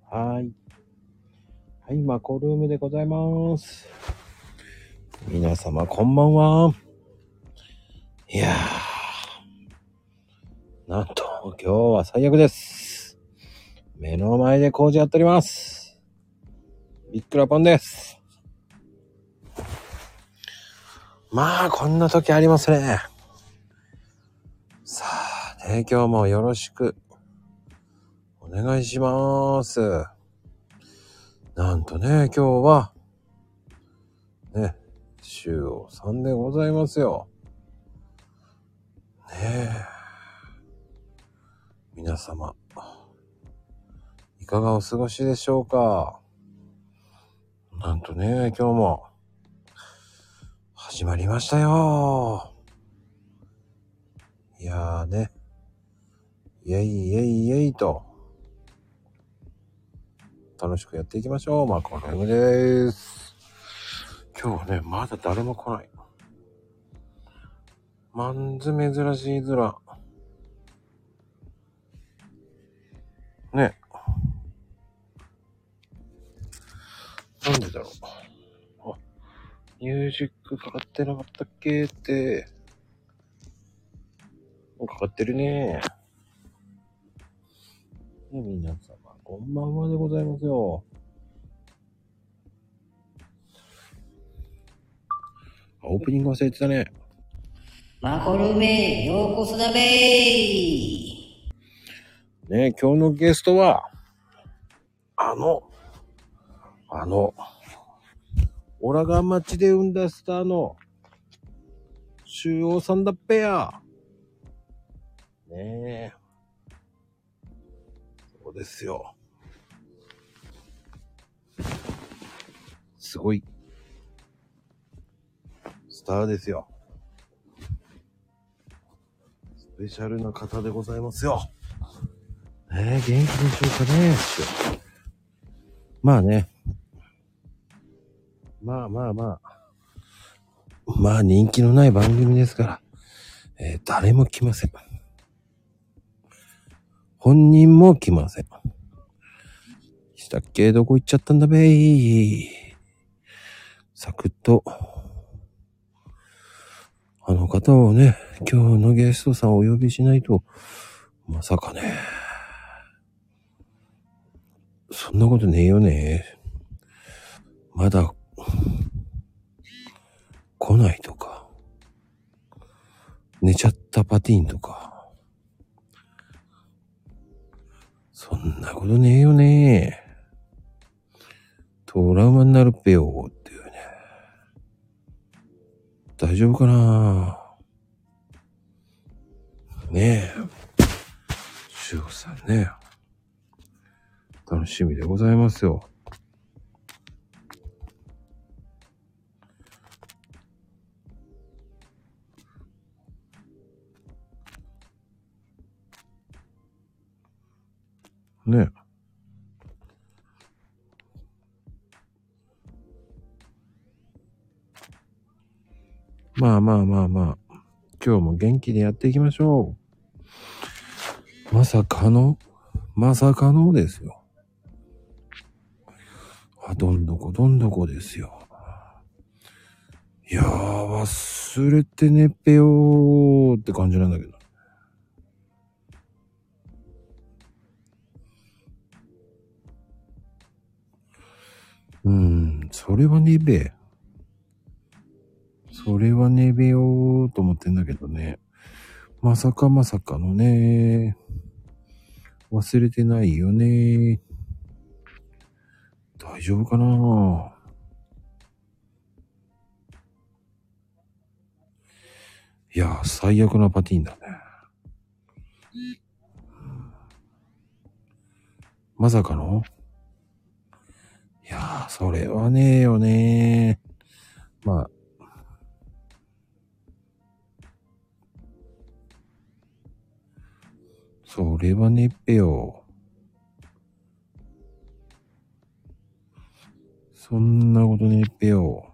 はい。はい、マコルームでございます。皆様こんばんは。いやー、なんと今日は最悪です。目の前で工事やっております。ビックラポンです。まあ、こんな時ありますね。さあ、ね、今日もよろしくお願いします。なんとね、今日は、ね、週を3でございますよ。ねえ。皆様、いかがお過ごしでしょうか。なんとね、今日も始まりましたよ。いやーね、イェイイェイイェイと楽しくやっていきましょう。マコルームです。今日ね、まだ誰も来ない。まんず珍しいずら。ね。なんでだろう。あ、ミュージックかかってなかったっけって。かかってるね。ね、皆様、こんばんはでございますよ。オープニング忘れてたね。 マコルメようこそだべー。 ね、今日のゲストは、オラが町で生んだスターの、周王さんだっぺや。ねえ。そうですよ。すごい。スターですよ。スペシャルな方でございますよ。元気でしょうかね。まあね。まあ人気のない番組ですから、誰も来ません。本人も来ません。したっけ、どこ行っちゃったんだべー。サクッと、あの方をね、今日のゲストさんをお呼びしないと、まさかね。そんなことねえよね。まだ、来ないとか。寝ちゃったパティーンとか。そんなことねえよね。トラウマになるっぺよっていうね。大丈夫かな。ねえ。シュウさんね。楽しみでございますよ。ね。まあ。今日も元気でやっていきましょう。まさかのですよ。どんどこですよ。いやー、忘れてねっぺよーって感じなんだけど。それはねべ。それはねべよーと思ってんだけどね。まさかのね。忘れてないよね。大丈夫かな。いや、最悪なパティーンだね。まさかの。いや、それはねえよね。まあ。それはねっぺよ。そんなことねっぺよ。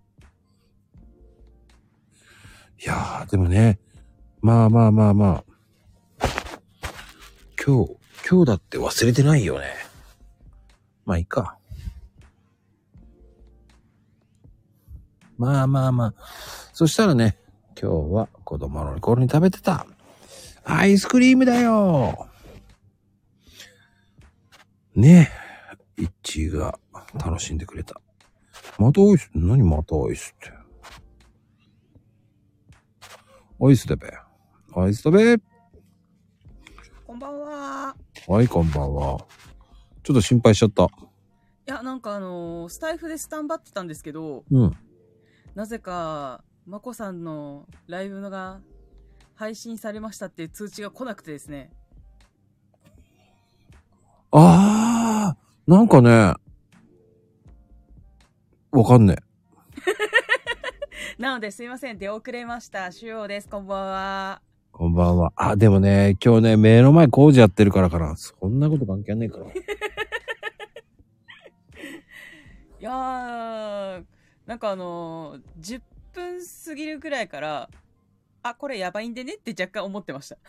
いやー、でもね、まあ。今日だって忘れてないよね。 まあいいか。まあまあまあ。そしたらね、今日は子供の頃に食べてたアイスクリームだよ。ねえ、イッチーが楽しんでくれた。またアイス、何またアイスって。アイスだべ。アイスだべ。 こんばんは。 はい、こんばんは。ちょっと心配しちゃった。 いや、なんかスタイフでスタンバってたんですけど、 うん。 なぜか、まこさんのライブのが配信されましたっていう通知が来なくてですね。 あー、なんかね、わかんねえ。 なのですいません、出遅れました。しゅうです。こんばんは。 こんばんは。あ、でもね、今日ね、目の前工事やってるからかな。そんなこと関係ねえから。 いやー、なんか10分過ぎるくらいから、あ、これやばいんでねって若干思ってました。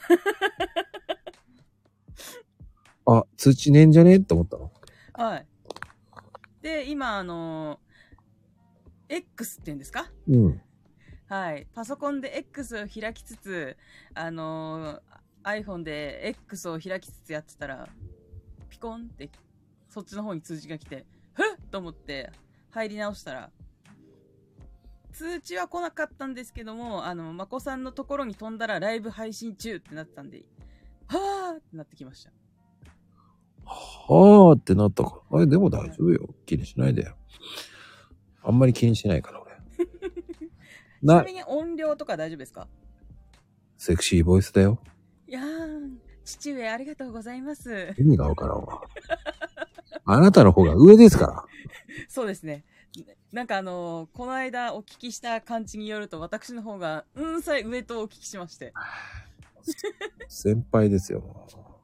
あ、通知ねえんじゃねえって思ったの。 はい。で、今X って言うんですか？ うん。 はい。パソコンで X を開きつつ、iPhone で X を開きつつやってたら、ピコンって、そっちの方に通知が来て、ふっと思って入り直したら、通知は来なかったんですけども、まこさんのところに飛んだらライブ配信中ってなったんで、はーってなってきました。 はーってなったから。あれ、でも大丈夫よ。気にしないでよ。あんまり気にしてないから、俺。 ちなみに音量とか大丈夫ですか？ セクシーボイスだよ。 いやー、父上ありがとうございます。 意味がわからんわ。あなたの方が上ですから。 そうですね。なんかこの間お聞きした感じによると、私の方が、さえ上とお聞きしまして。 先輩ですよ。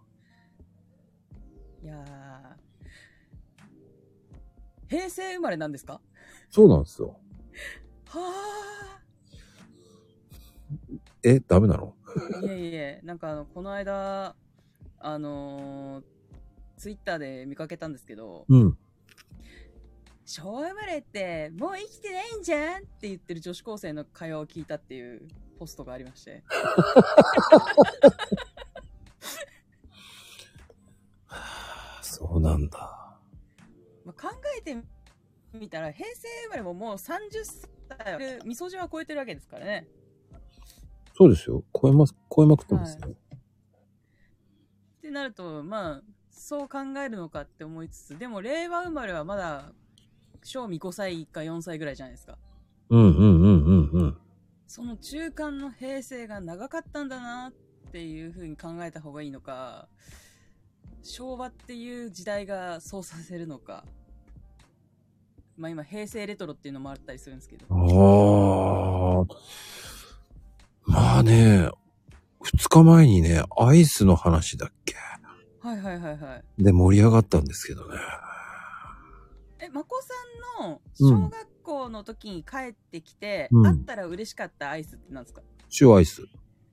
いやー、平成生まれなんですか？ そうなんですよ。 はダメなの？ ー。いえいえ、なんかこの間、ツイッターで見かけたんですけど、 うん。 昭和生まれってもう生きてないんじゃんって言ってる女子高生の会話を聞いたっていうポストがありまして。 そうなんだ。 まあ、考えてみたら、平成生まれももう30歳、みそじは超えてるわけですからね。 そうですよ。超えまくってますよ。 はい、ってなると、まあ、そう考えるのかって思いつつ、でも令和生まれはまだ、正味5歳か4歳ぐらいじゃないですか。 うんうんうんうんうん。 その中間の平成が長かったんだなっていう風に考えた方がいいのか、昭和っていう時代がそうさせるのか。まあ今平成レトロっていうのもあったりするんですけど。 まあね、2日前にね、アイスの話だっけ？ はいはいはいはい。 で盛り上がったんですけどね。 まこさんの小学校の時に帰ってきて、あったら嬉しかったアイスって何ですか？ 塩アイス。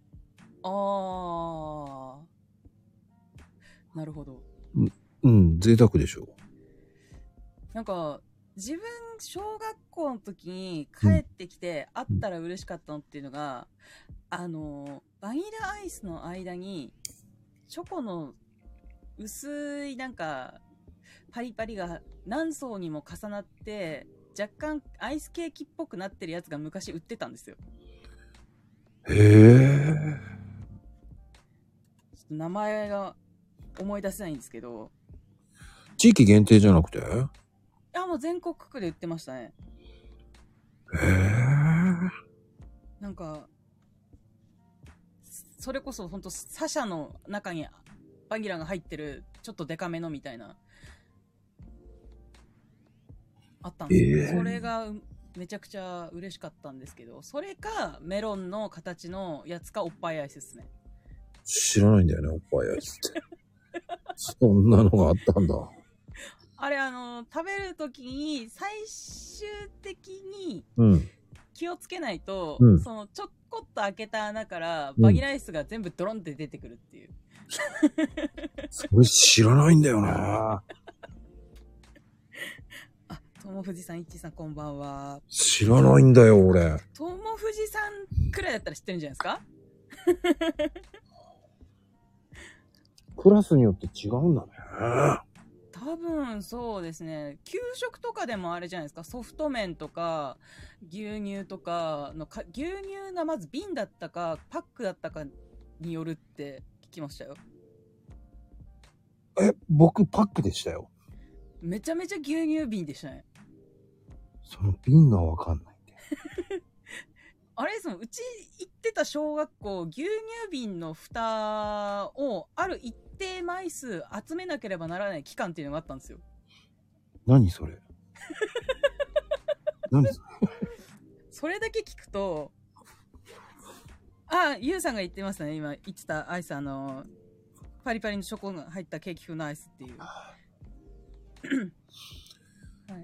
なるほど。 うん、贅沢でしょ。 なんか、自分、小学校の時に帰ってきて、あったら嬉しかったのっていうのが、バニラアイスの間に、チョコの薄いなんか、パリパリが何層にも重なって、若干アイスケーキっぽくなってるやつが昔売ってたんですよ。 へえ。 ちょっと名前が思い出せないんですけど。 地域限定じゃなくて？いや、もう全国区で売ってましたね。 へえ。 なんか、それこそほんとサシャの中にバニラが入ってるちょっとデカめのみたいなあったんですよ、それがめちゃくちゃ嬉しかったんですけど、それかメロンの形のやつかおっぱいアイスですね。 知らないんだよね、おっぱいアイスって。そんなのがあったんだ。 あれ食べるときに最終的に気をつけないと、そのちょこっと開けた穴からバニラアイスが全部ドロンって出てくるっていう。 それ知らないんだよな。 友藤さん、いっちーさん、こんばんは。 知らないんだよ、俺。 友藤さんくらいだったら知ってるんじゃないですか？ クラスによって違うんだね。 多分そうですね。給食とかでもあれじゃないですか。ソフト麺とか牛乳とかの牛乳がまず瓶だったかパックだったかによるって聞きましたよ。 僕パックでしたよ。 めちゃめちゃ牛乳瓶でしたね。 その瓶がわかんないんで。 あれですもん、うち行ってた小学校、牛乳瓶の蓋をある一定枚数集めなければならない期間っていうのがあったんですよ。 何それ何それそれだけ聞くと、ゆうさんが言ってましたね、今言ってたアイス、パリパリのチョコが入ったケーキ風のアイスっていう。はい、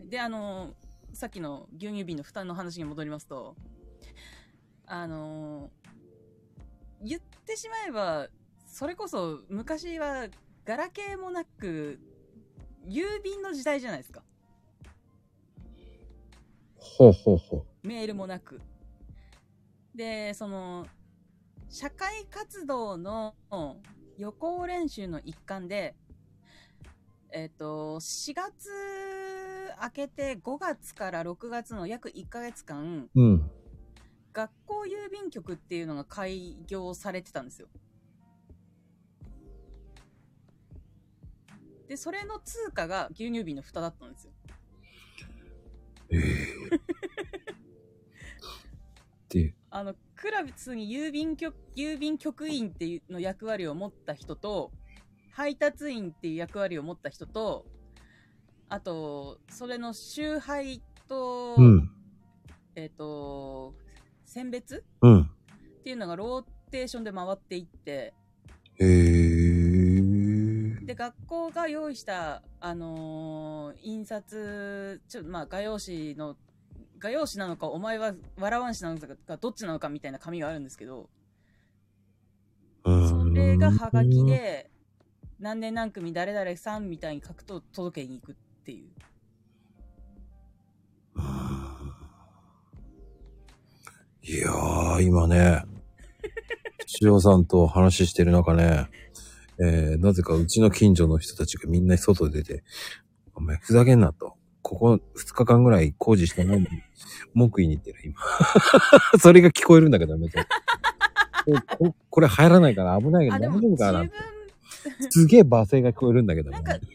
で、さっきの牛乳瓶の蓋の話に戻りますと、言ってしまえば、それこそ昔はガラケーもなく、郵便の時代じゃないですか。 ほうほうほう。 メールもなく。で、社会活動の予行練習の一環で、4月明けて5月から6月の約1ヶ月間、 うん。 学校郵便局っていうのが開業されてたんですよ。で、それの通貨が牛乳瓶の蓋だったんですよ。 で、 クラスに郵便局員っていうの役割を持った人と、配達員っていう役割を持った人と、あと、それの集配と、 うん。 選別うん。 っていうのがローテーションで回っていって、で、学校が用意した、印刷、画用紙なのか、お前は笑わんしなのか、どっちなのかみたいな紙があるんですけど、それがハガキで、何年何組誰々さんみたいに書くと届けに行くっていう。 いやー、今ね、塩さんと話してる中ね、なぜかうちの近所の人たちがみんな外で出て、お前ふざけんなと。ここ2日間ぐらい工事してないのに、文句言いに行ってる、今。それが聞こえるんだけど、めっちゃ。これ入らないから危ないけど大丈夫かな。すげえ罵声が聞こえるんだけど、ね。 なんか、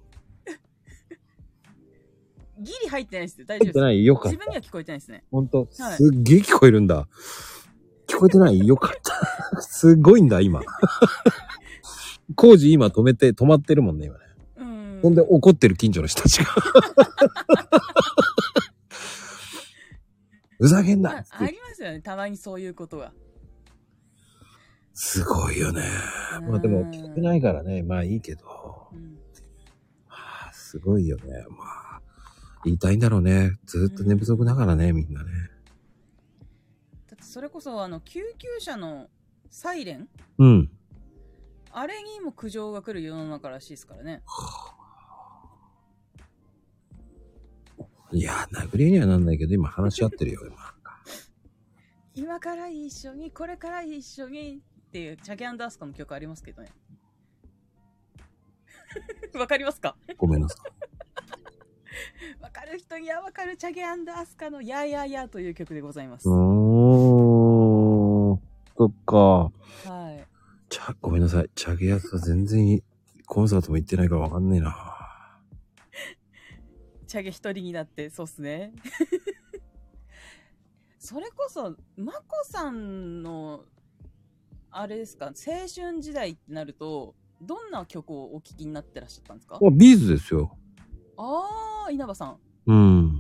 ギリ入ってないですよ。大丈夫です。入ってないよかった。 自分には聞こえてないですね。 ほんと、すっげえ聞こえるんだ。聞こえてないよかった。すごいんだ、今。工事今止まってるもんね、今ね。ほんで怒ってる近所の人たちが。ふざけんなって。 ありますよね、たまにそういうことが。 すごいよね。まあでも聞けないからね、まあいいけど。まあすごいよね。まあ言いたいんだろうね。ずっと寝不足だからね、みんなね。 だってそれこそ救急車のサイレン？ うん。 あれにも苦情が来る世の中らしいですからね。 いや、殴りにはなんないけど、今話し合ってるよ、 今から一緒に、これから一緒にっていう、チャゲ&アスカの曲ありますけどね。わかりますか？ ごめんなさい。わかる人にはわかるチャゲ&アスカのやーやーやーという曲でございます。 そっか。 はい。 ごめんなさい。チャゲアスカ全然コンサートも行ってないからわかんねえな。 チャゲ一人になって、そうっすね。それこそ、マコさんの、あれですか、青春時代ってなると、どんな曲をお聴きになってらっしゃったんですか？ ビーズですよ。 あー、稲葉さん。 うん。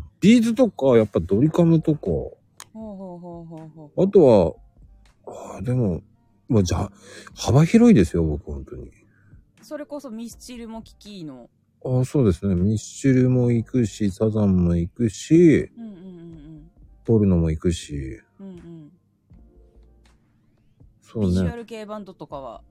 ビーズとか、やっぱドリカムとか。あとは、でも、まあ、幅広いですよ、僕、本当に。 それこそミスチルも聴きの。 そうですね。ミスチルも行くし、サザンも行くし、ポルノも行くし。そうね。 ビジュアル系バンドとかは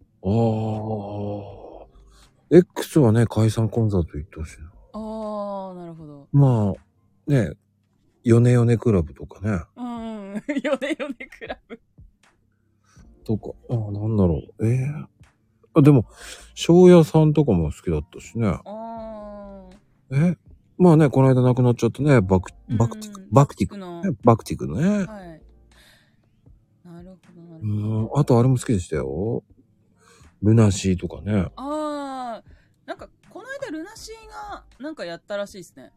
X はね、解散コンサート行ってほしいな。 ななるほど。 まあ、ね、ヨネヨネクラブとかね。 うんうん。よねよねクラブ。 とか、なんだろう。でも、庄屋さんとかも好きだったしね。 あまあね、この間亡くなっちゃったね、バクティク。バクティクの。 バクティクね。 はい。なるほど、なるほど。 あとあれも好きでしたよ。ルナシーとかね。 なんか、この間ルナシーが、なんかやったらしいですね。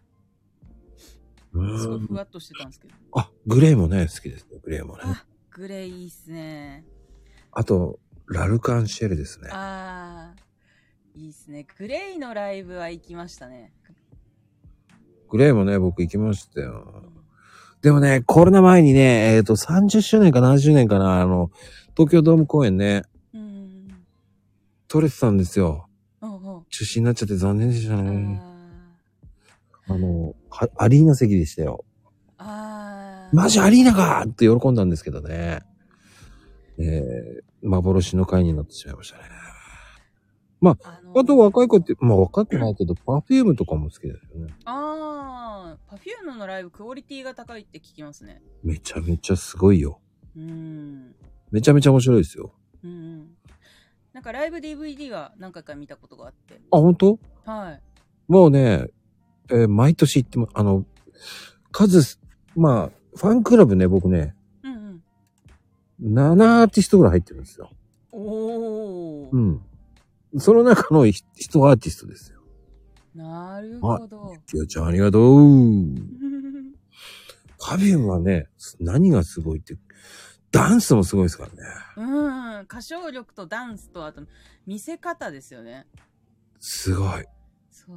すごいふわっとしてたんですけど。 グレーもね、好きですね、グレーもね。 グレーいいっすね。 あと、ラルカンシェルですね。 いいっすね。グレイのライブは行きましたね。 グレーもね、僕行きましたよ。でもね、コロナ前にね、30周年か70年かな、東京ドーム公演ね、取れてたんですよ。中止になっちゃって残念でしたね。アリーナ席でしたよ。マジアリーナかって喜んだんですけどね。幻の回になってしまいましたね。まあ、あと若い子って、まあ若くないけど、パフュームとかも好きですよね。 パフュームのライブクオリティが高いって聞きますね。 めちゃめちゃすごいよ。めちゃめちゃ面白いですよ。 なんかライブ DVD は何回か見たことがあって。 本当？ はい。 もうね、毎年行っても、まあ、ファンクラブね、僕ね、7アーティストぐらい入ってるんですよ。その中の1アーティストですよ。 なるほど。 きよちゃんありがとう。パフュームはね、何がすごいって、ダンスもすごいですからね。歌唱力とダンスと、あと、見せ方ですよね。 すごい。 そう。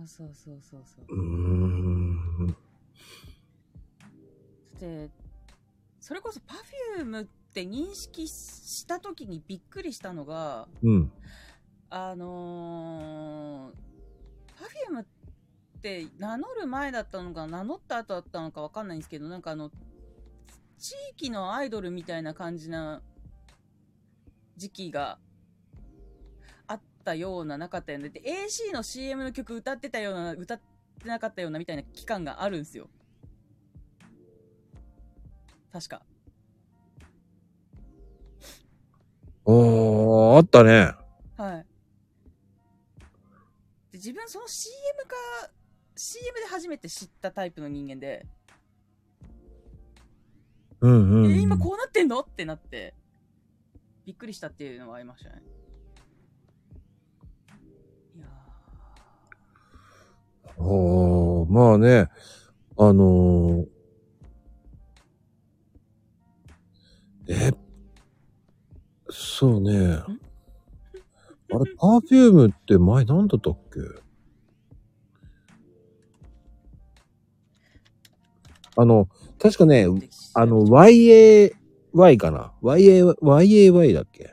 で、それこそパフュームって認識した時にびっくりしたのが、パフュームって名乗る前だったのか名乗った後だったのかわかんないんですけど、なんか地域のアイドルみたいな感じな時期があったようななかったようなで AC の CM の曲歌ってたような歌ってなかったようなみたいな期間があるんですよ。確か。 あったね。 はい。で自分その CM で初めて知ったタイプの人間で、今こうなってんのってなってびっくりしたっていうのはありましたね。いやまあね、そうね。あれ、パフュームって前何だったっけ？確かね、YAY かな？ YAY だっけ？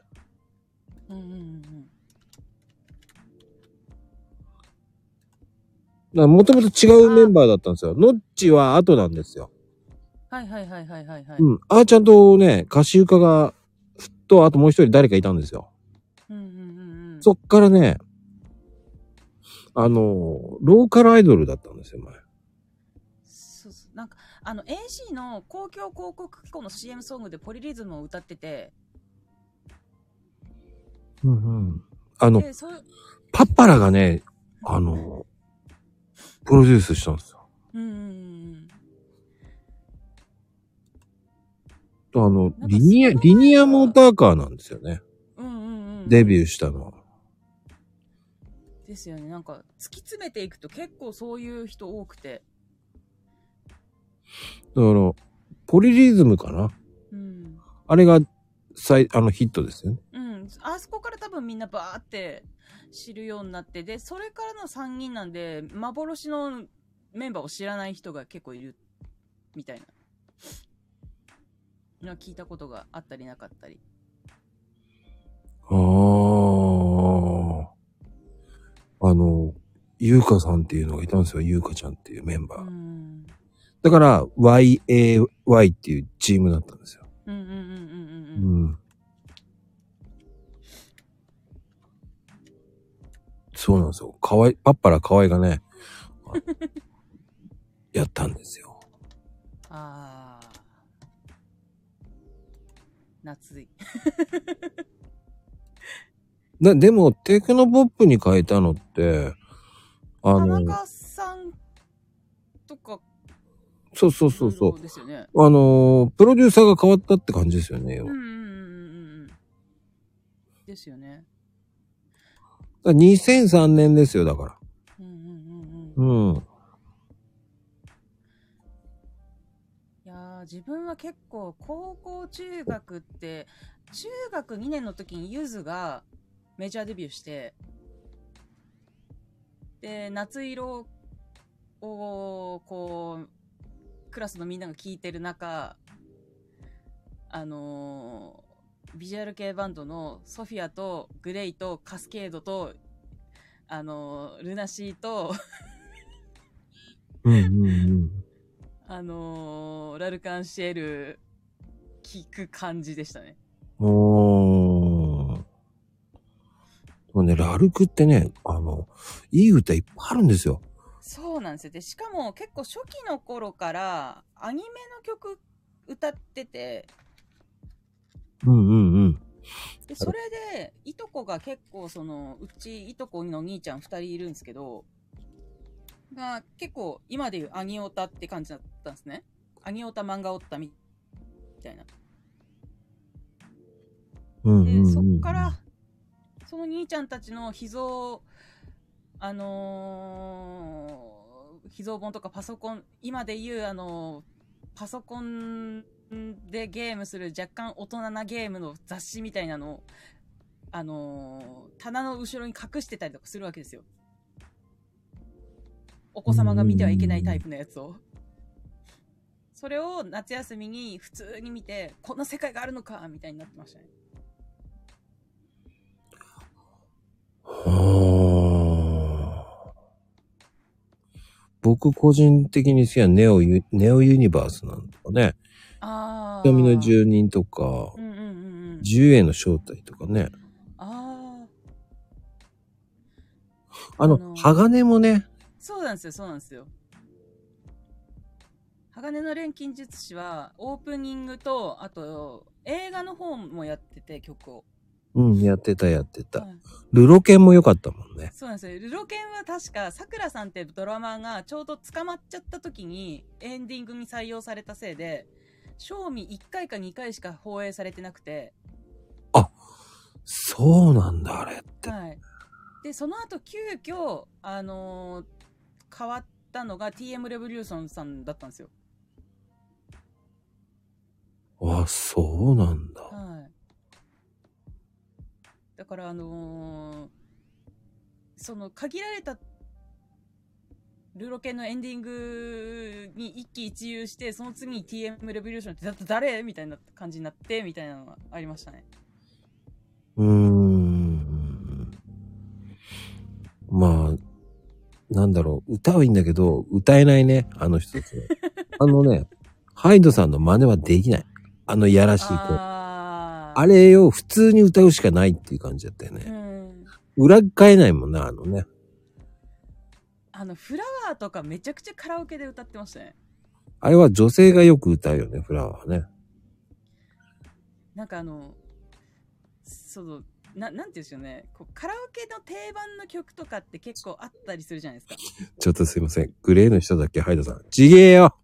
もともと違うメンバーだったんですよ。ノッチは後なんですよ。 はい。 あーちゃんとね、歌手家が、あともう一人誰かいたんですよ。そっからね、ローカルアイドルだったんですよ、前。 そう。なんか、AC の公共広告機構の CM ソングでポリリズムを歌ってて。 パッパラがね、プロデュースしたんですよ。リニアモーターカーなんですよね。デビューしたのは。 ですよね。なんか、突き詰めていくと結構そういう人多くて。 だから、ポリリズムかな。あれが、ヒットですよね。 あそこから多分みんなバーって知るようになって、で、それからの3人なんで、幻のメンバーを知らない人が結構いる、みたいな。聞いたことがあったりなかったり。 ゆうかさんっていうのがいたんですよ。ゆうかちゃんっていうメンバー。だから、YAY っていうチームだったんですよ。そうなんですよ。パッパラ河合がね、 やったんですよ。 あー。夏い。 でも、テクノポップに変えたのって、 田中さんとか、 そういろいろですよね。 プロデューサーが変わったって感じですよね。 ですよね。 2003年ですよ、だから。うん。 いやー、自分は結構、高校、中学って、中学2年の時にゆずがメジャーデビューして、で、夏色を、こう、クラスのみんなが聴いてる中、ビジュアル系バンドのソフィアとグレイとカスケードと、ルナシーとラルカンシエル聞く感じでしたね。 でもね、ラルクってね、いい歌いっぱいあるんですよ。 そうなんですよ。で、しかも結構初期の頃からアニメの曲歌ってて、で、それで、いとこが結構うちいとこの兄ちゃん2人いるんですけど、が結構今でいうアニオタって感じだったんですね。アニオタ漫画オタみたいな。で、そっから、その兄ちゃんたちの秘蔵本とかパソコン、今でいうパソコンでゲームする若干大人なゲームの雑誌みたいなのを、棚の後ろに隠してたりとかするわけですよ。お子様が見てはいけないタイプのやつを。それを夏休みに普通に見て、こんな世界があるのかみたいになってましたね。 僕個人的に好きなネオユニバースなんとかね。瞳の住人とか、自由への正体とかね。鋼もね。 そうなんですよ。鋼の錬金術師は、オープニングと、あと、映画の方もやってて、曲を。 やってた。ルロケンも良かったもんね。 そうなんですよ。ルロケンは確か、桜さんってドラマーがちょうど捕まっちゃった時に、エンディングに採用されたせいで、賞味1回か2回しか放映されてなくて。 あ、そうなんだ、あれって。 はい。で、その後、急遽、変わったのが TM レボリューションさんだったんですよ。 あ、そうなんだ。 はい。だからその限られたルロケンのエンディングに一喜一憂して、その次に TM レボリューションって誰みたいな感じになって、みたいなのがありましたね。 まあ、なんだろう、歌はいいんだけど、歌えないね、あの人たち。ハイドさんの真似はできない。いやらしい声。あれを普通に歌うしかないっていう感じだったよね。裏返えないもんな、ね。 フラワーとかめちゃくちゃカラオケで歌ってましたね。 あれは女性がよく歌うよね、フラワーはね。 なんかなんて言うんですよね。カラオケの定番の曲とかって結構あったりするじゃないですか。 ちょっとすいません。グレーの人だけ、ハイドさん。ちげえよ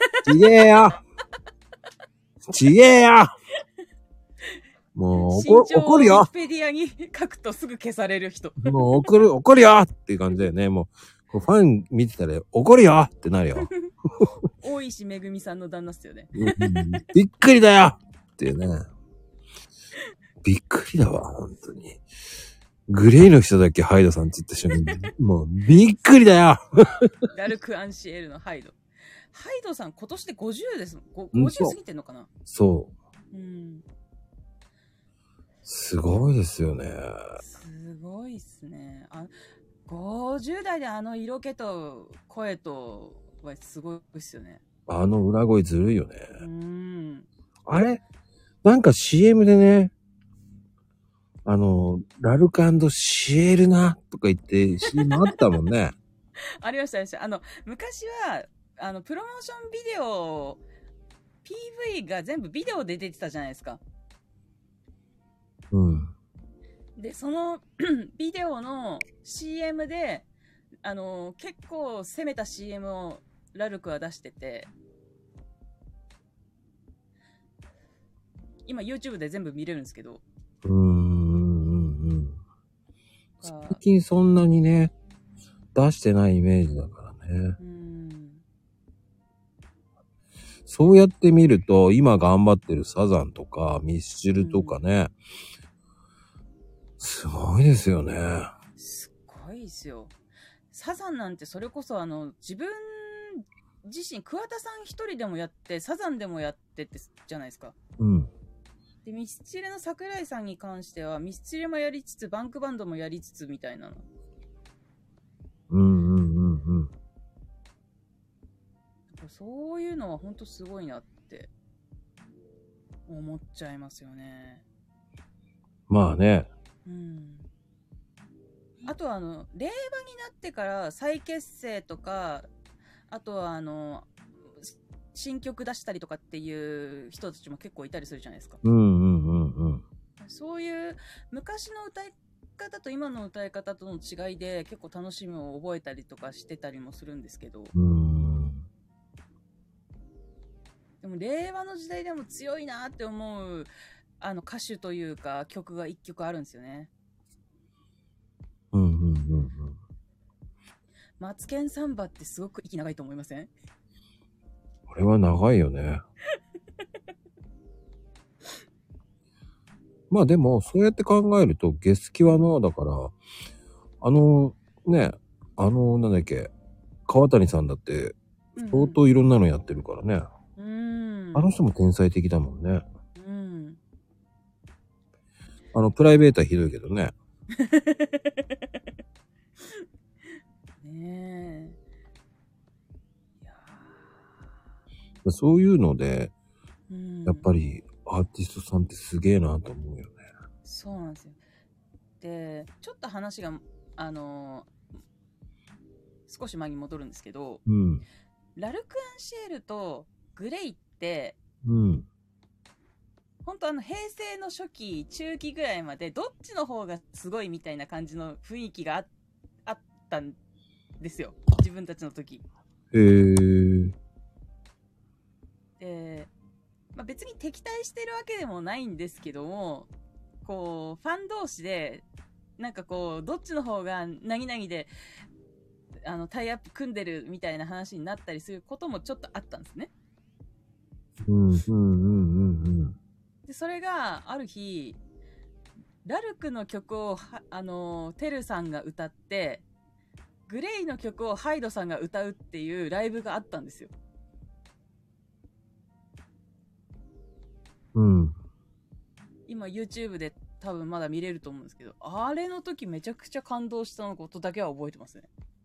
もう怒るよ。 ウィキペディアに書くとすぐ消される人。 もう怒るよっていう感じだよね。もうファン見てたら怒るよってなるよ。 大石めぐみさんの旦那っすよね。 びっくりだよっていうね。びっくりだわ、本当に。グレーの人だけハイドさんって言った瞬間に、もうびっくりだよ。 ラルク・アンシエルのハイド。ハイドさん今年で50ですもん。50過ぎてんのかな？ そう。すごいですよね。 すごいっすね。50代で色気と声とはすごいっすよね。 裏声ずるいよね。あれなんか CM でね、ラルク&シエルナとか言って CM あったもんね。 ありました。昔は、 プロモーションビデオ、PV が全部ビデオで出てたじゃないですか。 うん。 で、そのビデオの CM で、結構攻めた CM をラルクは出してて、今 YouTube で全部見れるんですけど。 最近そんなにね、出してないイメージだからね。そうやって見ると、今頑張ってるサザンとか、ミスチルとかね、すごいですよね。 すごいですよ。サザンなんてそれこそ自分自身、桑田さん一人でもやって、サザンでもやってってじゃないですか。 うん。 で、ミスチルの桜井さんに関しては、ミスチルもやりつつ、バンクバンドもやりつつみたいなの。そういうのは本当すごいなって思っちゃいますよね。 まあね。 うん。あとは令和になってから再結成とか、あとは新曲出したりとかっていう人たちも結構いたりするじゃないですか。そういう昔の歌い方と今の歌い方との違いで結構楽しみを覚えたりとかしてたりもするんですけど。でも令和の時代でも強いなって思う歌手というか曲が一曲あるんですよね。マツケンサンバってすごく息長いと思いません？ これは長いよね。まあでも、そうやって考えると、ゲスキワの、だから、なんだっけ、川谷さんだって、相当いろんなのやってるからね。あの人も天才的だもんね。プライベートはひどいけどね。 ねえ。そういうので、やっぱりアーティストさんってすげえなと思うよね。 そうなんですよ。で、ちょっと話が、少し前に戻るんですけど、ラルク・アンシエルとグレイって、本当平成の初期、中期ぐらいまで、どっちの方がすごいみたいな感じの雰囲気があったんですよ。自分たちの時。で、まあ、別に敵対してるわけでもないんですけども、こう、ファン同士で、なんかこう、どっちの方が何々で、タイアップ組んでるみたいな話になったりすることもちょっとあったんですね。で、それがある日、ラルクの曲をテルさんが歌って、グレイの曲をハイドさんが歌うっていうライブがあったんですよ。今 YouTube で多分まだ見れると思うんですけど、あれの時めちゃくちゃ感動したのことだけは覚えてますね。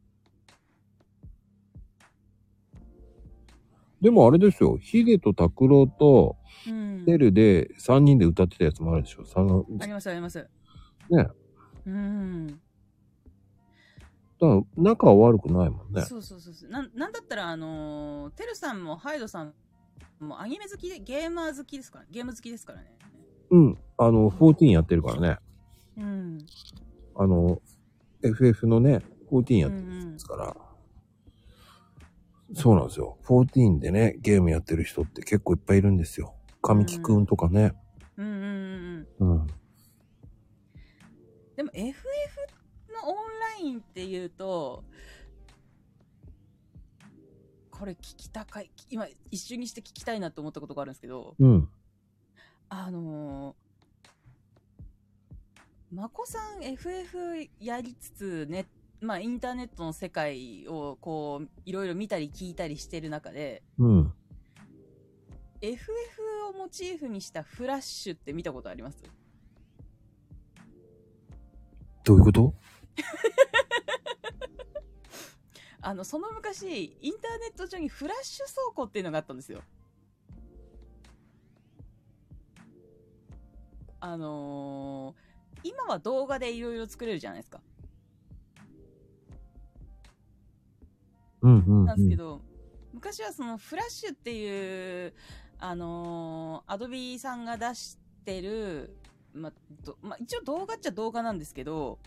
でもあれですよ、ヒデと拓郎とテルで3人で歌ってたやつもあるでしょ。 ありますあります。 ね。だから仲は悪くないもんね。 そう。なんだったらテルさんもハイドさんもアニメ好きでゲーマー好きですから、ゲーム好きですからね。 14やってるからね。FF のね、14やってるんですから。そうなんですよ。14でね、ゲームやってる人って結構いっぱいいるんですよ。神木くんとかね。でも FF のオンラインっていうと、これ聞きたい、今一瞬にして聞きたいなと思ったことがあるんですけど、まこさん FF やりつつね、まあインターネットの世界をこういろいろ見たり聞いたりしてる中で、FF をモチーフにしたフラッシュって見たことあります？ どういうこと？ その昔インターネット上にフラッシュ倉庫っていうのがあったんですよ。今は動画でいろいろ作れるじゃないですか。なんですけど、 昔はそのフラッシュっていう、アドビさんが出してる、一応動画っちゃ動画なんですけど、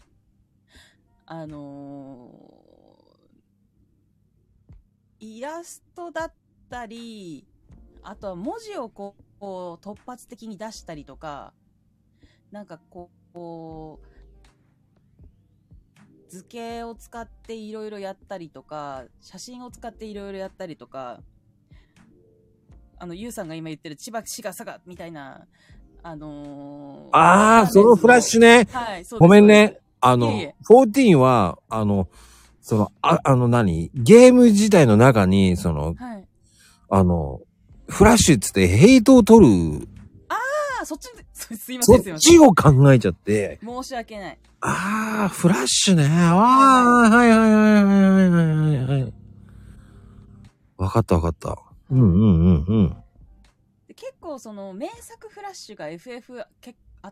イラストだったり、あとは文字をこう突発的に出したりとか、なんかこう、図形を使っていろいろやったりとか、写真を使っていろいろやったりとか、ゆうさんが今言ってる千葉市が佐賀みたいな、 そのフラッシュね。 はい、そうです。 ごめんね。 いえいえ 14は、ゲーム自体の中に、 はい。 フラッシュっつってヘイトを取る、 そっち、すいません、すいません。 そっちを考えちゃって、 申し訳ない。 フラッシュね。はいはいはいはいはいはい。わかったわかった。 で結構その名作フラッシュが FF あって、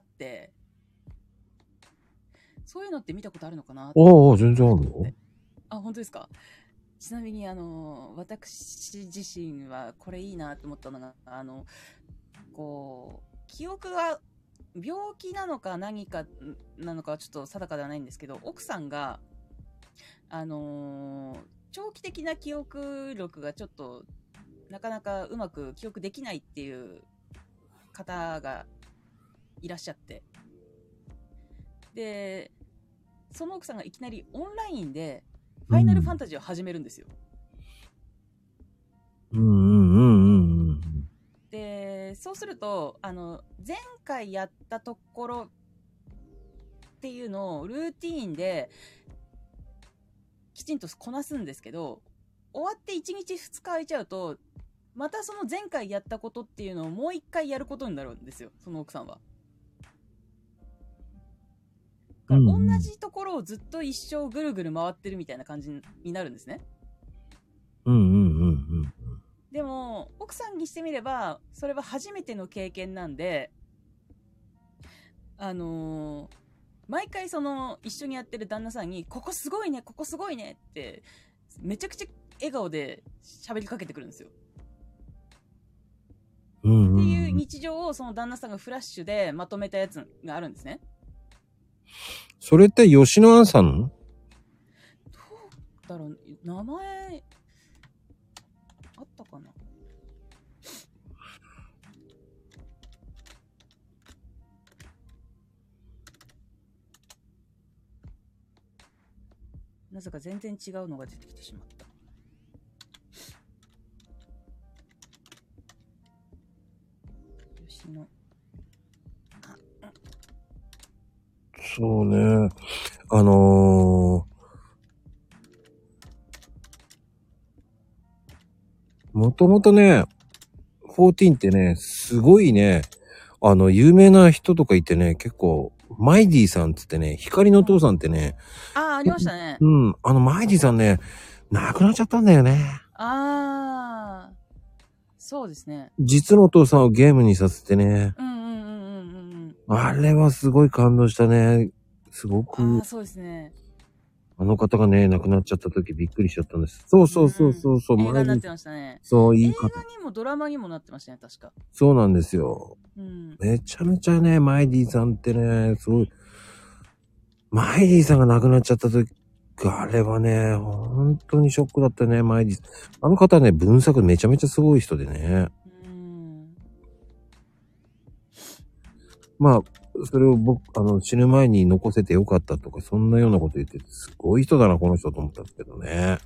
そういうのって見たことあるのかなって。 全然あるよ。 本当ですか。ちなみに私自身はこれいいなって思ったのが、記憶が病気なのか何かなのかはちょっと定かではないんですけど、奥さんが、長期的な記憶力がちょっとなかなかうまく記憶できないっていう方がいらっしゃって、でその奥さんがいきなりオンラインでファイナルファンタジーを始めるんですよ。でそうすると前回やったところっていうのをルーティーンできちんとこなすんですけど、終わって1日2日空いちゃうとまたその前回やったことっていうのをもう一回やることになるんですよ、その奥さんは。だから同じところをずっと一生ぐるぐる回ってるみたいな感じになるんですね。でも奥さんにしてみればそれは初めての経験なんで、毎回その一緒にやってる旦那さんにここすごいねここすごいねってめちゃくちゃ笑顔で喋りかけてくるんですよ。っていう日常をその旦那さんがフラッシュでまとめたやつがあるんですね。 それって吉野杏さん？ どうだろう、名前あったかな。なぜか全然違うのが出てきてしまった。吉野。 そうね。もともとね、14ってね、すごいね、有名な人とかいてね、結構、マイディさんつってね、光のお父さんってね、 ありましたね。 マイディさんね、亡くなっちゃったんだよね。 そうですね。 実のお父さんをゲームにさせてね。あれはすごい感動したね。すごく。 そうですね。 あの方がね、亡くなっちゃった時びっくりしちゃったんです。そう。 映画になってましたね。 そう、 映画にもドラマにもなってましたね、確か。 そうなんですよ。めちゃめちゃね、マイディさんってね、すごい。マイディさんが亡くなっちゃった時、あれはね、本当にショックだったね、マイディ。あの方ね、文作めちゃめちゃすごい人でね。まあ、それを僕、死ぬ前に残せてよかったとか、そんなようなこと言ってて、すごい人だな、この人と思ったんですけどね。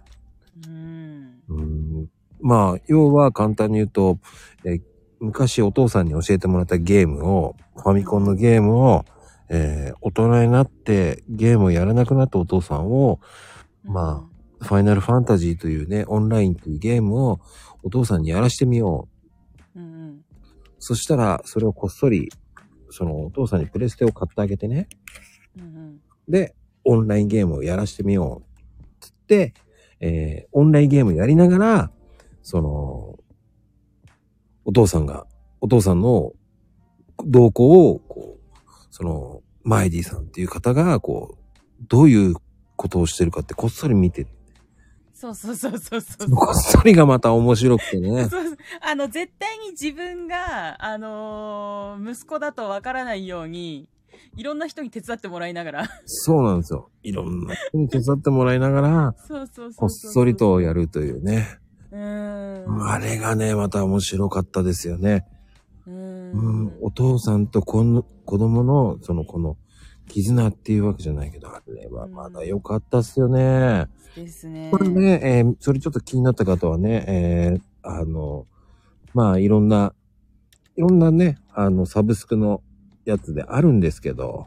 まあ、要は簡単に言うと、昔お父さんに教えてもらったゲームを、ファミコンのゲームを、大人になってゲームをやらなくなったお父さんを、まあ、ファイナルファンタジーというね、オンラインというゲームをお父さんにやらしてみよう。そしたら、それをこっそり、そのお父さんにプレステを買ってあげてね。で、オンラインゲームをやらしてみよう。つって、オンラインゲームやりながら、その、お父さんの動向を、こう、その、マイディさんっていう方が、こう、どういうことをしてるかってこっそり見て。 そうそうそうそうそう。 こっそりがまた面白くてね。 そうそう絶対に自分が、息子だとわからないように、いろんな人に手伝ってもらいながら。 そうなんですよ。いろんな人に手伝ってもらいながら、 そうそうそうそう。 こっそりとやるというね。 あれがね、また面白かったですよね。お父さんと子供の、この、絆っていうわけじゃないけど、あれはまだ良かったっすよね。 ですね。 これね、それちょっと気になった方はね、まあ、いろんなね、サブスクのやつであるんですけど、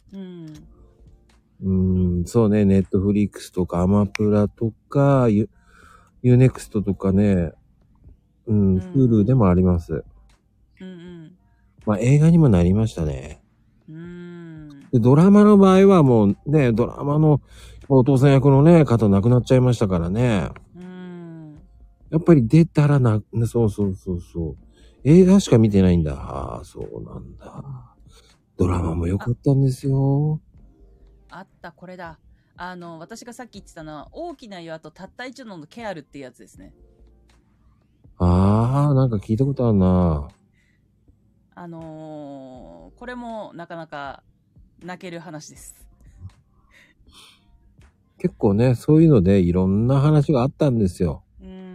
そうね、ネットフリックスとかアマプラとか、ユーネクストとかね、Hulu でもあります。まあ、映画にもなりましたね。でドラマの場合はもうね、ドラマのお父さん役のね、方亡くなっちゃいましたからね。やっぱり出たらそう。映画しか見てないんだ。ああ、そうなんだ。ドラマも良かったんですよ。 あった、これだ。私がさっき言ってたのは、大きな岩とたった一度のケアルっていうやつですね。 ああ、なんか聞いたことあるな。 これもなかなか泣ける話です。 結構ね、そういうのでいろんな話があったんですよ。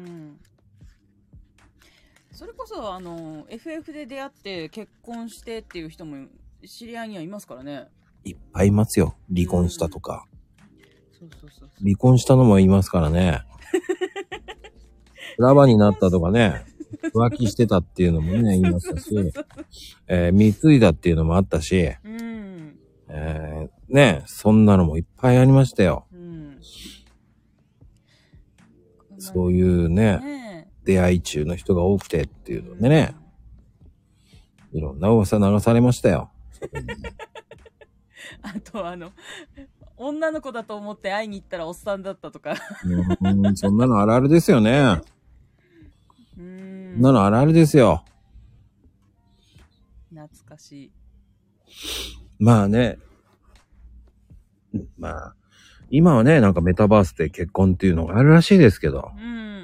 それこそFF で出会って結婚してっていう人も知り合いにはいますからね。 いっぱいいますよ。離婚したとか。 そう。 離婚したのもいますからね。ラバになったとかね。浮気してたっていうのもね、言いましたし。貢いだっていうのもあったし。ね、そんなのもいっぱいありましたよ。そういうね、出会い中の人が多くてっていうのでね。いろんな噂流されましたよ。 あと女の子だと思って会いに行ったらおっさんだったとか。 そんなのあるあるですよね。そんなのあるあるですよ。 懐かしい。 まあね。まあ、今はね、なんかメタバースで結婚っていうのがあるらしいですけど。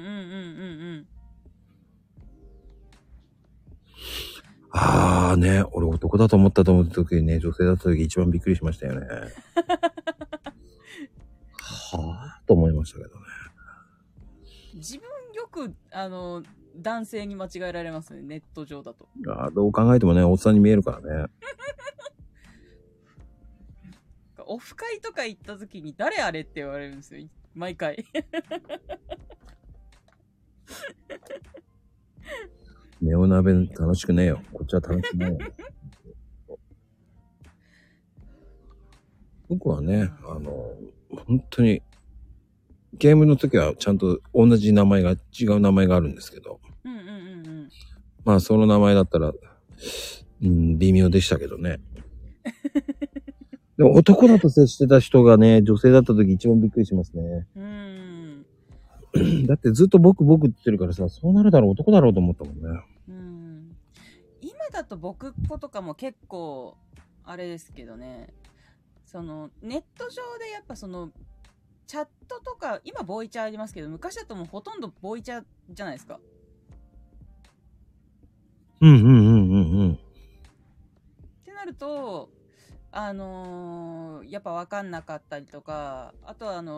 ああね、俺男だと思った時にね、女性だった時一番びっくりしましたよね。はぁと思いましたけどね。 自分よく、男性に間違えられますね、ネット上だと。 どう考えてもね、おっさんに見えるからね。 オフ会とか行った時に誰あれって言われるんですよ、毎回。 ネオ鍋楽しくねえよ。こっちは楽しくねえよ。僕はね、本当に、ゲームの時はちゃんと同じ名前が、違う名前があるんですけど。まあ、その名前だったら、微妙でしたけどね。でも男だと接してた人がね、女性だった時一番びっくりしますね。だってずっと僕って言ってるからさ、そうなるだろう、男だろうと思ったもんね。 今だと僕っ子とかも結構、あれですけどね。ネット上でやっぱチャットとか、今ボイチャありますけど、昔だともうほとんどボイチャじゃないですか。ってなると、やっぱ分かんなかったりとか、あとは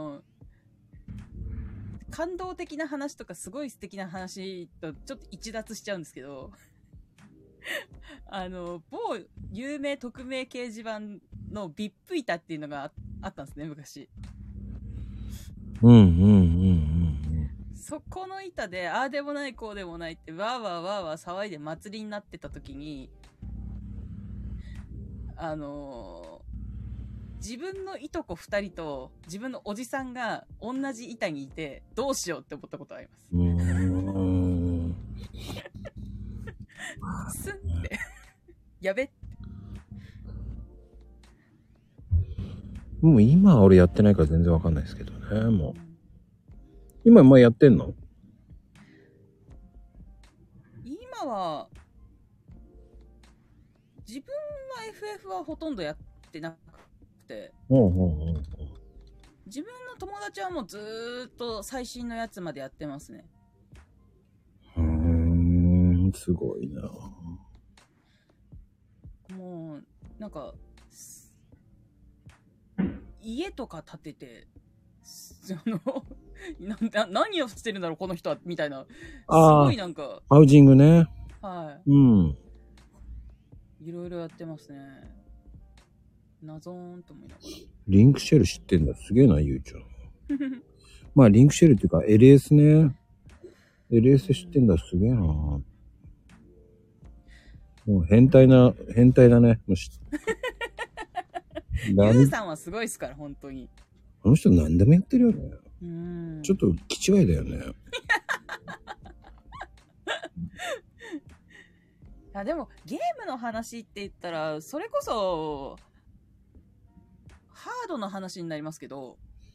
感動的な話とかすごい素敵な話とちょっと逸脱しちゃうんですけど、某有名匿名掲示板のVIP板っていうのがあったんですね、昔。そこの板で、ああでもないこうでもないってわーわー騒いで祭りになってた時に、自分のいとこ2人と自分のおじさんが同じ板にいてどうしようって思ったことあります。すんってやべ。 もう今は俺やってないから全然わかんないですけどね、もう。今やってんの？ 今は、自分は FF はほとんどやってなくて、自分の友友達はもうずーっと最新のやつまでやってますね。 すごいな。 もう、なんか、家とか建てて、何をしてるんだろう、この人は、みたいな。すごいなんか。 ハウジングね。 はい。いろいろやってますね。謎ーんと思いながら。 リンクシェル知ってんだ。すげえな、ゆうちゃん。まあ、リンクシェルっていうか、LS ね。LS 知ってんだ。すげえな。もう変態だね。もうゆうさんはすごいっすから、本当に。 あの人何でもやってるよね。ちょっと気違いだよね。 でも、ゲームの話って言ったら、それこそ、ハードの話になりますけど、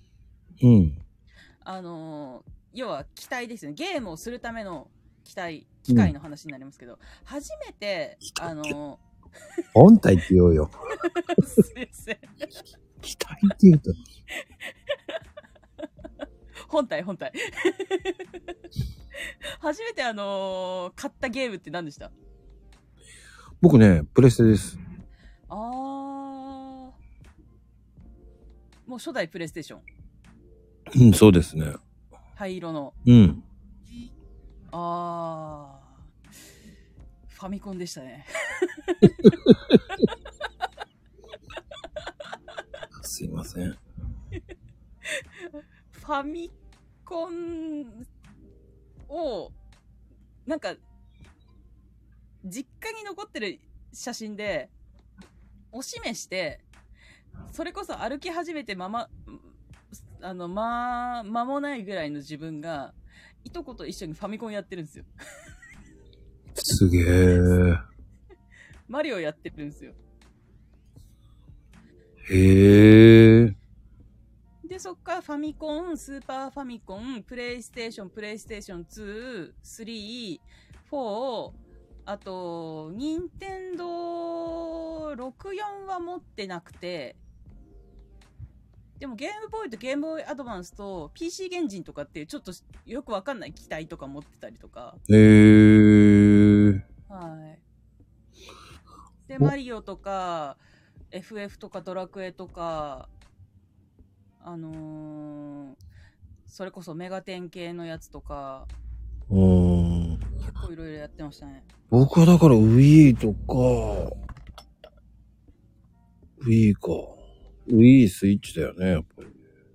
要は機体ですよね。ゲームをするための機械の話になりますけど、初めて、 本体って言おうよ。 すいません。 機体って言うと。 本体。初めて買ったゲームって何でした？ 僕ね、プレステです。 もう初代プレイステーション。そうですね。 灰色の。ファミコンでしたね。 すいません。 ファミコンを、なんか、実家に残ってる写真で、おしめして、それこそ歩き始めて間もないぐらいの自分が、いとこと一緒にファミコンやってるんですよ。 すげー。 マリオやってるんですよ。 へー。 で、そっからファミコン、スーパーファミコン、プレイステーション2、3、4、あと、ニンテンドー64は持ってなくて、でもゲームボーイとゲームボーイアドバンスと PC エンジンとかってちょっとよくわかんない機体とか持ってたりとか。 はい。 で、マリオとか、FF とかドラクエとか、それこそメガテン系のやつとか、結構いろいろやってましたね。 僕はだから Wii とか、Wii スイッチだよね、やっぱり。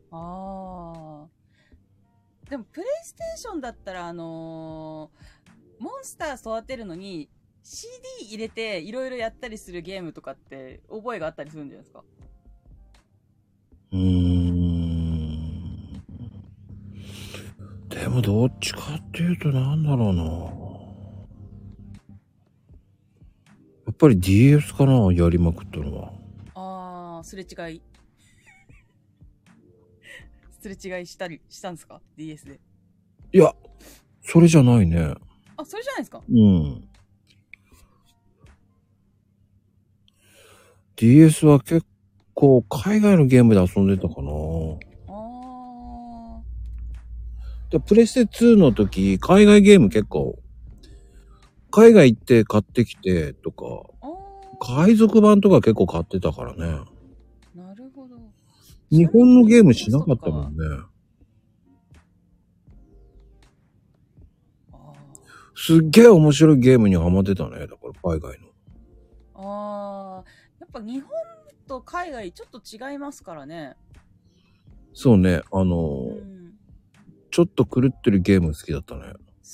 でもプレイステーションだったらモンスター育てるのに CD 入れていろいろやったりするゲームとかって覚えがあったりするんじゃないですか？ でもどっちかっていうとなんだろうな。やっぱり DS かな、やりまくったのは。 すれ違いしたんですか？ DS で。 いや、それじゃないね。 それじゃないですか ？DS は結構海外のゲームで遊んでたかな。で、プレステ2の時、海外ゲーム結構、海外行って買ってきてとか、海賊版とか結構買ってたからね。 なるほど。 日本のゲームしなかったもんね。すっげえ面白いゲームにハマってたね。だから海外の。 やっぱ日本と海外ちょっと違いますからね。 そうね。ちょっと狂ってるゲーム好きだったね。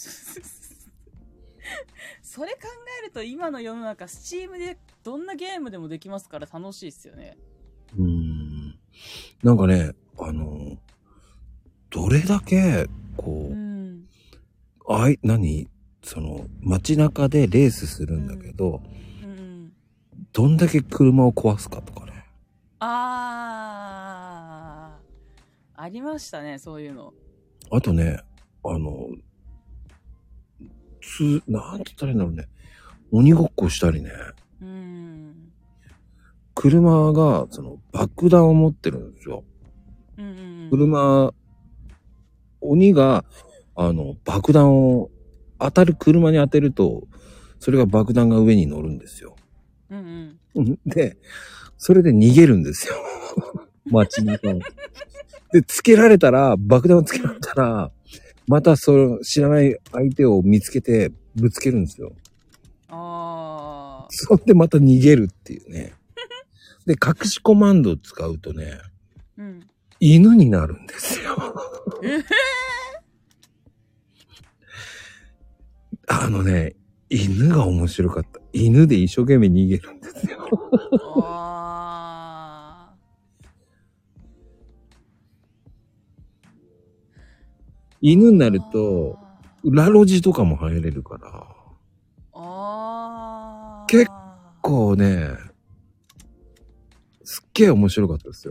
それ考えると今の世の中、スチームでどんなゲームでもできますから楽しいですよね。 なんかね、どれだけ、こう、街中でレースするんだけど、どんだけ車を壊すかとかね。 ありましたね、そういうの。 あとね、なんて言ったらいいんだろうね。鬼ごっこしたりね。車が、爆弾を持ってるんですよ。 鬼が、爆弾を車に当てると、それが爆弾が上に乗るんですよ。 うんうん。 で、それで逃げるんですよ。街に。で、爆弾をつけられたら、また知らない相手を見つけてぶつけるんですよ。そんでまた逃げるっていうね。で、隠しコマンドを使うとね、 うん、 犬になるんですよ。犬が面白かった。犬で一生懸命逃げるんですよ。犬になると、裏路地とかも入れるから。結構ね、すっげえ面白かったですよ。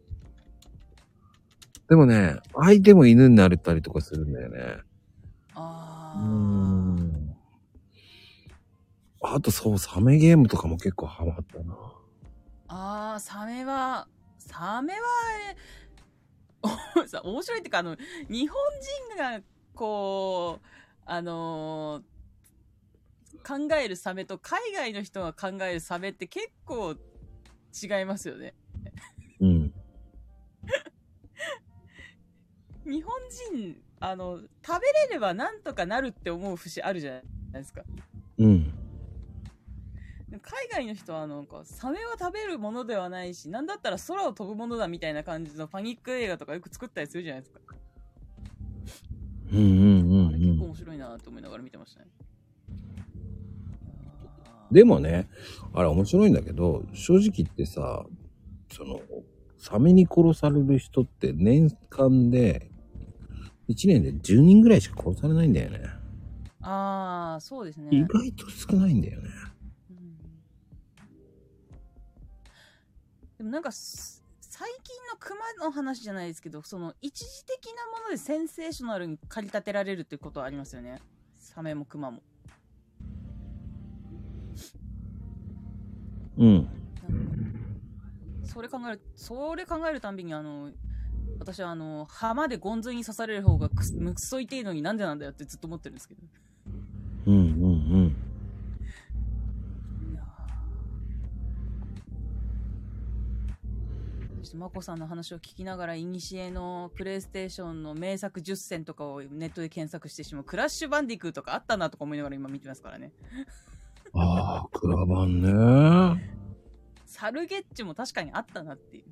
でもね、相手も犬になれたりとかするんだよね。あとそう、サメゲームとかも結構ハマったな。 サメは面白いっていうか、日本人が、こう、考えるサメと海外の人が考えるサメって結構違いますよね。 うん。 日本人、食べれればなんとかなるって思う節あるじゃないですか。 うん。 海外の人はサメは食べるものではないし、なんだったら空を飛ぶものだみたいな感じのパニック映画とかよく作ったりするじゃないですか。あれ結構面白いなと思いながら見てましたね。 でもね、あれ面白いんだけど、正直言ってさ、サメに殺される人って年間で、1年で10人ぐらいしか殺されないんだよね。 そうですね。 意外と少ないんだよね。 でもなんか、最近のクマの話じゃないですけど、一時的なものでセンセーショナルに駆り立てられるってことはありますよね。サメもクマも。 うん。 それ考えるたんびに私は浜でゴンズイに刺される方がくそ痛いのになんでなんだよってずっと思ってるんですけど。そしてマコさんの話を聞きながら、イニシエのプレイステーションの名作10選とかをネットで検索してしまう。クラッシュバンディクーとかあったなとか思いながら今見てますからね。 クラバンね。 サルゲッチュも確かにあったなっていう。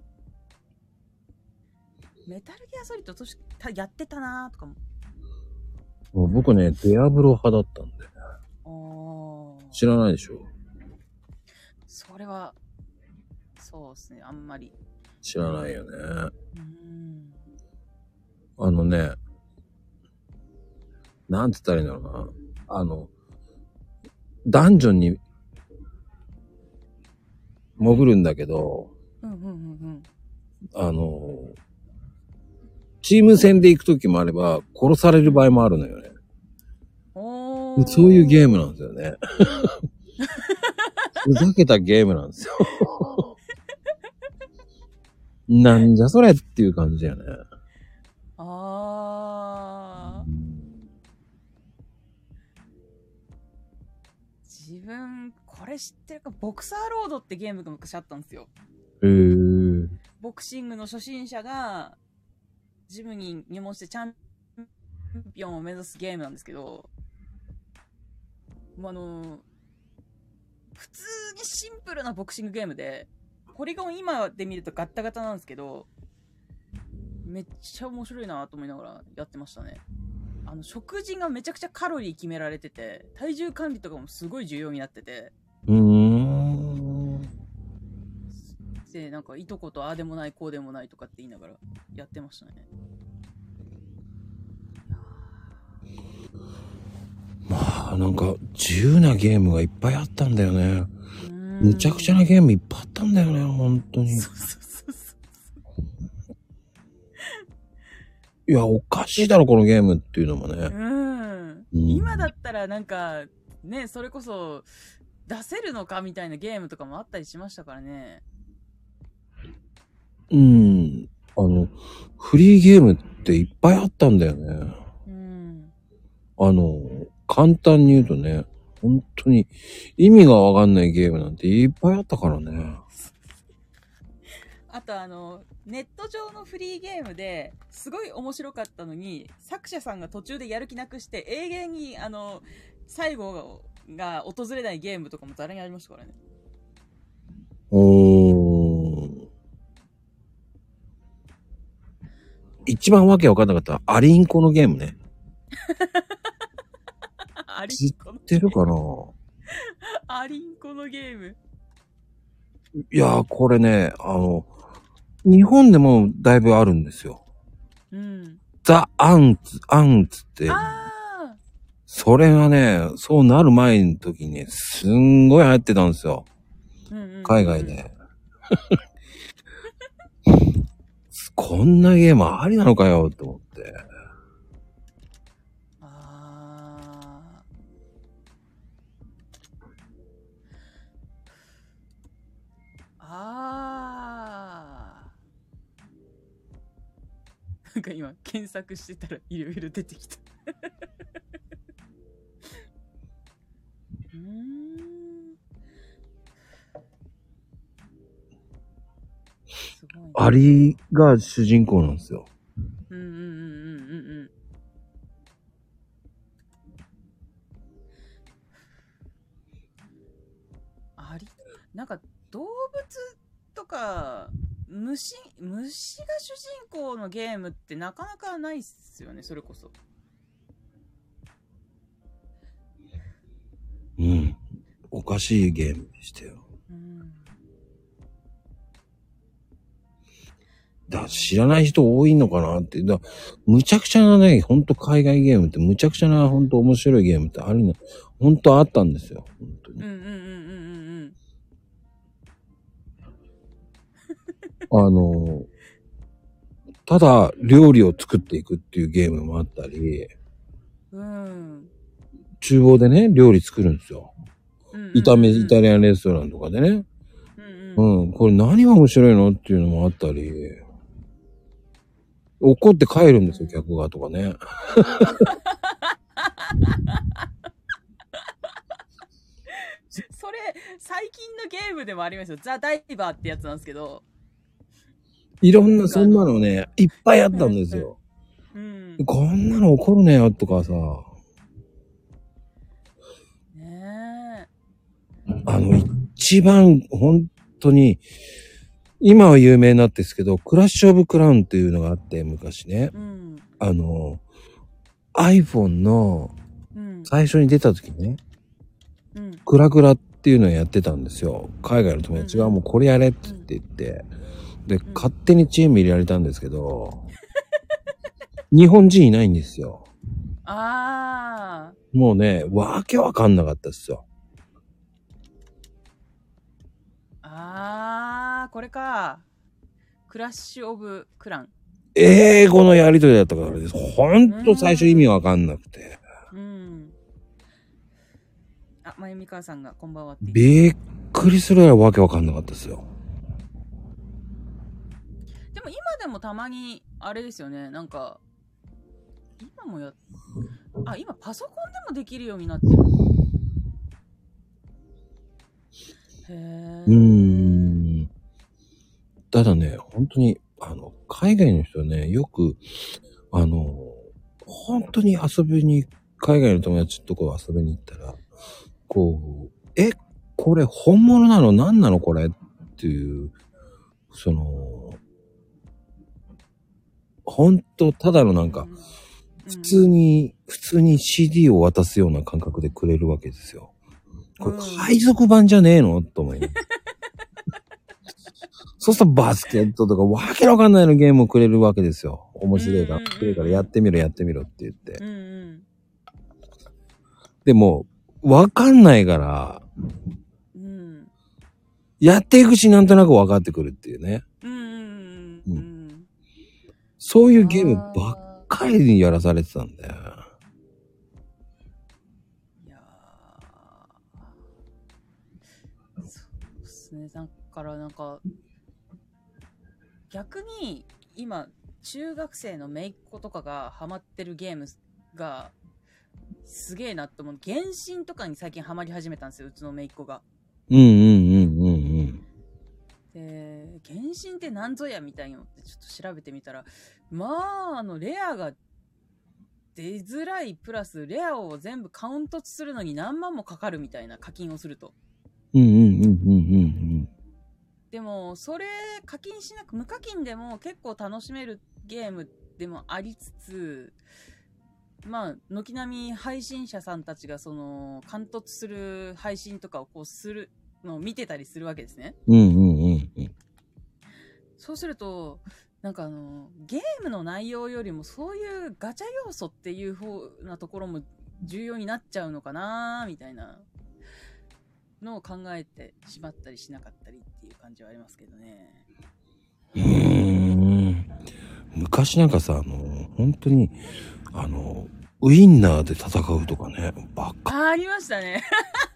メタルギアソリッドやってたなとかも。 僕ね、デアブロ派だったんで。知らないでしょ？ それは、そうですね、あんまり。 知らないよね。なんつったらいいんだろうな。ダンジョンに潜るんだけど、チーム戦で行くときもあれば、殺される場合もあるのよね。そういうゲームなんですよね。ふざけたゲームなんですよ。なんじゃそれっていう感じだよね。 自分、これ知ってるか、ボクサーロードってゲームが昔あったんですよ。ボクシングの初心者が、ジムに入門してチャンピオンを目指すゲームなんですけど、普通にシンプルなボクシングゲームで、ポリゴン今で見るとガッタガタなんですけど、めっちゃ面白いなと思いながらやってましたね。食事がめちゃくちゃカロリー決められてて、体重管理とかもすごい重要になってて。で、なんかいとことああでもないこうでもないとかって言いながらやってましたね。 まあなんか自由なゲームがいっぱいあったんだよね。むちゃくちゃなゲームいっぱいあったんだよね、本当に。いや、おかしいだろこのゲームっていうのもね。 今だったらなんかね、それこそ出せるのかみたいなゲームとかもあったりしましたからね。 フリーゲームっていっぱいあったんだよね。 うん。 簡単に言うとね、本当に意味がわかんないゲームなんていっぱいあったからね。 あとネット上のフリーゲームですごい面白かったのに、作者さんが途中でやる気なくして永遠に最後が訪れないゲームとかもざらにありましたからね。 一番わけわかんなかったアリンコのゲームね。 アリ知っンコのてるかな？ アリンコのゲーム。 いやー、これね、日本でもだいぶあるんですよ。 うん。 ザ・アンツって、それがね、そうなる前の時にね、すんごい流行ってたんですよ。海外で。こんなゲームありなのかよ、と思って。 なんか今検索してたらいろいろ出てきた。すごい。 アリが主人公なんですよ。 アリ？なんか動物とか虫が主人公のゲームってなかなかないっすよね、それこそ。 うん。おかしいゲームでしたよ。知らない人多いのかなって。むちゃくちゃなね、ほんと海外ゲームって、むちゃくちゃなほんと面白いゲームってあるの、ほんとあったんですよ。本当に。ただ、料理を作っていくっていうゲームもあったり、厨房でね、料理作るんですよ。イタリアンレストランとかでね。これ何が面白いのっていうのもあったり、怒って帰るんですよ、客がとかね。 それ、最近のゲームでもありますよ。ザ・ダイバーってやつなんですけど。 いろんな、そんなのね、いっぱいあったんですよ。こんなの怒るねよとかさ。一番、本当に、今は有名になってですけど、クラッシュオブクラウンっていうのがあって、昔ね。iPhone の最初に出た時ね、クラクラっていうのをやってたんですよ。海外の友達がもうこれやれって言って、で、勝手にチーム入れられたんですけど、日本人いないんですよ。もうね、わけわかんなかったですよ。 これか。クラッシュオブクラン。 英語のやりとりだったからです。ほんと最初意味わかんなくて。 まゆみかわさんがこんばんはって。 びっくりするぐらいわけわかんなかったですよ。 でも今でもたまに、あれですよね、なんか、今パソコンでもできるようになってる。 ただね、本当に、海外の人はね、よく、本当に海外の友達とこ遊びに行ったら、こう、これ本物なの？何なのこれっていう、本当ただのなんか、普通に CD を渡すような感覚でくれるわけですよ。これ海賊版じゃねえのと思います。そうするとバスケットとかわけわかんないのゲームをくれるわけですよ。面白いからやってみろって言って。でも、わかんないから、やっていくうちになんとなくわかってくるっていうね。そういうゲームばっかりにやらされてたんだよ。 そうですね。だからなんか、逆に今、中学生の姪っ子とかがハマってるゲームが、すげえなと思う。原神とかに最近ハマり始めたんですよ、うちの姪っ子が。 うんうんうんうんうん。 で、原神って何ぞやみたいのってちょっと調べてみたら、まあ、レアが出づらいプラス、レアを全部カウントするのに何万もかかるみたいな課金をすると。 うんうんうんうんうん。 でも、それ課金しなく、無課金でも結構楽しめるゲームでもありつつ、まあ、軒並み配信者さんたちがその、カウントする配信とかをこうするのを見てたりするわけですね。 うんうんうんうん。 そうすると、なんかゲームの内容よりもそういうガチャ要素っていう風なところも重要になっちゃうのかなみたいなのを考えてしまったりしなかったりっていう感じはありますけどね。 昔なんかさ、本当に、ウインナーで戦うとかね、バカ。 ありましたね。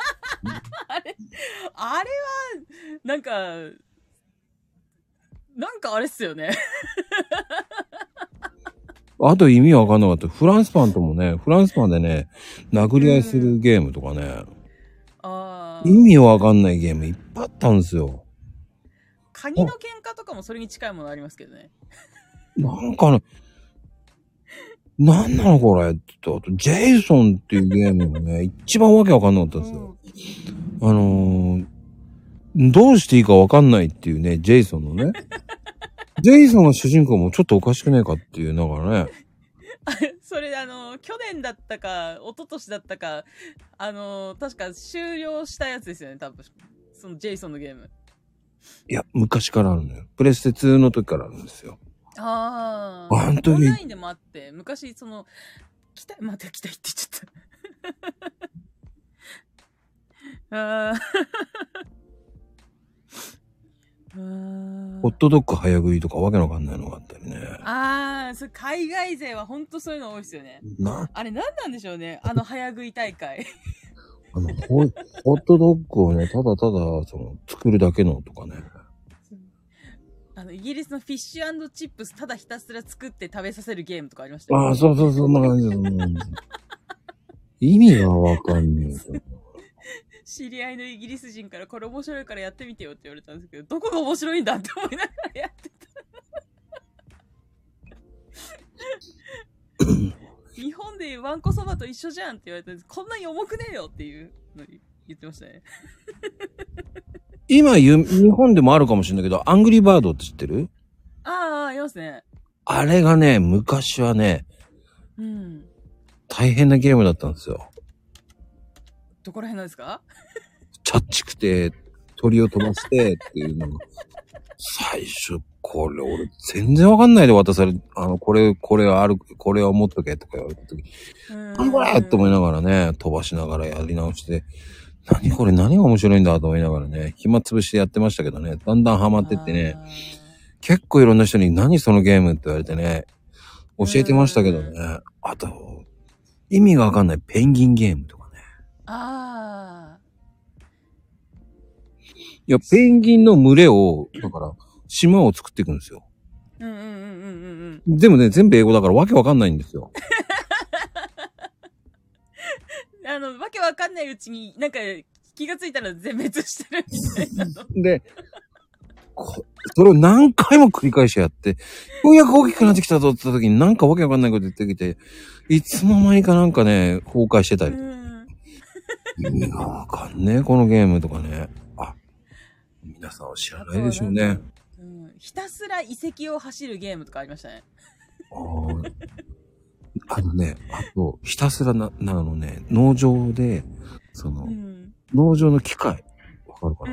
あれは、なんかあれっすよね。 あと意味わかんなかった。フランスパンともね、フランスパンでね、殴り合いするゲームとかね、意味わかんないゲームいっぱいあったんですよ。 カニの喧嘩とかもそれに近いものありますけどね。 なんかね、なんなのこれって言ったあと、ジェイソンっていうゲームがね、一番わけわかんなかったんですよ。どうしていいかわかんないっていうね、ジェイソンのね。ジェイソンが主人公もちょっとおかしくねえかっていう、だからね。 それ去年だったか、一昨年だったか、確か終了したやつですよね、多分。そのジェイソンのゲーム。 いや、昔からあるのよ。プレステ2の時からあるんですよ。 ああ。 本当に。 オンラインでもあって、昔また来たいって言っちゃった。ああ。 ホットドッグ早食いとかわけのわかんないのがあったりね。 ああ、それ海外勢はほんとそういうの多いですよね。あれ何なんでしょうね、早食い大会。 ホットドッグをね、ただ作るだけのとかね。 イギリスのフィッシュ&チップスただひたすら作って食べさせるゲームとかありましたよね。 ああ、そう、そんな感じです。意味がわかんねえよ。 知り合いのイギリス人からこれ面白いからやってみてよって言われたんですけど、どこが面白いんだって思いながらやってた。日本でいうわんこそばと一緒じゃんって言われたんです。こんなに重くねえよっていうのに言ってましたね。 今、日本でもあるかもしれないけど、アングリーバードって知ってる？ ありますね。 あれがね、昔はね、大変なゲームだったんですよ。 どこら辺なんですか？ チャッチくて、鳥を飛ばしてっていうのが、最初、これ俺全然わかんないで渡され、これは持っとけとか言われた時、何これって思いながらね、飛ばしながらやり直して、何これ何が面白いんだと思いながらね、暇つぶしてやってましたけどね、だんだんハマってってね、結構いろんな人に何そのゲームって言われてね、教えてましたけどね、あと、意味がわかんないペンギンゲームとかね。いや、ペンギンの群れを、だから、島を作っていくんですよ。でもね、全部英語だからわけわかんないんですよ。 わけわかんないうちに、なんか、気がついたら全滅してるみたいなの。 で、それを何回も繰り返しやって、ようやく大きくなってきたぞって言った時になんかわけわかんないこと言ってきて、いつの間にかなんかね、崩壊してたり。意味がわかんねえ、このゲームとかね。皆さんは知らないでしょうね。 ひたすら遺跡を走るゲームとかありましたね。 あと、ひたすら農場で、農場の機械、わかるかな？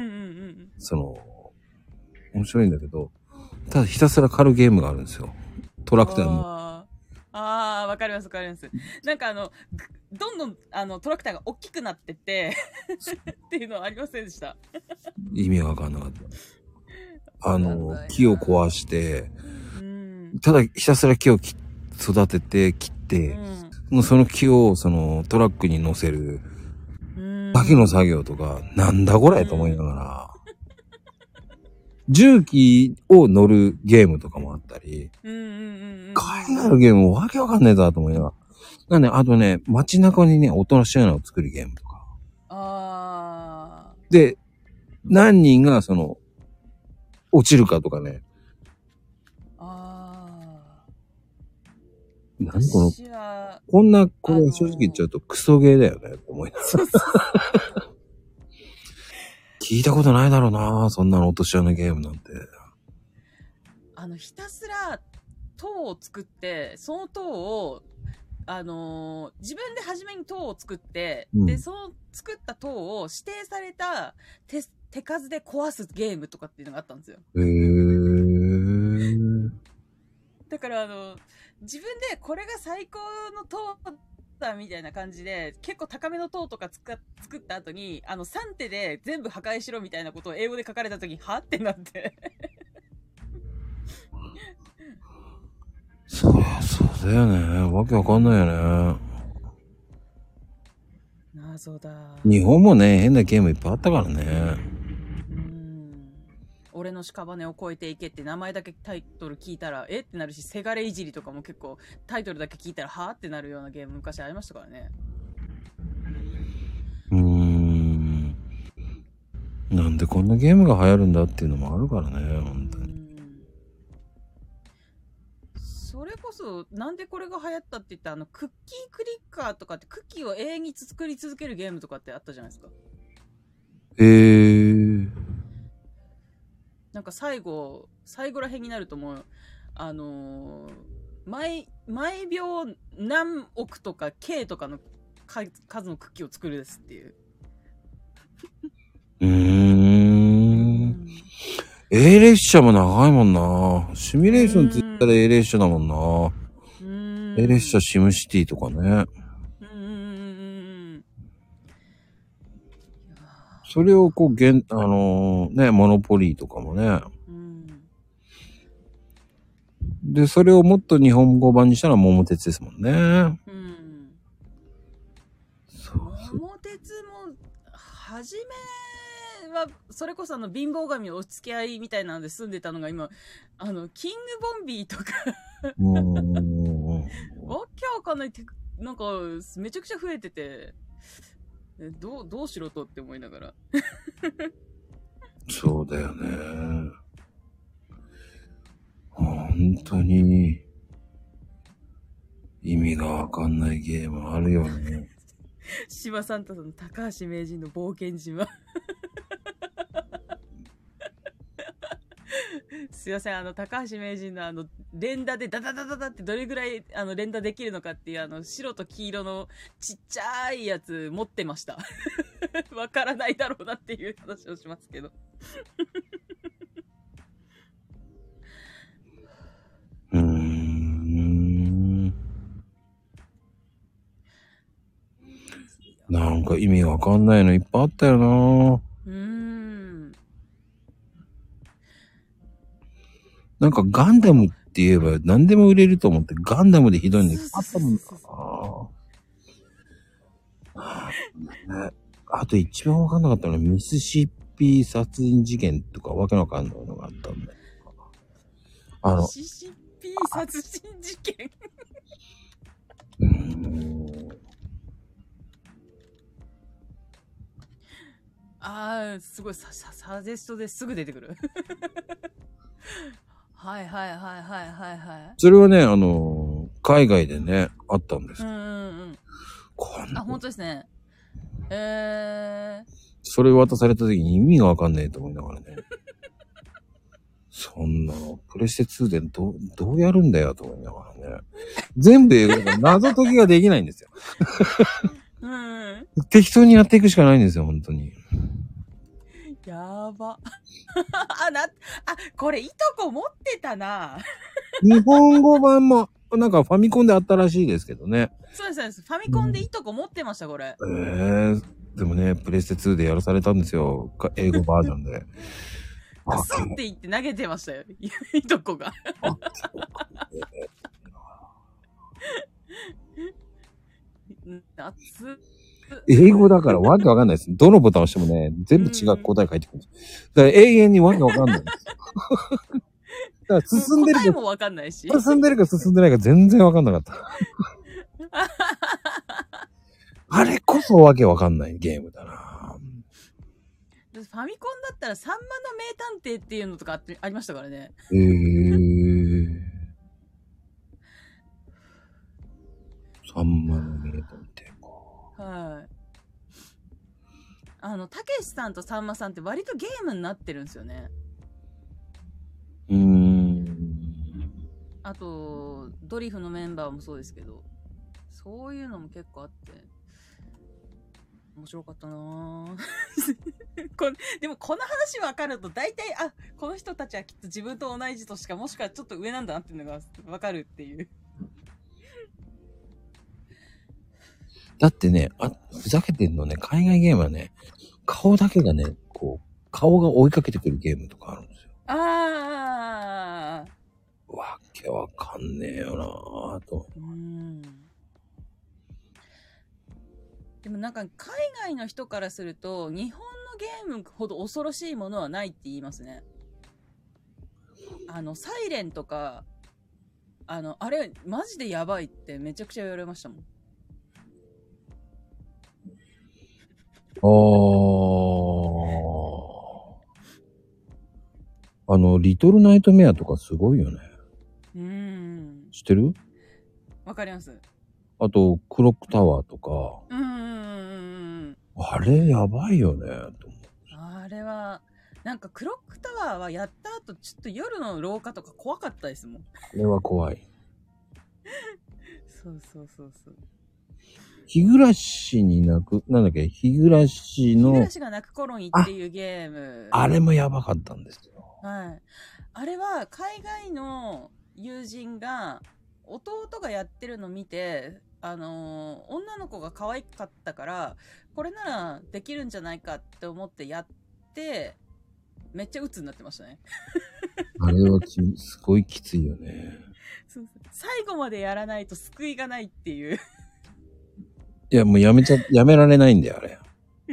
面白いんだけど、ただひたすら狩るゲームがあるんですよ。トラクターの。 わかります。なんかどんどんトラクターが大きくなってってっていうのはありませんでした。 意味がわかんなかった。木を壊して、ただひたすら木を育てて、切って、その木をトラックに乗せるだけの作業とか、なんだこれと思いながら。 重機を乗るゲームとかもあったり、 うんうんうんうん。 海外のゲームもわけわかんねえぞと思いながら。なんで、あとね、街中にね、音のし穴を作るゲームとか。 あで、何人が落ちるかとかね。何この、 私は、 こんな、これ正直言っちゃうとクソゲーだよね、と思いながら。 そうそう聞いたことないだろうな、そんなの落とし穴ゲームなんて。 ひたすら塔を作って、その塔を、自分で初めに塔を作って、 うんで、その作った塔を指定された手数で壊すゲームとかっていうのがあったんですよ。 へー。 だから自分でこれが最高の塔だみたいな感じで、結構高めの塔とか作った後に、3手で全部破壊しろみたいなことを英語で書かれた時に、はってなって。 そうだよね。わけわかんないよね。 謎だ。 日本もね、変なゲームいっぱいあったからね。 俺の屍を越えていけって名前だけタイトル聞いたら、えってなるし、せがれいじりとかも結構タイトルだけ聞いたら、はってなるようなゲーム昔ありましたからね。 なんでこんなゲームが流行るんだっていうのもあるからね、本当に。 それこそ、なんでこれが流行ったって言ったら、クッキークリッカーとかってクッキーを永遠に作り続けるゲームとかってあったじゃないですか。なんか最後ら辺になるともう、毎秒何億とか K とかの数のクッキーを作るですっていう。 A 列車も長いもんな。シミュレーションって言ったら A 列車だもんな。A 列車シムシティとかね。それをこう、モノポリーとかもね。で、それをもっと日本語版にしたら桃鉄ですもんね。 桃鉄も、初めは、それこそ貧乏神のお付き合いみたいなので住んでたのが今、キングボンビーとかわけわかんないって、なんか、めちゃくちゃ増えてて、どうしろとって思いながら。 そうだよね。本当に、意味がわかんないゲームあるよね。 柴サンタさんの高橋名人の冒険島。すいません、高橋名人の連打でダダダダダってどれぐらい連打できるのかっていう白と黄色のちっちゃいやつ持ってました。わからないだろうなっていう話をしますけど。 なんか意味わかんないのいっぱいあったよな。なんかガンダムって言えば何でも売れると思ってガンダムでひどいのいっぱいあったもんな。ね、あと一番わかんなかったのはミシシッピ殺人事件とかわけわかんないのがあったんだよ。 ミシシッピ殺人事件すごいサジェストですぐ出てくる。はいはいはいはいはいはい。 それはね、海外でね、あったんです。 本当ですね。 それ渡された時に意味がわかんないと思いながらね。そんなの、プレステ2でどうやるんだよと思いながらね。全部英語で謎解きができないんですよ。適当にやっていくしかないんですよ、本当に。 やば。これいとこ持ってたな。 日本語版も、なんかファミコンであったらしいですけどね。 そうです。ファミコンでいとこ持ってました、これ。 でもね、プレステ2でやらされたんですよ。英語バージョンで。 クソって言って投げてましたよ、いとこが。 英語だからわけわかんないです。どのボタンを押してもね、全部違う答え返ってくるんです。だから永遠にわけわかんないんですよ。 だから進んでるか答えもわかんないし。 進んでるか進んでないか全然わかんなかった。あれこそわけわかんないゲームだな。 ファミコンだったらさんまの名探偵っていうのとかありましたからね。 さんまの名探偵か。 はい。たけしさんとさんまさんって割とゲームになってるんですよね。あと、ドリフのメンバーもそうですけど、そういうのも結構あって、面白かったなぁでもこの話分かると大体、あ、この人たちはきっと自分と同じ年かもしくはちょっと上なんだなっていうのが分かるっていう。 だってね、ふざけてんのね、海外ゲームはね、顔だけがね、こう、顔が追いかけてくるゲームとかあるんですよ。 あー。 わけわかんねえよなぁと。 でもなんか海外の人からすると日本のゲームほど恐ろしいものはないって言いますね。サイレンとかあれマジでやばいってめちゃくちゃ言われましたもん。リトルナイトメアとかすごいよね。知ってる？ わかります。 あと、クロックタワーとか。あれやばいよね、と思う。 あれは、なんかクロックタワーはやった後、ちょっと夜の廊下とか怖かったですもん。 あれは怖い。 そうそうそうそう。 日暮らしに泣く、なんだっけ、日暮らしの。 日暮らしが泣く頃にっていうゲーム。 あれもやばかったんですよ。 はい。あれは海外の友人が、弟がやってるの見て、女の子が可愛かったから、これならできるんじゃないかって思ってやって、めっちゃ鬱になってましたね。 あれはすごいきついよね。 そうそう、最後までやらないと救いがないっていう。 いや、もうやめられないんだよ、あれ。 うん。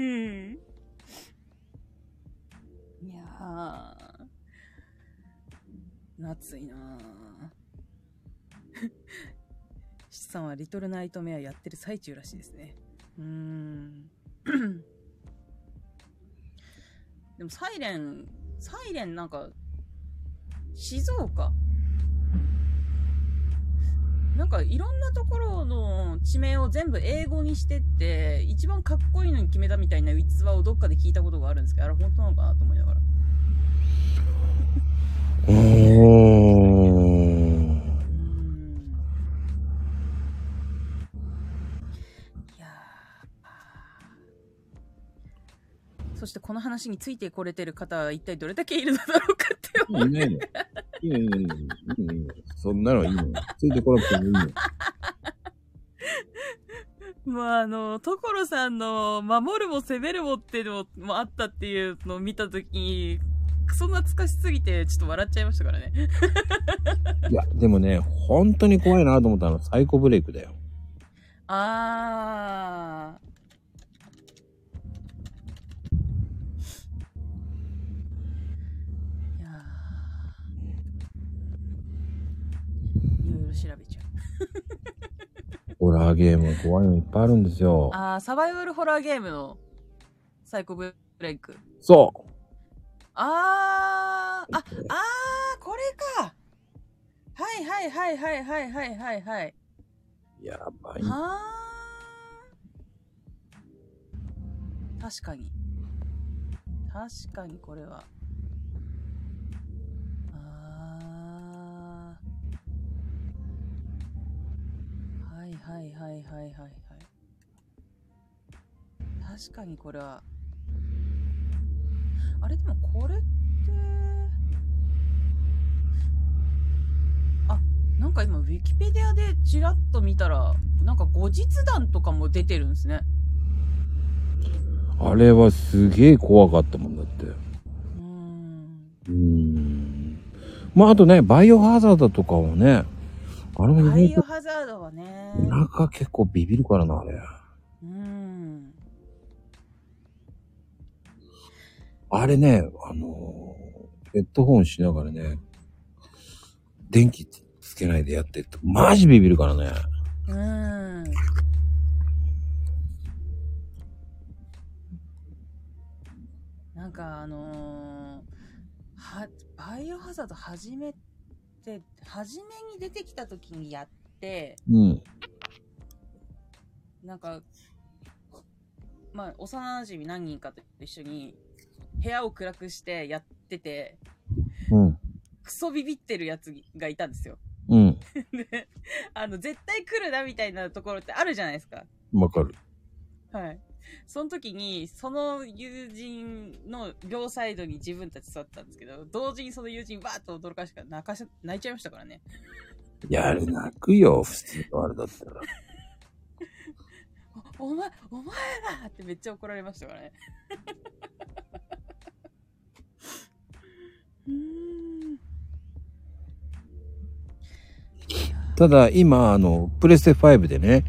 いやー、夏いなー。シさんはリトルナイトメアやってる最中らしいですね。でもサイレンなんか、静岡なんかいろんなところの地名を全部英語にしてって、一番かっこいいのに決めたみたいな逸話をどっかで聞いたことがあるんですけど、あれ本当なのかなと思いながら。そしてこの話についてこれてる方は一体どれだけいるのだろうかって思う。いいね。 いいね。そんなのいいの。ついてこなくてもいいの。 まあ所さんの守るも攻めるもっていうのもあったっていうのを見たときに、クソ懐かしすぎてちょっと笑っちゃいましたからね。 いや、でもね、本当に怖いなと思ったのはサイコブレイクだよ。 あー。いろいろ調べちゃう。 ホラーゲーム怖いのいっぱいあるんですよ。 サバイバルホラーゲームのサイコブレイク。 そう。 これか。はい。 やばい。 確かにこれは。はい。確かにこれは。あれでもこれって、なんか今ウィキペディアでチラッと見たら、なんか後日談とかも出てるんですね。 あれはすげえ怖かったもんだって。まああとね、バイオハザードとかもね。あれもバイオハザードはね。 中結構ビビるからな、あれ。あれね、 ヘッドホンしながらね、電気つけないでやってって、マジビビるからね。 なんかバイオハザード初めに出てきた時にやって、 うん。 なんか、まあ、幼馴染何人かと一緒に部屋を暗くしてやってて、 うん。 クソビビってるやつがいたんですよ。 うん。 で、絶対来るなみたいなところってあるじゃないですか。 わかる。 はい。その時に、その友人の両サイドに自分たち座ったんですけど、同時にその友人バーッと驚かしから泣いちゃいましたからね。 いや、あれ泣くよ、普通のあれだったら。 お前らってめっちゃ怒られましたからね。 ただ、今、プレステ5でね、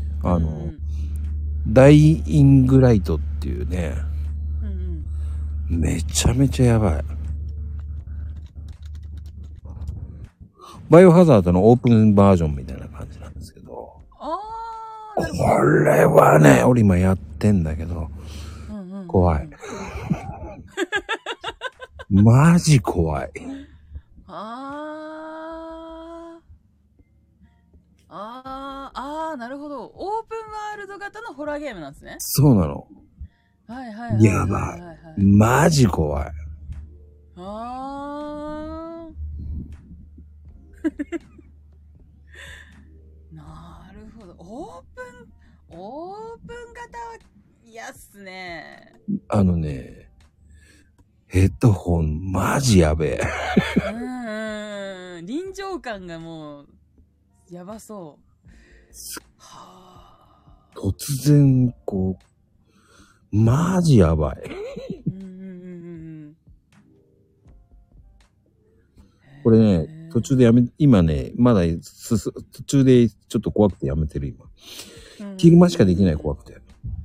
ダイイングライトっていうね、めちゃめちゃやばい。バイオハザードのオープンバージョンみたいな感じなんですけど。これはね、俺今やってんだけど、怖い。マジ怖い。 なるほど。オープンワールド型のホラーゲームなんですね。 そうなの。やばい。マジ怖い。 なるほど。オープン型は嫌っすね。 ヘッドホンマジやべえ。 臨場感がもうやばそう。 突然こうマジやばい。これね、途中で今ね、まだ途中でちょっと怖くてやめてる今。昼間しかできない怖くて。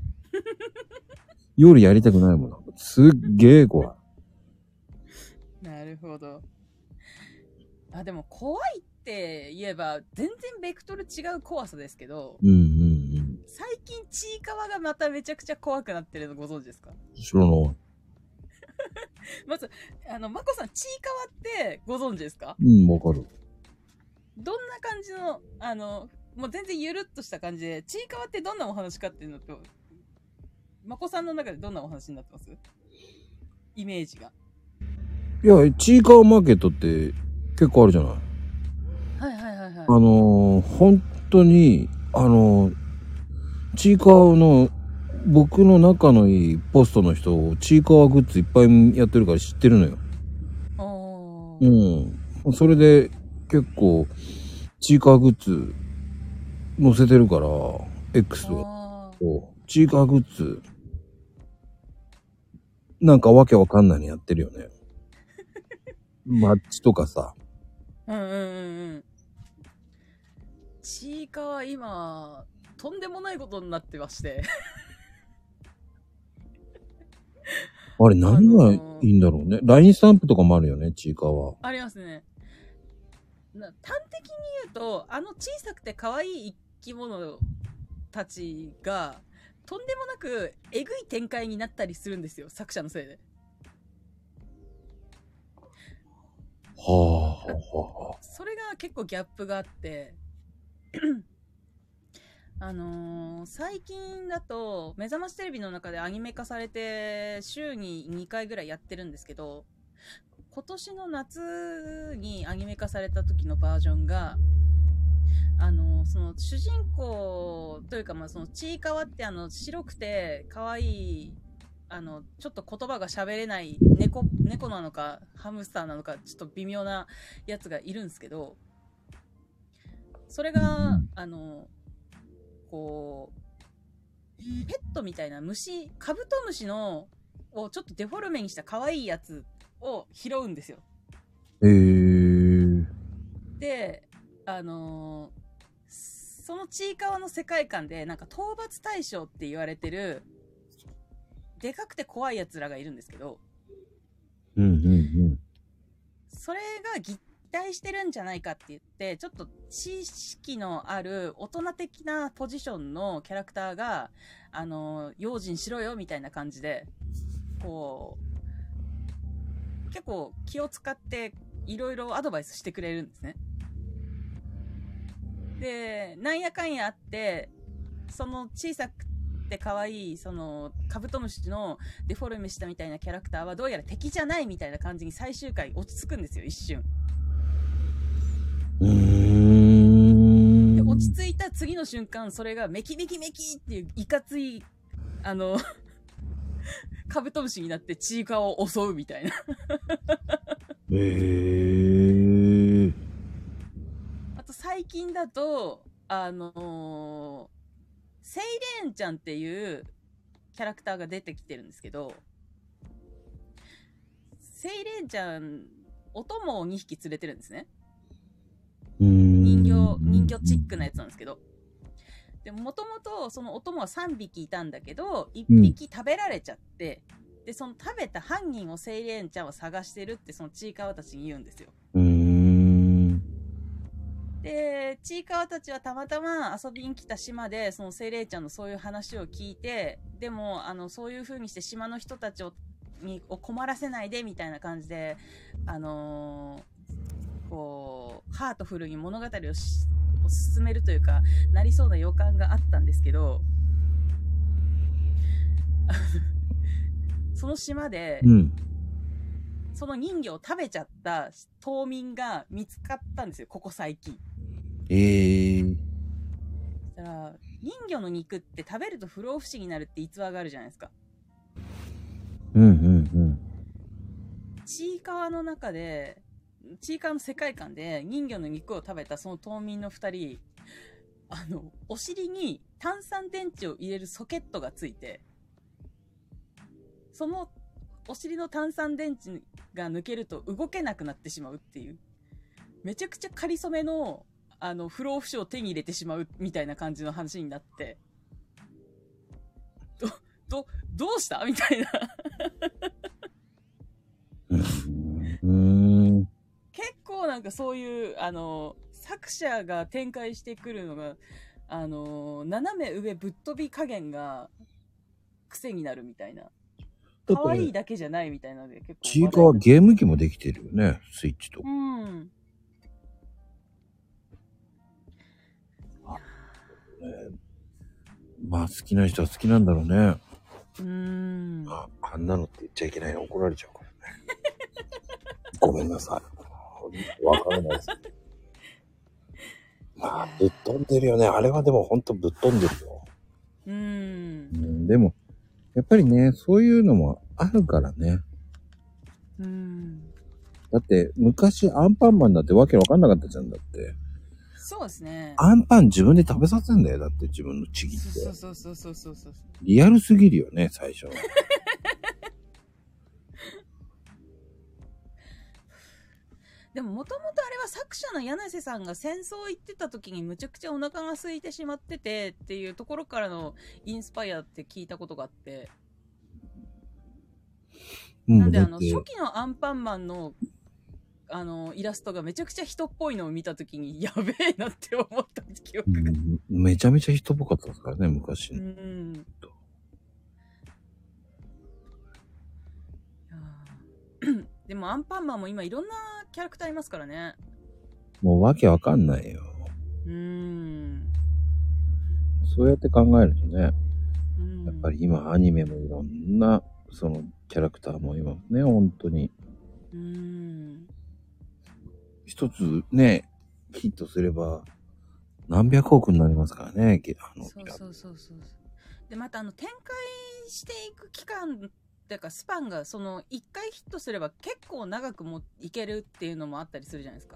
夜やりたくないもん。すっげえ怖い。 なるほど。でも怖いって言えば全然ベクトル違う怖さですけど、最近ちいかわがまためちゃくちゃ怖くなってるのご存知ですか？ 知らない。 まずまこさんちいかわってご存知ですか？ わかる。 どんな感じのもう全然ゆるっとした感じで、ちいかわってどんなお話かっていうのと、まこさんの中でどんなお話になってます？イメージが。 いや、ちいかわマーケットって結構あるじゃない。本当にちいかわの僕の仲のいいポストの人、ちいかわグッズいっぱいやってるから知ってるのよ。それで結構ちいかわグッズ載せてるから、X をちいかわグッズなんかわけわかんないのやってるよね。マッチとかさ。 ちいかわ今とんでもないことになってましてあれ何がいいんだろうね。LINE スタンプとかもあるよね、ちいかわ。 ありますね。端的に言うと小さくて可愛い生き物たちがとんでもなくえぐい展開になったりするんですよ、作者のせいで。それが結構ギャップがあって最近だと目覚ましテレビの中でアニメ化されて週に2回ぐらいやってるんですけど、今年の夏にアニメ化された時のバージョンがその主人公というか、そのちいかわって白くて可愛いちょっと言葉が喋れない猫なのかハムスターなのかちょっと微妙なやつがいるんですけど、それがこうペットみたいな虫、カブトムシをちょっとデフォルメにした可愛いやつを拾うんですよ。でそのちいかわの世界観でなんか討伐対象って言われてるでかくて怖いやつらがいるんですけど、 それが擬態してるんじゃないかって言って、ちょっと知識のある大人的なポジションのキャラクターが、用心しろよみたいな感じで、こう、結構気を使っていろいろアドバイスしてくれるんですね。で、なんやかんやあって、その小さくて可愛い、そのカブトムシのデフォルメしたみたいなキャラクターはどうやら敵じゃないみたいな感じに最終回落ち着くんですよ、一瞬。で、落ち着いた次の瞬間、それがメキメキメキっていういかつい、カブトムシになってチーカーを襲うみたいな。あと最近だと、セイレーンちゃんっていうキャラクターが出てきてるんですけど、セイレーンちゃん、お供を2匹連れてるんですね。人魚チックなやつなんですけど。でもともとそのお供は3匹いたんだけど、1匹食べられちゃって、で、その食べた犯人をセイレーンちゃんは探してるってそのちいかわたちに言うんですよ。で、ちいかわたちはたまたま遊びに来た島で、そのセイレイちゃんのそういう話を聞いて、でも、そういう風にして島の人たちを困らせないで、みたいな感じで、こう、ハートフルに物語を進めるというか、なりそうな予感があったんですけど、その島で、その人魚を食べちゃった島民が見つかったんですよ、ここ最近。だから人魚の肉って食べると不老不死になるって逸話があるじゃないですか。ちいかわの中で、ちいかわの世界観で人魚の肉を食べたその島民の2人、お尻に炭酸電池を入れるソケットがついて、そのお尻の炭酸電池が抜けると動けなくなってしまうっていう、めちゃくちゃ仮初めの不老不死を手に入れてしまうみたいな感じの話になって、どうしたみたいな。結構なんかそういう、作者が展開してくるのが、斜め上ぶっ飛び加減が癖になるみたいな。可愛いだけじゃないみたいなので結構。 ちいかわゲーム機もできてるよね、スイッチと。まあ好きな人は好きなんだろうね。あんなのって言っちゃいけないの、怒られちゃうからね。ごめんなさい。わからないです。まあぶっ飛んでるよね。あれはでもほんとぶっ飛んでるよ。でもやっぱりね、そういうのもあるからね。だって昔アンパンマンだってわけわかんなかったじゃん。だってそうですね。 アンパン自分で食べさせんだよ。だって自分のちぎって。 そう。 リアルすぎるよね、最初は。 でももともとあれは作者の柳瀬さんが戦争行ってた時にむちゃくちゃお腹が空いてしまっててっていうところからのインスパイアって聞いたことがあって、なんで初期のアンパンマンのイラストがめちゃくちゃ人っぽいのを見たときにやべえなって思った記憶が、 めちゃめちゃ人っぽかったですからね、昔。 でもアンパンマンも今いろんなキャラクターいますからね。 もうわけわかんないよ。そうやって考えるとね、やっぱり今アニメもいろんなそのキャラクターもいますね、本当に。一つね、ヒットすれば何百億になりますからね。 そう。で、また展開していく期間っていうかスパンがその一回ヒットすれば結構長くもいけるっていうのもあったりするじゃないですか。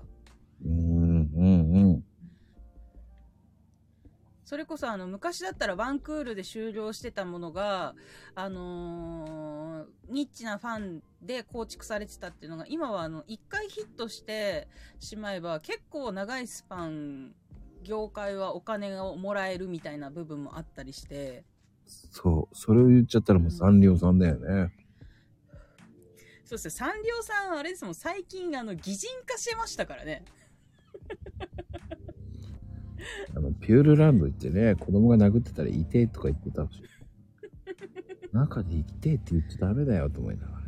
それこそ昔だったらワンクールで終了してたものがニッチなファンで構築されてたっていうのが今は一回ヒットしてしまえば結構長いスパン業界はお金をもらえるみたいな部分もあったりして、 そう、それを言っちゃったらもうサンリオさんだよね。 そうですね、サンリオさん、あれですもん、最近、擬人化しましたからね。 ピュールランド行ってね、子供が殴ってたら痛えとか言ってたし。中で痛えって言っちゃダメだよと思いながらね。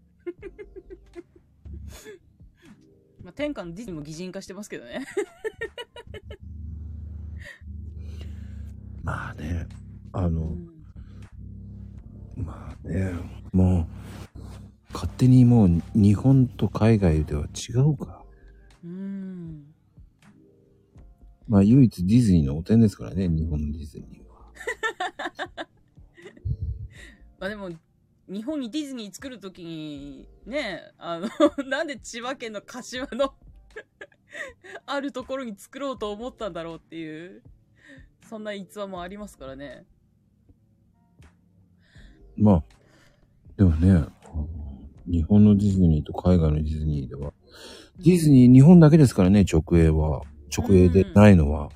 まあ、天下のディズニーも擬人化してますけどね。 まあね、まあね、もう、勝手にもう日本と海外では違うか。まあ唯一ディズニーのお天ですからね、日本のディズニーは。 まあでも、日本にディズニー作るときに、ね、なんで千葉県の柏のあるところに作ろうと思ったんだろうっていう、そんな逸話もありますからね。 まあ、でもね、日本のディズニーと海外のディズニーでは、ディズニー日本だけですからね、直営は。直営でないのは。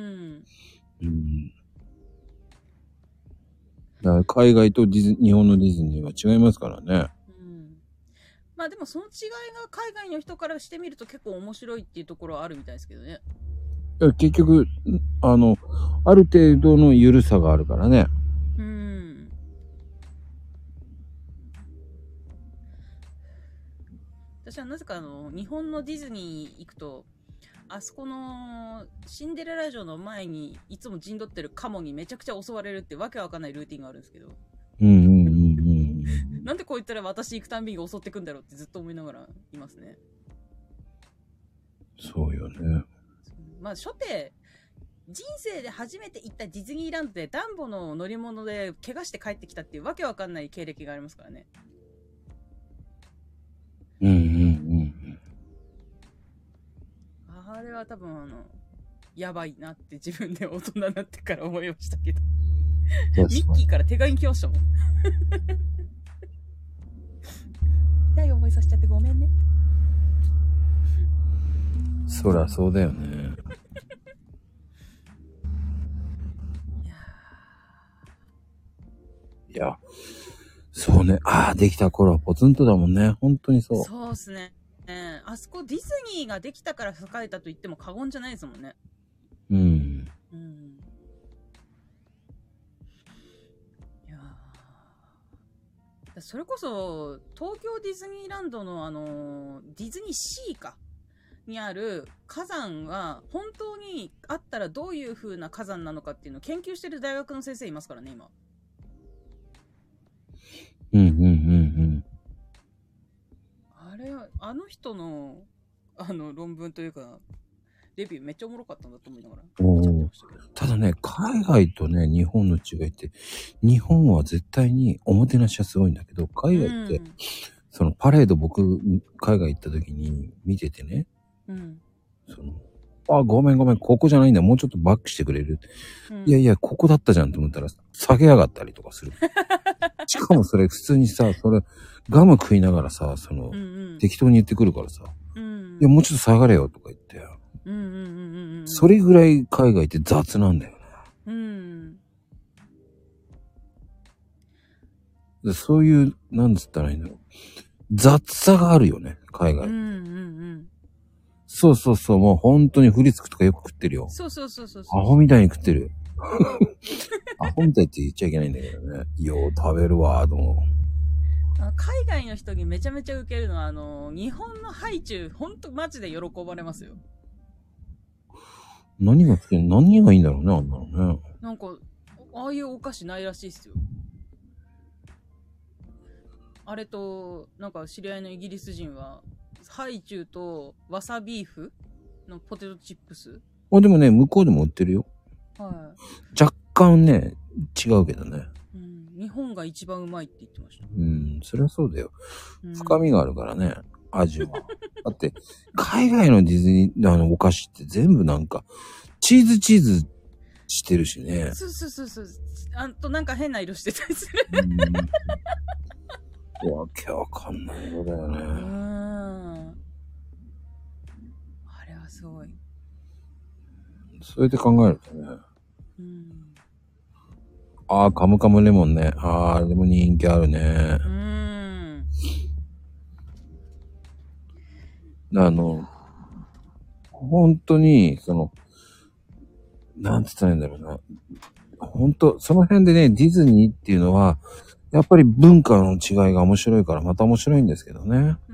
だから海外と日本のディズニーは違いますからね。 まあでもその違いが海外の人からしてみると結構面白いっていうところはあるみたいですけどね。 結局、ある程度の緩さがあるからね。 私はなぜか日本のディズニー行くと、あそこのシンデレラ城の前にいつも陣取ってるカモにめちゃくちゃ襲われるってわけわかんないルーティンがあるんですけど。なんでこう言ったら私行くたんびに襲ってくんだろうってずっと思いながらいますね。 そうよね。 まあ初手、人生で初めて行ったディズニーランドでダンボの乗り物で怪我して帰ってきたっていうわけわかんない経歴がありますからね。あれは多分やばいなって自分で大人になってから思いましたけど。ミッキーから手紙来ましたもん。痛い思いさせちゃってごめんね。 そりゃそうだよね。いや、そうね。できた頃はポツンとだもんね。本当にそう。 そうっすね。あそこディズニーができたから栄えたと言っても過言じゃないですもんね。いやそれこそ東京ディズニーランドのディズニーシーかにある火山が本当にあったらどういう風な火山なのかっていうのを研究してる大学の先生いますからね今。あれあの人の論文というかレビューめっちゃおもろかったんだと思いながら。 ただね、海外とね、日本の違いって、日本は絶対におもてなしはすごいんだけど、海外って、そのパレード僕、海外行った時に見ててね、ごめん、ここじゃないんだ、もうちょっとバックしてくれる。いやいや、ここだったじゃんと思ったら、下げやがったりとかする。しかもそれ普通にさ、ガム食いながらさ、適当に言ってくるからさ、いや、もうちょっと下がれよとか言って、それぐらい海外って雑なんだよね。でそういう、なんつったらいいんだろう。雑さがあるよね、海外。そう、もう本当にフリつくとかよく食ってるよ。 そう。 アホみたいに食ってる。アホみたいって言っちゃいけないんだけどね。よう食べるわ、 海外の人にめちゃめちゃウケるのは、日本のハイチュウ、ほんとマジで喜ばれますよ。 何がいいんだろうね、あんなのね。 なんか、ああいうお菓子ないらしいっすよ。あれと、なんか知り合いのイギリス人は、ハイチュウとわさビーフのポテトチップス。 でもね、向こうでも売ってるよ。若干ね、違うけどね。 日本が一番うまいって言ってました。 そりゃそうだよ。深みがあるからね、味は。だって、海外のディズニー、お菓子って全部なんか、チーズしてるしね。 そう。となんか変な色してたりする。 わけわかんない色だよね。 あれはすごい。 それで考えるとね。カムカムレモンね。あれも人気あるね。 本当に、なんて言ったらいいんだろうな。本当、その辺でね、ディズニーっていうのは、やっぱり文化の違いが面白いからまた面白いんですけどね。 うん。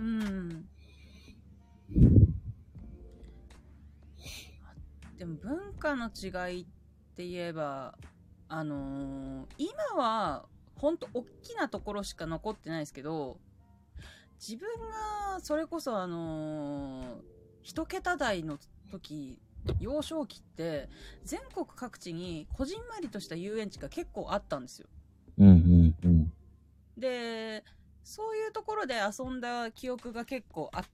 でも文化の違いって言えば、今はほんと大きなところしか残ってないですけど、自分がそれこそ一桁台の時、幼少期って全国各地にこじんまりとした遊園地が結構あったんですよ。 うんうんうん。 で、そういうところで遊んだ記憶が結構あって、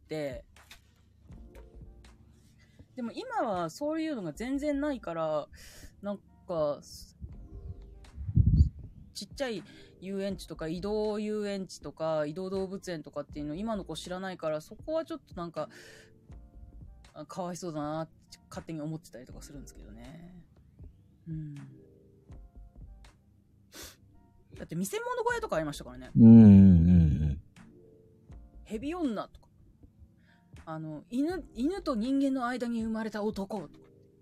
でも今はそういうのが全然ないから、なんか、ちっちゃい遊園地とか移動遊園地とか移動動物園とかっていうの今の子知らないから、そこはちょっとなんか、かわいそうだなって勝手に思ってたりとかするんですけどね。うん。だって見せ物小屋とかありましたからね。 うんうんうん。 ヘビ女とか。犬と人間の間に生まれた男とか。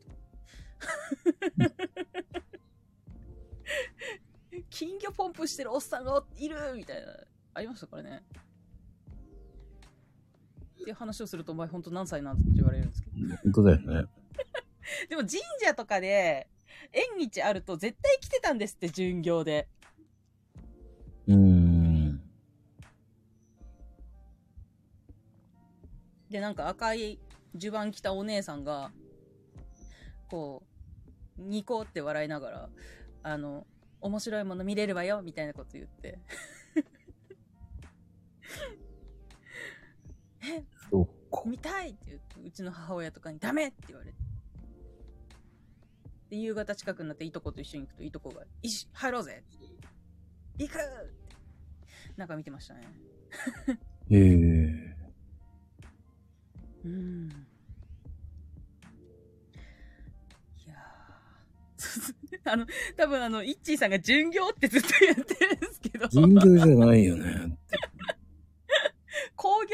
金魚ポンプしてるおっさんがいるみたいな、ありましたからね。っていう話をすると、お前ほんと何歳なんだって言われるんですけど。 本当だよね。 でも神社とかで縁日あると絶対来てたんですって、巡業で。で、なんか赤い襦袢着たお姉さんが、こう、ニコって笑いながら、面白いもの見れるわよ、みたいなこと言って。え、見たいって言うと、うちの母親とかにダメって言われて。で、夕方近くになっていとこと一緒に行くと、いとこが、入ろうぜ行くってなんか見てましたね。 へえ。 うん。いやー。多分イッチーさんが巡業ってずっとやってるんですけど。 巡業じゃないよね。 興行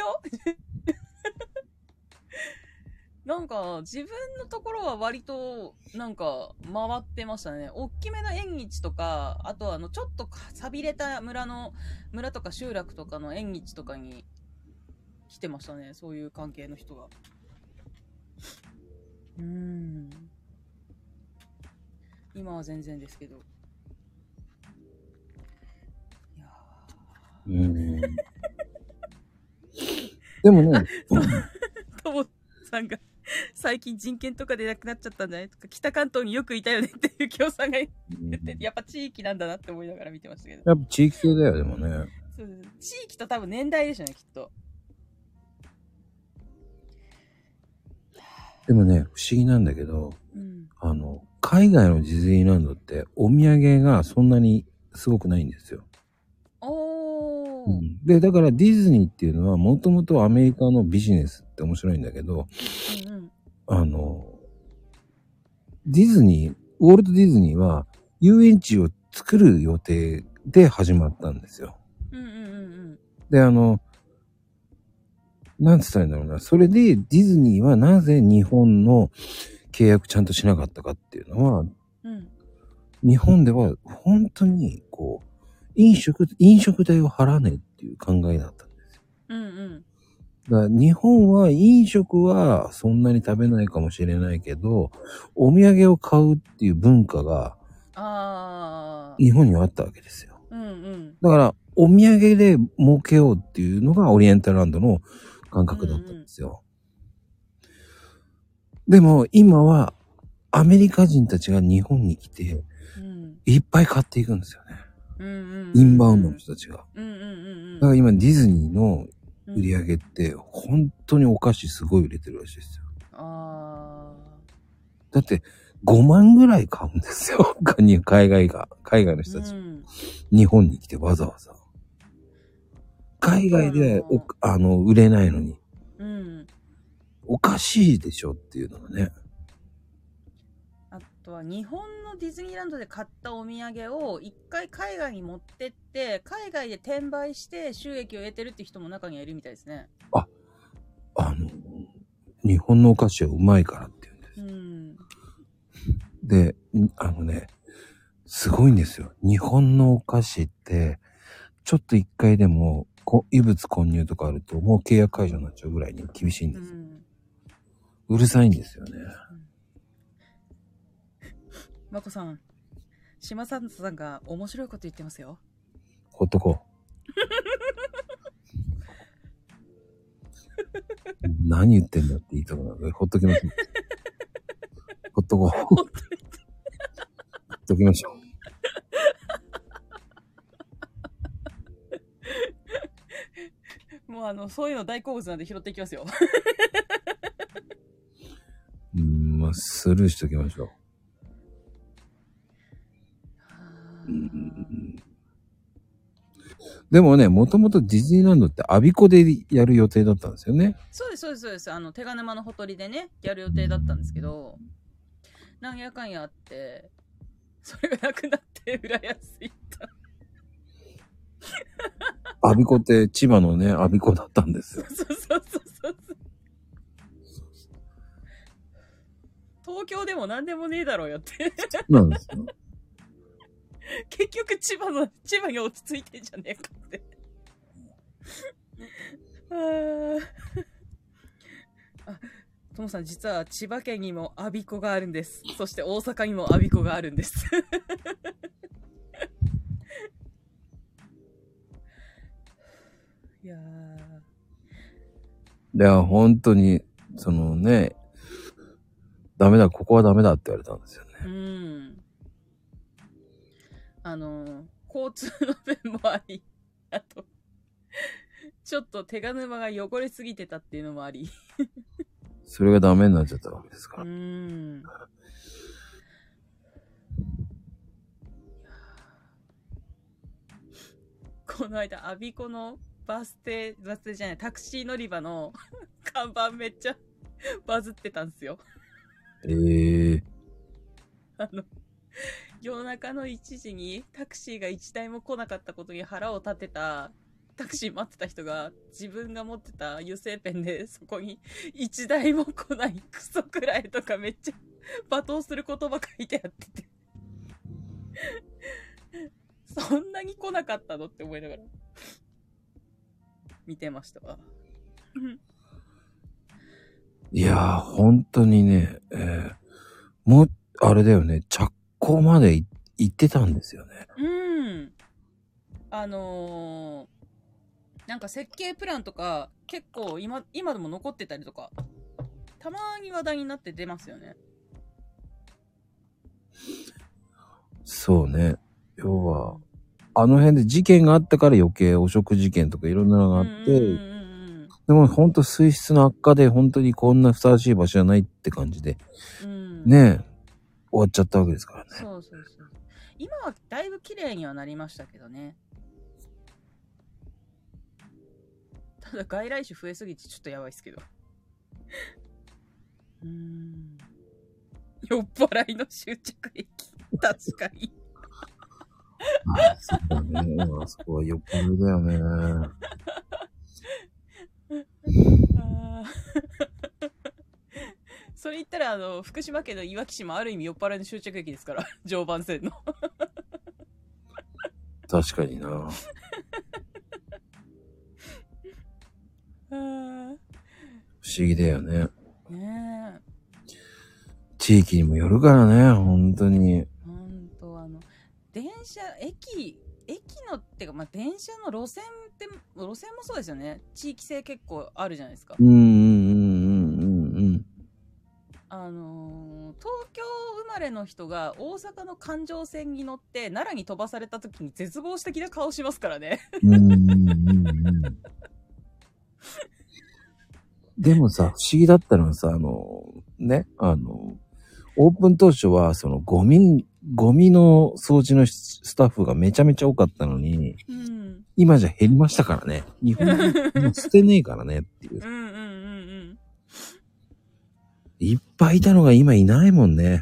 なんか、自分のところは割と、なんか、回ってましたね。大きめの縁日とか、あとはちょっと寂れた村とか集落とかの縁日とかに来てましたね。そういう関係の人が。今は全然ですけど。 いやでもね。 ともさんが、最近人権とかでなくなっちゃったんじゃないとか、北関東によくいたよねっていう協賛が言って、やっぱ地域なんだなって思いながら見てましたけど。 やっぱ地域性だよ、でもね。 そう地域と多分年代でしょうね、きっと。 でもね、不思議なんだけど、海外のディズニーランドってお土産がそんなにすごくないんですよ。で、だからディズニーっていうのはもともとアメリカのビジネスって面白いんだけど、ディズニー、ウォルト・ディズニーは遊園地を作る予定で始まったんですよ。で、なんつったらいいんだろうな。それでディズニーはなぜ日本の契約ちゃんとしなかったかっていうのは、日本では本当にこう、飲食代を払わねえっていう考えだったんですよ。だから日本は飲食はそんなに食べないかもしれないけど、お土産を買うっていう文化が日本にはあったわけですよ。だからお土産で儲けようっていうのがオリエンタルランドの感覚だったんですよ。でも今はアメリカ人たちが日本に来て、いっぱい買っていくんですよね。インバウンドの人たちが。だから今ディズニーの売り上げって本当にお菓子すごい売れてるらしいですよ。だって5万ぐらい買うんですよ。海外の人たち。日本に来てわざわざ。海外で売れないのに。おかしいでしょっていうのがね。 あとは日本のディズニーランドで買ったお土産を一回海外に持ってって海外で転売して収益を得てるって人も中にはいるみたいですね。 日本のお菓子はうまいからって言うんです。 うん。 で、すごいんですよ。日本のお菓子って、ちょっと一回でも異物混入とかあると、もう契約解除になっちゃうぐらいに厳しいんです。うるさいんですよね。 まこさん、島さんが面白いこと言ってますよ。 ほっとこう。何言ってんだっていいところなので、ほっときましょう。ほっとこう。ほっときましょう。もうそういうの大好物なんで拾っていきますよ。 まあ、スルーしときましょう。でもね、もともとディズニーランドってアビコでやる予定だったんですよね。 そうです、そうです、そうです。手賀沼のほとりでね、やる予定だったんですけど、なんやかんやあって、それがなくなって浦安行った。 アビコって千葉のね、アビコだったんですよ。 そうそうそうそう。東京でも何でもねえだろうよって。 なんですよ。 結局千葉に落ち着いてんじゃねえかって。ともさん、実は千葉県にもアビコがあるんです。そして大阪にもアビコがあるんです。いや、本当に、そのね、ダメだ、ここはダメだって言われたんですよね。 交通の便もあり、あと、ちょっと手賀沼が汚れすぎてたっていうのもあり。 それがダメになっちゃったわけですから。 この間、アビコのバス停じゃない、タクシー乗り場の看板めっちゃバズってたんですよ。夜中の1時にタクシーが1台も来なかったことに腹を立てたタクシー待ってた人が自分が持ってた油性ペンでそこに1台も来ないクソくらいとかめっちゃ罵倒する言葉書いてあっててそんなに来なかったのって思いながら見てましたわ。 いやー、本当にね、もう、あれだよね、着工まで行ってたんですよね。 なんか設計プランとか結構今でも残ってたりとか、たまに話題になって出ますよね。 そうね。要は、あの辺で事件があったから余計汚職事件とかいろんなのがあって、でも本当水質の悪化で本当にこんなふさわしい場所じゃないって感じで、ねえ、終わっちゃったわけですからね。 そう。今はだいぶ綺麗にはなりましたけどね。ただ外来種増えすぎてちょっとやばいっすけど。酔っ払いの終着駅。確かに。 そうだね。あそこは酔っ払いだよね。 それ言ったら福島県のいわき市もある意味酔っ払いの終着駅ですから常磐線の確かにな。 不思議だよね。 ねえ。 地域にもよるからね、本当に。 電車駅のってか、まあ、電車の路線もそうですよね。地域性結構あるじゃないですか。東京生まれの人が大阪の環状線に乗って奈良に飛ばされた時に絶望的な顔しますからね。 でもさ、不思議だったのはさ、オープン当初は、そのゴミの掃除のスタッフがめちゃめちゃ多かったのに、今じゃ減りましたからね。日本も捨てねえからねっていう。いっぱいいたのが今いないもんね。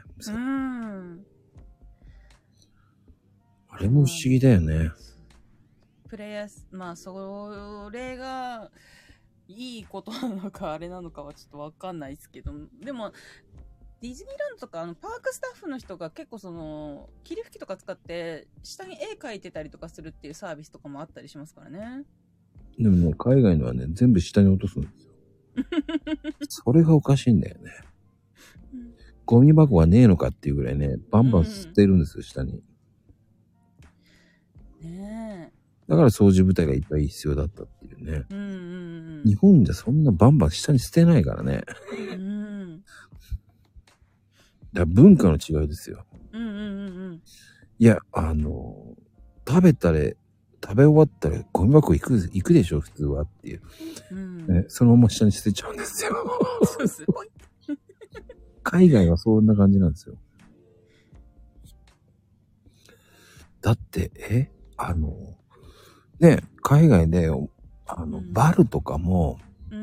あれも不思議だよね。 まあそれがいいことなのかあれなのかはちょっとわかんないですけど、でも、ディズニーランドとか、パークスタッフの人が結構霧吹きとか使って、下に絵描いてたりとかするっていうサービスとかもあったりしますからね。 でもね、海外のはね、全部下に落とすんですよ。それがおかしいんだよね。ゴミ箱がねえのかっていうぐらいね、バンバン吸ってるんですよ、下に。 ねだから掃除部隊がいっぱい必要だったっていうね。 え。 日本じゃそんなバンバン下に捨てないからね。だから文化の違いですよ。いや、食べ終わったらゴミ箱行くでしょ、普通はっていう。ね、そのまま下に捨てちゃうんですよ。 そうです。 海外はそんな感じなんですよ。だって、ね、海外で、バルとかも、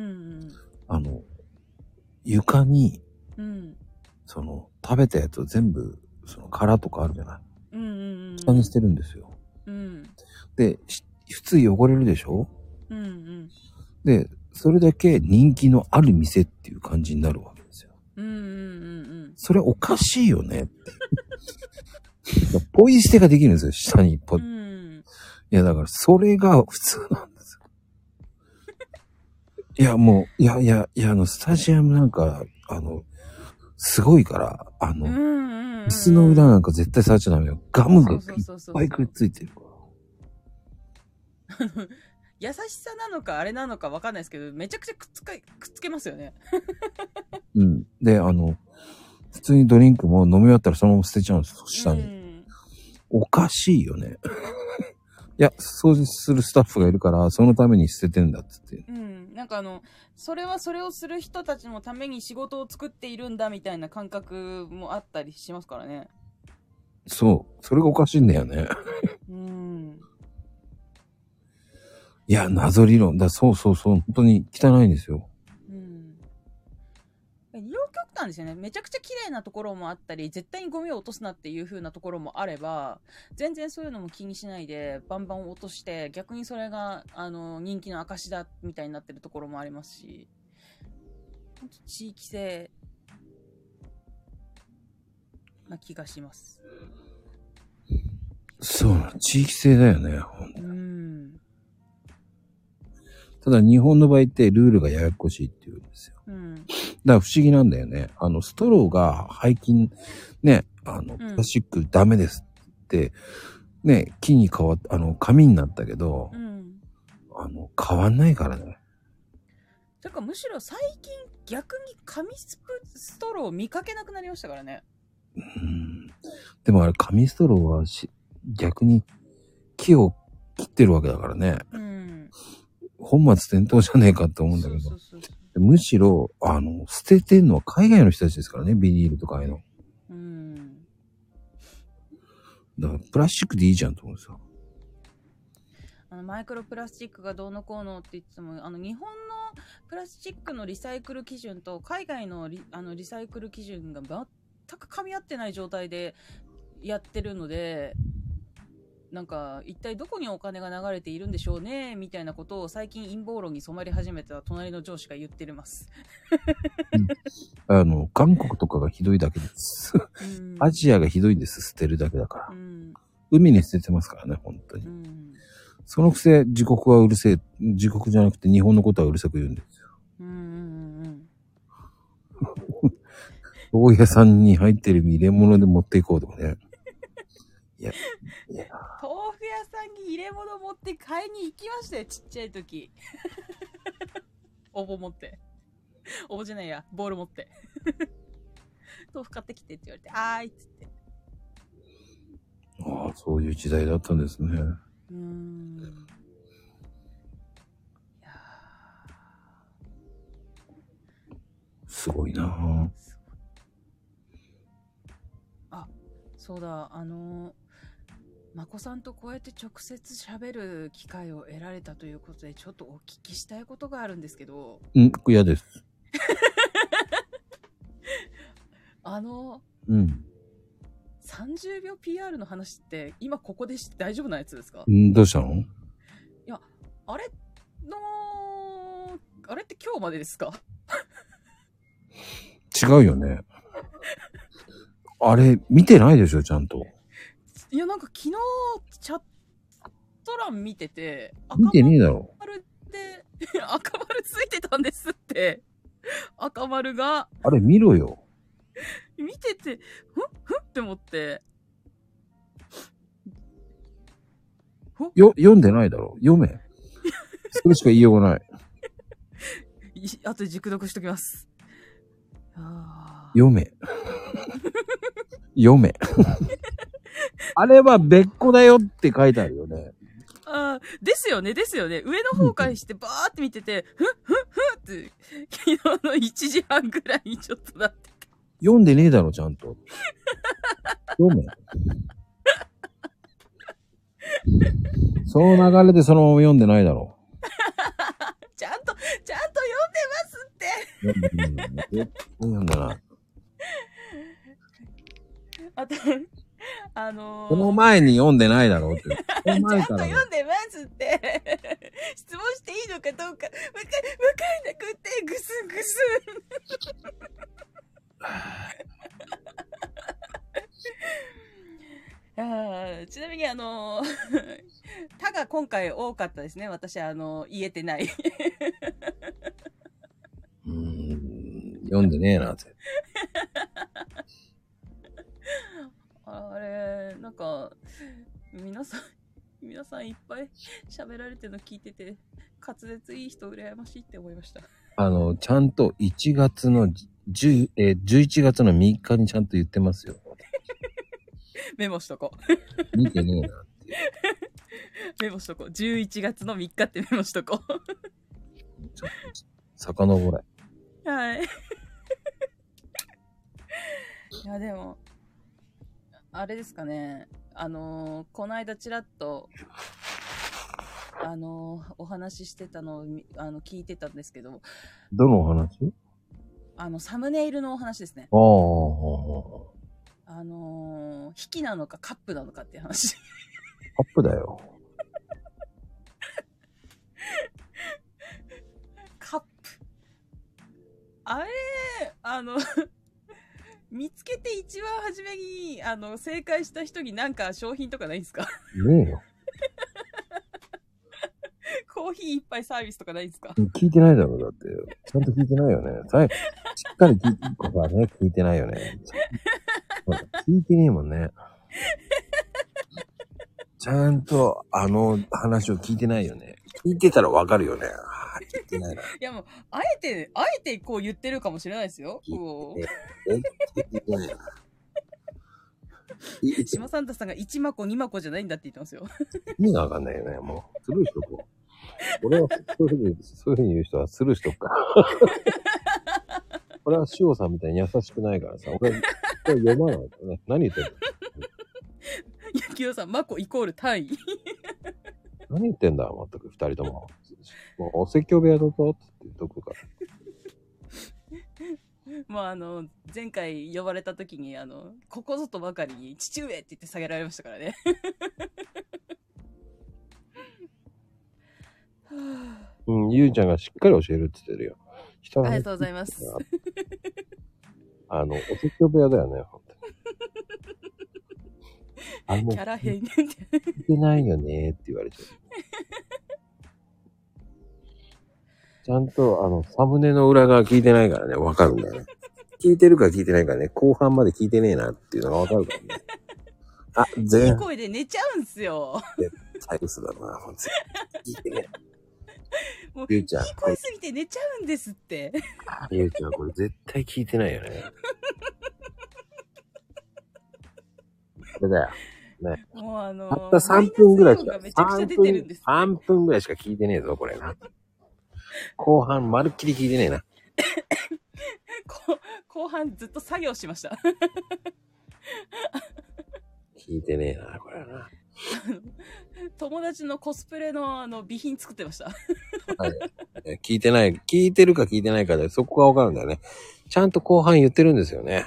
床に、食べたやつを全部、殻とかあるじゃない。下に捨てるんですよ。で、普通汚れるでしょ。で、それだけ人気のある店っていう感じになるわけですよ。それおかしいよねって。ポイ捨てができるんですよ、下にいや、だからそれが普通なんですよ。いや、もう、スタジアムなんか、すごいから、椅子の裏なんか絶対触っちゃダメよ。ガムがいっぱいくっついてるから。 優しさなのかあれなのかわかんないですけど、めちゃくちゃくっつけますよね。 うん。で、普通にドリンクも飲み終わったらそのまま捨てちゃうんですよ、下に。おかしいよね。いや、掃除するスタッフがいるから、そのために捨ててんだっつって。 なんかそれはそれをする人たちのために仕事を作っているんだみたいな感覚もあったりしますからね。 そう。それがおかしいんだよね。いや、謎理論。そう。本当に汚いんですよ。 両極端ですよね。めちゃくちゃ綺麗なところもあったり、絶対にゴミを落とすなっていう風なところもあれば、全然そういうのも気にしないで、バンバン落として、逆にそれが、人気の証だ、みたいになってるところもありますし、本当地域性、な気がします。 そうなの。地域性だよね。ただ日本の場合ってルールがややこしいっていうんですよ。だから不思議なんだよね。ストローが廃棄、ね、プラスチックダメですって、ね、木に変わっ紙になったけど、変わんないからね。 てかむしろ最近逆に紙ストロー見かけなくなりましたからね。 でもあれ紙ストローは逆に木を切ってるわけだからね。本末転倒じゃねえかって思うんだけど。むしろ、捨ててんのは海外の人たちですからね、ビニールとかああいうの。だから、プラスチックでいいじゃんと思うんですよ。 マイクロプラスチックがどうのこうのって言っても、日本のプラスチックのリサイクル基準と海外のリサイクル基準が全く噛み合ってない状態でやってるので、なんか一体どこにお金が流れているんでしょうねみたいなことを最近陰謀論に染まり始めた隣の上司が言ってます。 韓国とかがひどいだけです。アジアがひどいんです、捨てるだけだから。海に捨ててますからね、本当に。そのくせ自国はうるせえ、自国じゃなくて日本のことはうるさく言うんですよ。豆腐屋さんに入ってる入れ物で持っていこうとかね。いや豆腐屋さんに入れ物持って買いに行きましたよ、ちっちゃい時。おぼ持って。おぼじゃないや、ボール持って。豆腐買ってきてって言われて、あーいっつって。 ああ、そういう時代だったんですね。 いやすごいなぁ。 あ、そうだ、まこさんとこうやって直接喋る機会を得られたということで、ちょっとお聞きしたいことがあるんですけど。 嫌です。 30秒 PR の話って今ここでして大丈夫なやつですか？ どうしたの？ いや、あれのあれって今日までですか？ 違うよね。あれ、見てないでしょ、ちゃんと。 いや、なんか昨日、チャット欄見てて、 見てねえだろ。 赤丸で、赤丸ついてたんですって。赤丸が。 あれ、見ろよ。 見てて、ふんって思って。 読んでないだろ。読め。それしか言いようがない。 あとで熟読しときます。 読め。読め。あれは別個だよって書いてあるよね。 ですよね、ですよね。上の方返してバーって見てて、ふんって、昨日の1時半ぐらいにちょっとなってて。 読んでねえだろ、ちゃんと。読め。その流れでそのまま読んでないだろ。 ちゃんと読んでますって。 読んでない。 あと、 この前に読んでないだろうって。 ちゃんと読んでますって。質問していいのかどうかわかんなくて、ぐすんぐすん。ちなみに他が今回多かったですね。私言えてない。 読んでねえなって。 あれ、なんか、皆さんいっぱい喋られてるの聞いてて、滑舌いい人羨ましいって思いました。 ちゃんと1月の11月の3日にちゃんと言ってますよ。 メモしとこう。見てねえなっていう。 メモしとこう。11月の3日ってメモしとこう。 ちょっと、遡れ。 はい。いや、でも、あれですかね。この間ちらっと、お話ししてたのを聞いてたんですけど。 どのお話？ サムネイルのお話ですね。引きなのかカップなのかっていう話。 カップだよ。 カップ。あれ、見つけて一番初めに、正解した人になんか商品とかないんですか？ ねえよ。 コーヒー一杯サービスとかないんですか？ 聞いてないだろ、だって。ちゃんと聞いてないよね。しっかり聞いてるからね、聞いてないよね。聞いてねえもんね。ちゃんと話を聞いてないよね。聞いてたらわかるよね。聞いてないな。いやもう、あえてこう言ってるかもしれないですよ。こう。聞いてないな。島サンタさんが1箱2箱じゃないんだって言ってますよ。 意味がわかんないよね。もう、スルーしとこう。俺はそういうふうに言う人はスルーしとくから。俺はシオさんみたいに優しくないからさ、俺読まないとね。何言ってんの？ いや、キヨさん、マコイコール単位。 何言ってんだ、まったく二人とも。もうお説教部屋だぞって言っとくから。 もう前回呼ばれた時にここぞとばかりに父上って言って下げられましたからね。 ゆうちゃんがしっかり教えるって言ってるよ。 ありがとうございます。 お説教部屋だよね、ほんとに。 キャラ変。 聞いてないよねって言われちゃう。ちゃんとサムネの裏側聞いてないからね、わかるんだよね。聞いてるか聞いてないかね、後半まで聞いてねえなっていうのがわかるからね。 いい声で寝ちゃうんすよ。 絶対嘘だな、ほんとに。聞いてねえ。 もうゆうちゃん。いい声すぎて寝ちゃうんですって。 ゆうちゃん、これ絶対聞いてないよね。これだよ。ね。 もうたった3分ぐらいしか、3分ぐらいしか聞いてねえぞ、これな。後半、まるっきり聞いてねえな。 後半ずっと作業しました。 聞いてねえな、これはな。 友達のコスプレの備品作ってました。 はい。聞いてない、聞いてるか聞いてないかで、そこがわかるんだよね。ちゃんと後半言ってるんですよね。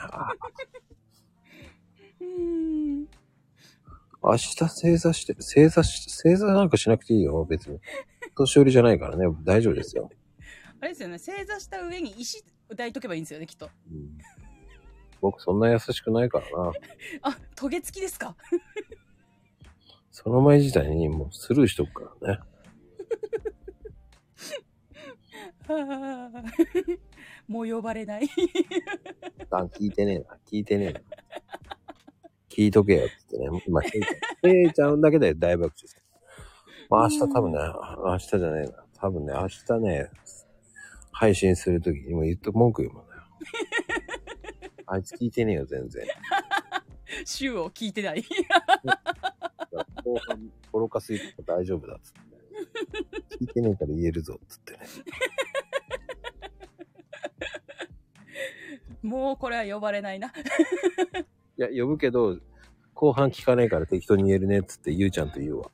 明日正座して、正座なんかしなくていいよ、別に。年寄りじゃないからね、大丈夫ですよ。 れですよね、正座した上に石抱いとけばいいんですよね、きっと。 うん、僕そんな優しくないからな。 あ、トゲ付きですか？ その前自体にもうスルーしとくからね。 もう呼ばれない。 あ、聞いてねえな。聞いてねえな。聞いとけよってね。今、ケイちゃんだけで大爆笑して。まあ明日多分ね、明日じゃねえな。多分ね、明日ね、配信するときにも文句言うもんだよ。あいつ聞いてねえよ、全然。 週を聞いてない。 後半、ボロカス言っても大丈夫だっつって。聞いてねえから言えるぞっつってね。 もうこれは呼ばれないな。 いや、呼ぶけど、後半聞かねえから適当に言えるねっつってゆうちゃんと言うわ。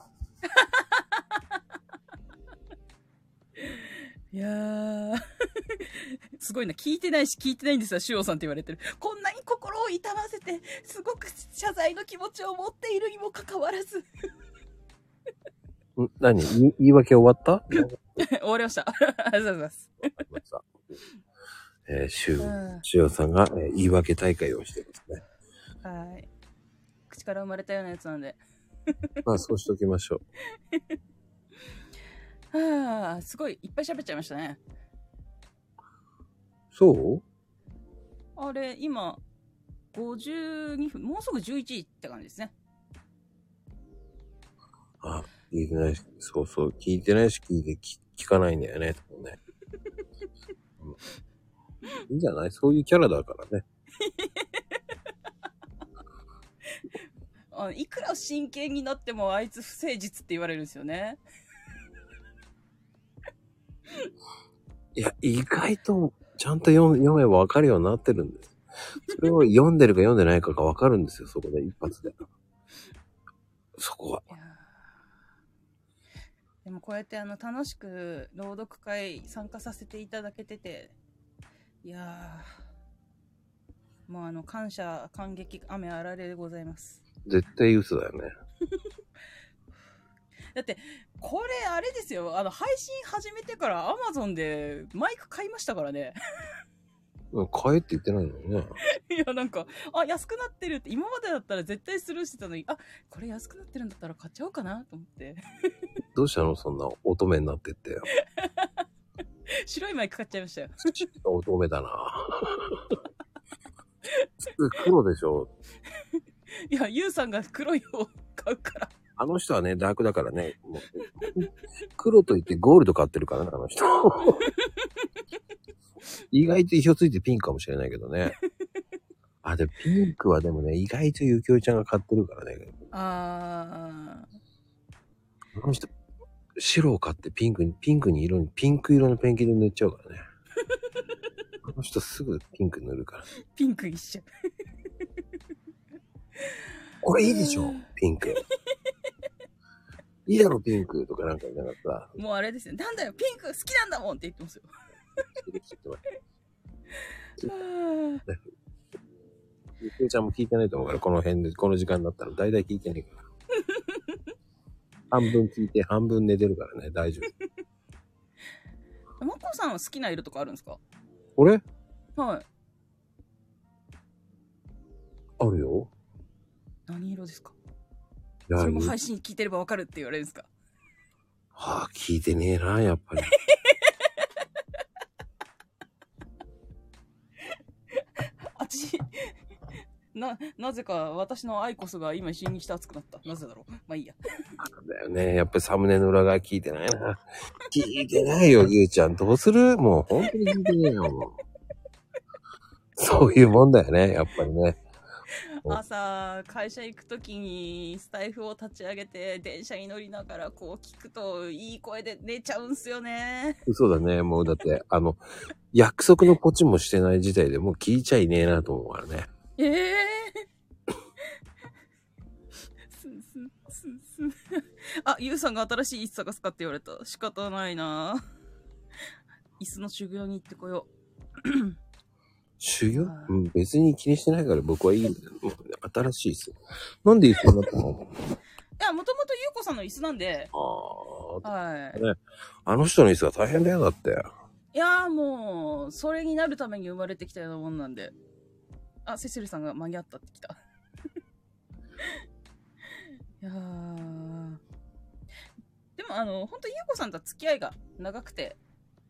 いやー。すごいな。聞いてないし聞いてないんですよ、しおさんって言われてる。こんなに心を痛ませて、すごく謝罪の気持ちを持っているにもかかわらず。 何言い訳終わった終わりました。ありがとうございます。 しおさんが、言い訳大会をしてますね。 はい。口から生まれたようなやつなんで。 まあ、そうしときましょう。はあ、すごいいっぱい喋っちゃいましたね。 そうあれ、今、52分、もうすぐ11時って感じですね。 あ、聞いてないし、そうそう、聞いてないし聞かないんだよね、とね。いいんじゃない？そういうキャラだからね。 いくら真剣になってもあいつ不誠実って言われるんですよね。 いや、意外とちゃんと読めばわかるようになってるんです。それを読んでるか読んでないかがわかるんですよ、そこで一発で。そこは。 でもこうやって楽しく朗読会参加させていただけてて、いやー、もう感謝感激雨あられでございます。 絶対嘘だよね。 だってこれあれですよ、配信始めてから Amazon でマイク買いましたからね。 買えって言ってないのにね。 いや、なんか安くなってるって、今までだったら絶対スルーしてたのに、これ安くなってるんだったら買っちゃおうかなと思って。 どうしたの、そんな乙女になってって。 白いマイク買っちゃいましたよ。 乙女だな。黒でしょ。 いや、ユウさんが黒い方買うから。 あの人はね、ダークだからね。もう黒と言ってゴールド買ってるからね、あの人。意外と意表ついてピンクかもしれないけどね。でもピンクはでもね、意外とゆきおちゃんが買ってるからね。あの人、白を買ってピンク色のペンキで塗っちゃうからね。あの人すぐピンク塗るから。 ピンク一緒。 これいいでしょ、ピンク。いいだろ、ピンクとかなんか言いながらさ。 もうあれですよ。なんだよ、ピンク好きなんだもんって言ってますよ。 ゆきおちゃんも聞いてないと思うから、この辺で、この時間になったら大体聞いてないから。半分聞いて、半分寝てるからね、大丈夫。 マコさんは好きな色とかあるんですか？ 俺？ はい。 あるよ。 何色ですか？ いや、 それも配信聞いてればわかるって言われるんですか？ 聞いてねえな、やっぱり。 なぜか私のアイコスが今一瞬にして熱くなった。なぜだろう。まあいいや。 だよね。やっぱりサムネの裏側聞いてないな。聞いてないよ、ゆうちゃん。どうする？もう本当に聞いてねえよ。もうそういうもんだよね、やっぱりね。 朝、会社行くときにスタイフを立ち上げて、電車に乗りながらこう聞くと、いい声で寝ちゃうんすよね。 そうだね。もうだって、約束のポチもしてない時点でもう聞いちゃいねえなと思うからね。 ゆうさんが新しい椅子探すかって言われた。仕方ないな。椅子の修行に行ってこよう。 修行？別に気にしてないから僕はいいんだよ。もう新しい椅子。なんで椅子になったの？ いや、もともとゆうこさんの椅子なんで。 はい。ね、あの人の椅子は大変だよ、だって。 いやーもう、それになるために生まれてきたようなもんなんで。あ、セシルさんが間に合ったってきた。いやー。でも本当ゆうこさんとは付き合いが長くて、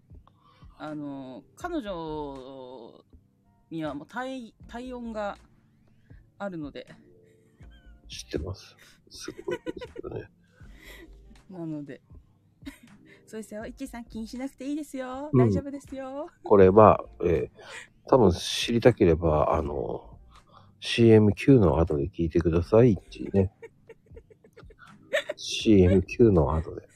彼女にはもう体温があるので。 知ってます。すごいですけどね。 なので。そうですよ。イッチーさん気にしなくていいですよ。大丈夫ですよ。 これは、多分知りたければ、CMQ の後で聞いてくださいっていうね。CMQ の後で。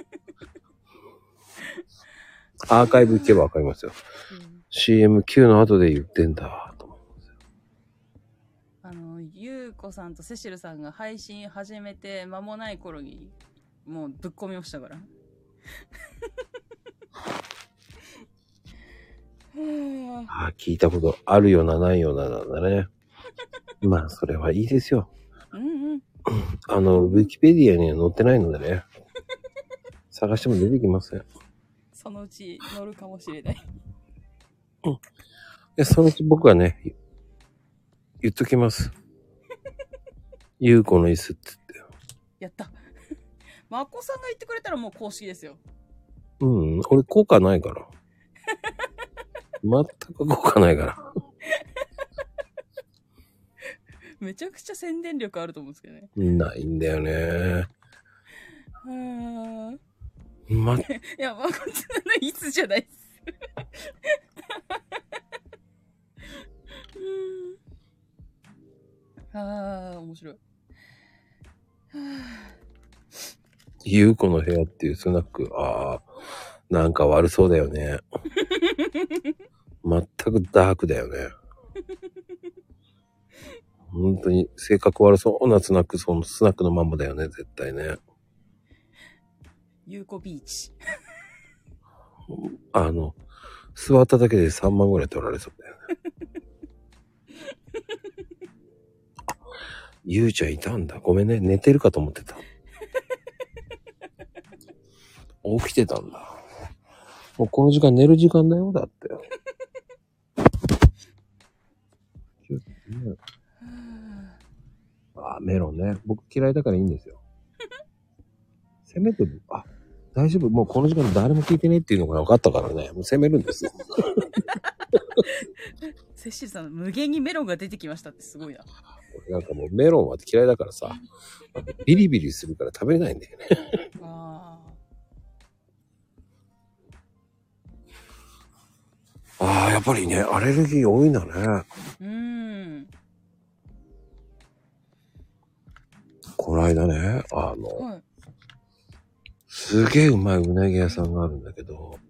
アーカイブ行けばわかりますよ。CMQ の後で言ってんだと思うんですよ。ゆうこさんとセシルさんが配信始めて間もない頃に、もうぶっ込みましたから。 聞いたことあるようなないようななんだね。まあそれはいいですよ。 うんうん。 ウィキペディアには載ってないのでね。探しても出てきません。 そのうち載るかもしれない。 そのうち僕はね、言っときます。ゆうこの椅子って言って。 やった。まこさんが言ってくれたらもう公式ですよ。 俺効果ないから。全く効果ないから。 めちゃくちゃ宣伝力あると思うんですけどね。 ないんだよね。 いや、まこさんのいつじゃないっす。面白い。 ゆうこの部屋っていうスナック、なんか悪そうだよね。全くダークだよね。本当に性格悪そうなスナック、そのスナックのまんまだよね、絶対ね。 ゆうこビーチ。 座っただけで3万ぐらい取られそうだよね。ゆうちゃんいたんだ。ごめんね。寝てるかと思ってた。起きてたんだ。もうこの時間寝る時間だよ、だって。メロンね。僕嫌いだからいいんですよ。せめて、大丈夫。もうこの時間誰も聞いてねえっていうのが分かったからね。もう責めるんですよ。 セッシルさん、無限にメロンが出てきましたってすごいな。 なんかもうメロンは嫌いだからさ、ビリビリするから食べれないんだよね。やっぱりね、アレルギー多いんだね。この間ね、すげえうまいうなぎ屋さんがあるんだけど、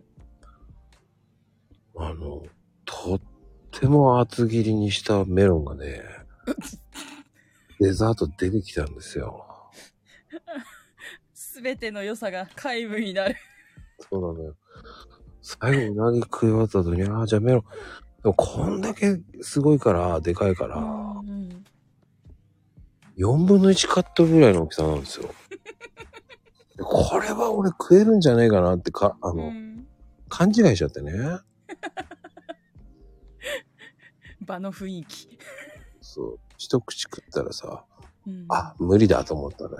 とっても厚切りにしたメロンがね、デザート出てきたんですよ。 すべての良さが皆無になる。 そうなのよ。最後うなぎ食い終わった後に、じゃあメロン、でもこんだけすごいから、でかいから、4分の1カットぐらいの大きさなんですよ。これは俺食えるんじゃねえかなって勘違いしちゃってね。 場の雰囲気。 そう。一口食ったらさ、無理だと思ったね。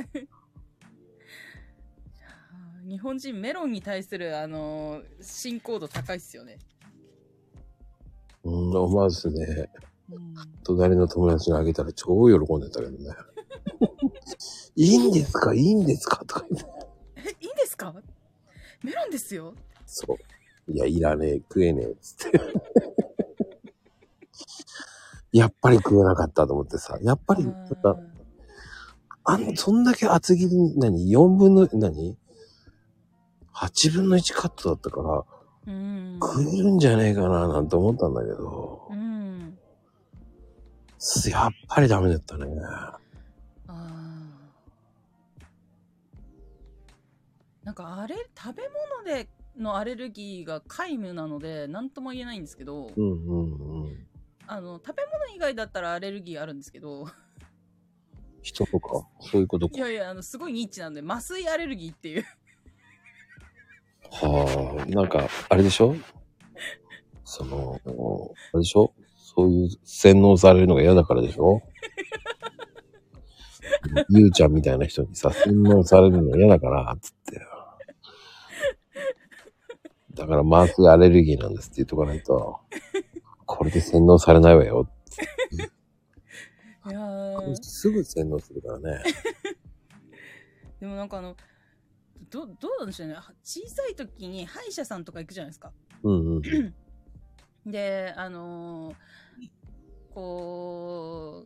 日本人メロンに対する信仰度高いっすよね。 思わずね、隣の友達にあげたら超喜んでたけどね。いいんですかいいんですかとか言って。 いいんですかメロンですよ。 そう。いや、いらねえ、食えねえ、つって。やっぱり食えなかったと思ってさ、やっぱり、そんだけ厚切りに、4分の、8分の1カットだったから、食えるんじゃねえかななんて思ったんだけど、やっぱりダメだったね。 なんか食べ物でのアレルギーが皆無なので何とも言えないんですけど、食べ物以外だったらアレルギーあるんですけど、 人とかそういうことか。 いやすごいニッチなんで麻酔アレルギーっていうはあ、なんか、あれでしょあれでしょそういう洗脳されるのが嫌だからでしょゆうちゃんみたいな人にさ、洗脳されるの嫌だから、つって。だから麻酔アレルギーなんですって言っとかないと、これで洗脳されないわよ。 いやーすぐ洗脳するからね。 でもなんかどうなんでしょうね。小さい時に歯医者さんとか行くじゃないですか。 うんうん。 で、こ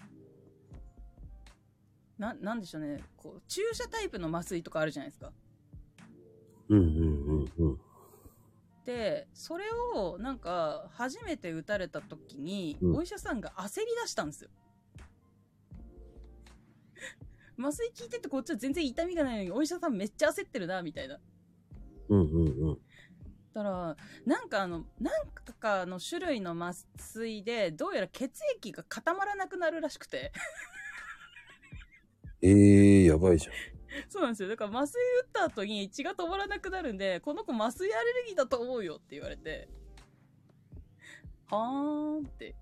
う、なんでしょうね。こう、注射タイプの麻酔とかあるじゃないですか。 うんうんうんうん。 で、それをなんか初めて打たれた時に、 うんお医者さんが焦り出したんですよ。麻酔効いててこっちは全然痛みがないのにお医者さんめっちゃ焦ってるなみたいな。 うんうんうん。 だからなんかの種類の麻酔でどうやら血液が固まらなくなるらしくてやばいじゃん。 そうなんですよ。だから麻酔打った後に血が止まらなくなるんで、この子麻酔アレルギーだと思うよって言われて、はーんって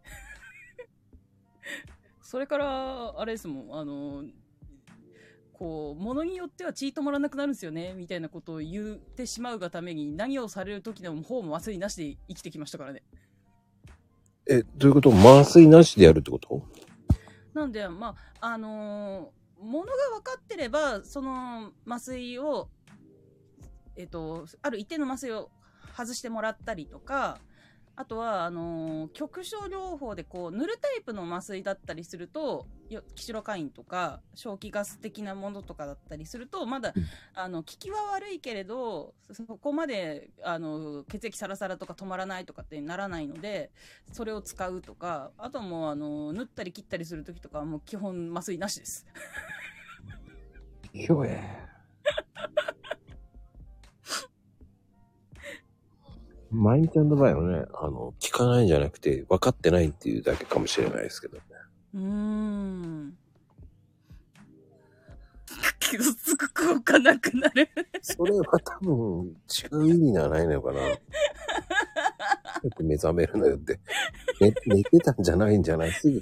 それからあれですもん、こう物によっては血止まらなくなるんですよねみたいなことを言ってしまうがために、何をされる時でもほぼ麻酔なしで生きてきましたからね。 どういうこと？麻酔なしでやるってこと？ なんでものが分かってればその麻酔をある一定の麻酔を外してもらったりとか、あとは局所療法でこう塗るタイプの麻酔だったりすると、キシロカインとか消気ガス的なものとかだったりするとまだ効きは悪いけれどそこまで血液サラサラとか止まらないとかってならないので、それを使うとか、あとはもう縫ったり切ったりする時とかはもう基本麻酔なしですひょえ。マインちゃんの場合はね、聞かないんじゃなくて、分かってないっていうだけかもしれないですけどね。 けどすぐ効果なくなるそれは多分、違う意味ではないのかな。目覚めるのよって。寝てたんじゃないんじゃない？すぐ。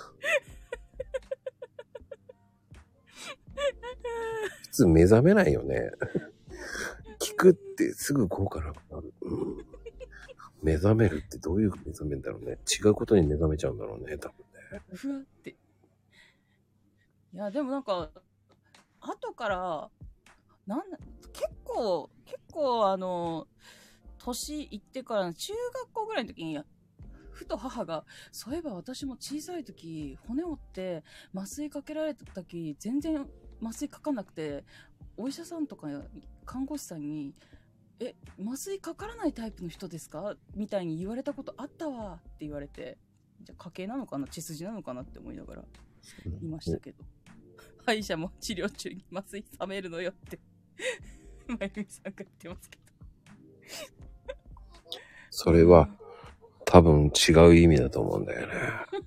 普通目覚めないよね。聞くってすぐ効果なくなる。目覚めるってどういう目覚めるんだろうね。違うことに目覚めちゃうんだろうね、多分ね。 ふわって。いや、でもなんか、後から、結構、年いってから中学校ぐらいの時に、ふと母が、そういえば私も小さい時、骨折って麻酔かけられた時、全然麻酔かかなくて、お医者さんとか看護師さんに、麻酔かからないタイプの人ですかみたいに言われたことあったわって言われて、じゃあ家系なのかな血筋なのかなって思いながらいましたけど、歯医者も治療中に麻酔冷めるのよってまゆみさんが言ってますけどそれは多分違う意味だと思うんだよね。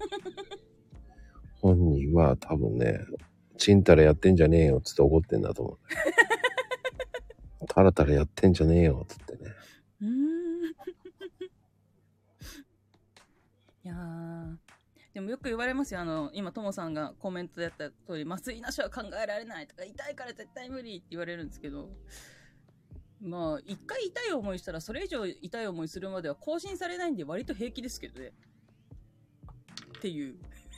本人は多分ね、ちんたらやってんじゃねえよっつって怒ってんだと思う。タラタラやってんじゃねえよっつってね。 いやー、でもよく言われますよ。今ともさんがコメントでやった通り、麻酔なしは考えられないとか、痛いから絶対無理って言われるんですけど、まあ一回痛い思いしたらそれ以上痛い思いするまでは更新されないんで割と平気ですけどねっていう。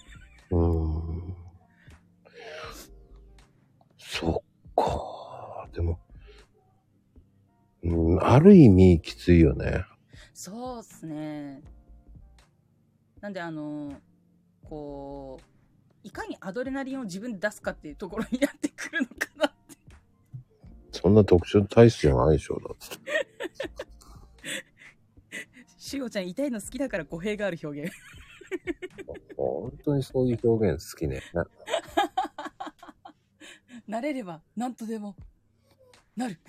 そっか。でも、ある意味きついよね。 そうっすね。なんでこういかにアドレナリンを自分で出すかっていうところになってくるのかなって。 そんな特殊体質じゃないでしょ、だって。 しおちゃん痛いの好きだから語弊がある表現。 本当にそういう表現好きね。 慣れれば何とでもなる。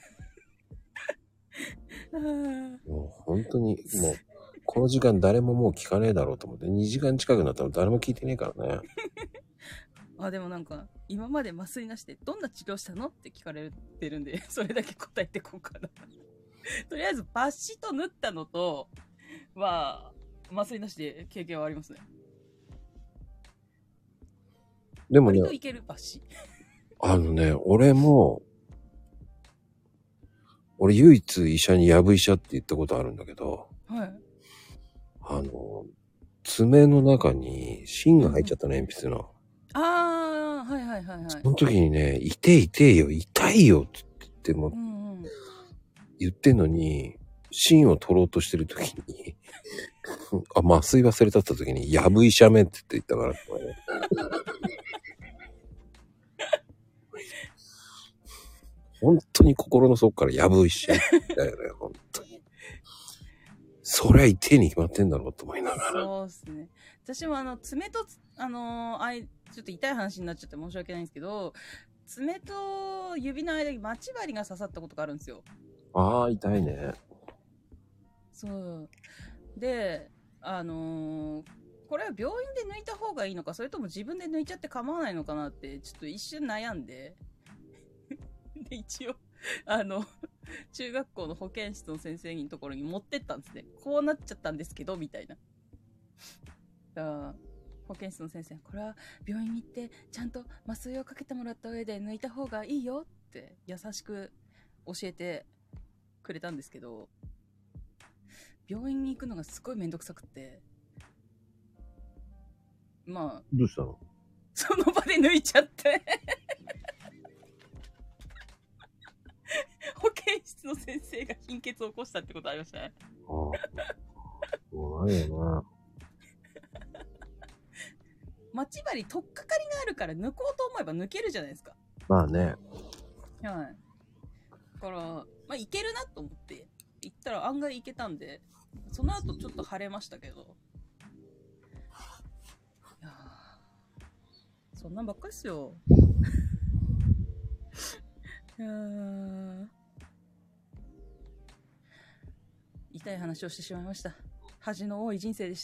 もう本当にもうこの時間誰ももう聞かねえだろうと思って2時間近くなったら誰も聞いてねえからね。 でもなんか今まで麻酔なしでどんな治療したのって聞かれてるんで、それだけ答えてこうかな。 とりあえずバシと縫ったのとは麻酔なしで経験はありますね。 でもね、 割といけるバシ。 俺唯一医者にやぶ医者って言ったことあるんだけど、 はい。 爪の中に芯が入っちゃったの、鉛筆の。 あー、はいはいはいはい。 その時にね、痛いよ、痛いよって言っても、 うんうん。 言ってんのに、芯を取ろうとしてる時に、麻酔忘れたった時に、やぶ医者めって言ったから、ね、本当に心の底からやぶ医者だよね、本当に。そりゃ痛いに決まってんだろうと思いながら。 そうですね。私も爪と、ちょっと痛い話になっちゃって申し訳ないんですけど、爪と指の間に待ち針が刺さったことがあるんですよ。 ああ、痛いね。 そう。で、これは病院で抜いた方がいいのか、それとも自分で抜いちゃって構わないのかなって、ちょっと一瞬悩んで。で、一応、中学校の保健室の先生のところに持ってったんですね。こうなっちゃったんですけど、みたいな。だから保健室の先生、これは病院に行ってちゃんと麻酔をかけてもらった上で抜いた方がいいよって優しく教えてくれたんですけど、病院に行くのがすごいめんどくさくって、まあどうしたの？ その場で抜いちゃって保健室の先生が貧血を起こしたってことありましたね。 ああ、そうなんよな。 待ち針取っかかりがあるから抜こうと思えば抜けるじゃないですか。 まあね。 はい。だから、まあ、いけるなと思って行ったら案外いけたんで、その後ちょっと腫れましたけど。いやそんなんばっかりっすよ。いや痛い話をしてしまいました。恥の多い人生でした。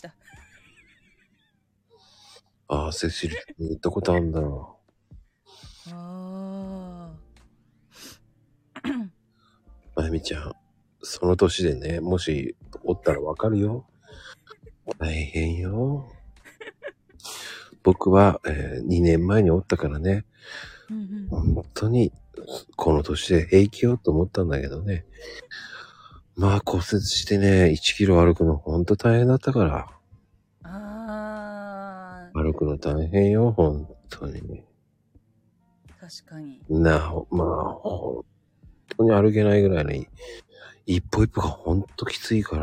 ああ、セシルに行ったことあるんだ。 あまゆみちゃん、その年でね、もしおったらわかるよ。大変よ。僕は、2年前におったからね、本当にこの年で平気よと思ったんだけどね。まあ骨折してね、1キロ歩くの本当大変だったから。歩くの大変よ、本当に。 確かに。 まあ、本当に歩けないぐらいの一歩一歩が本当きついから。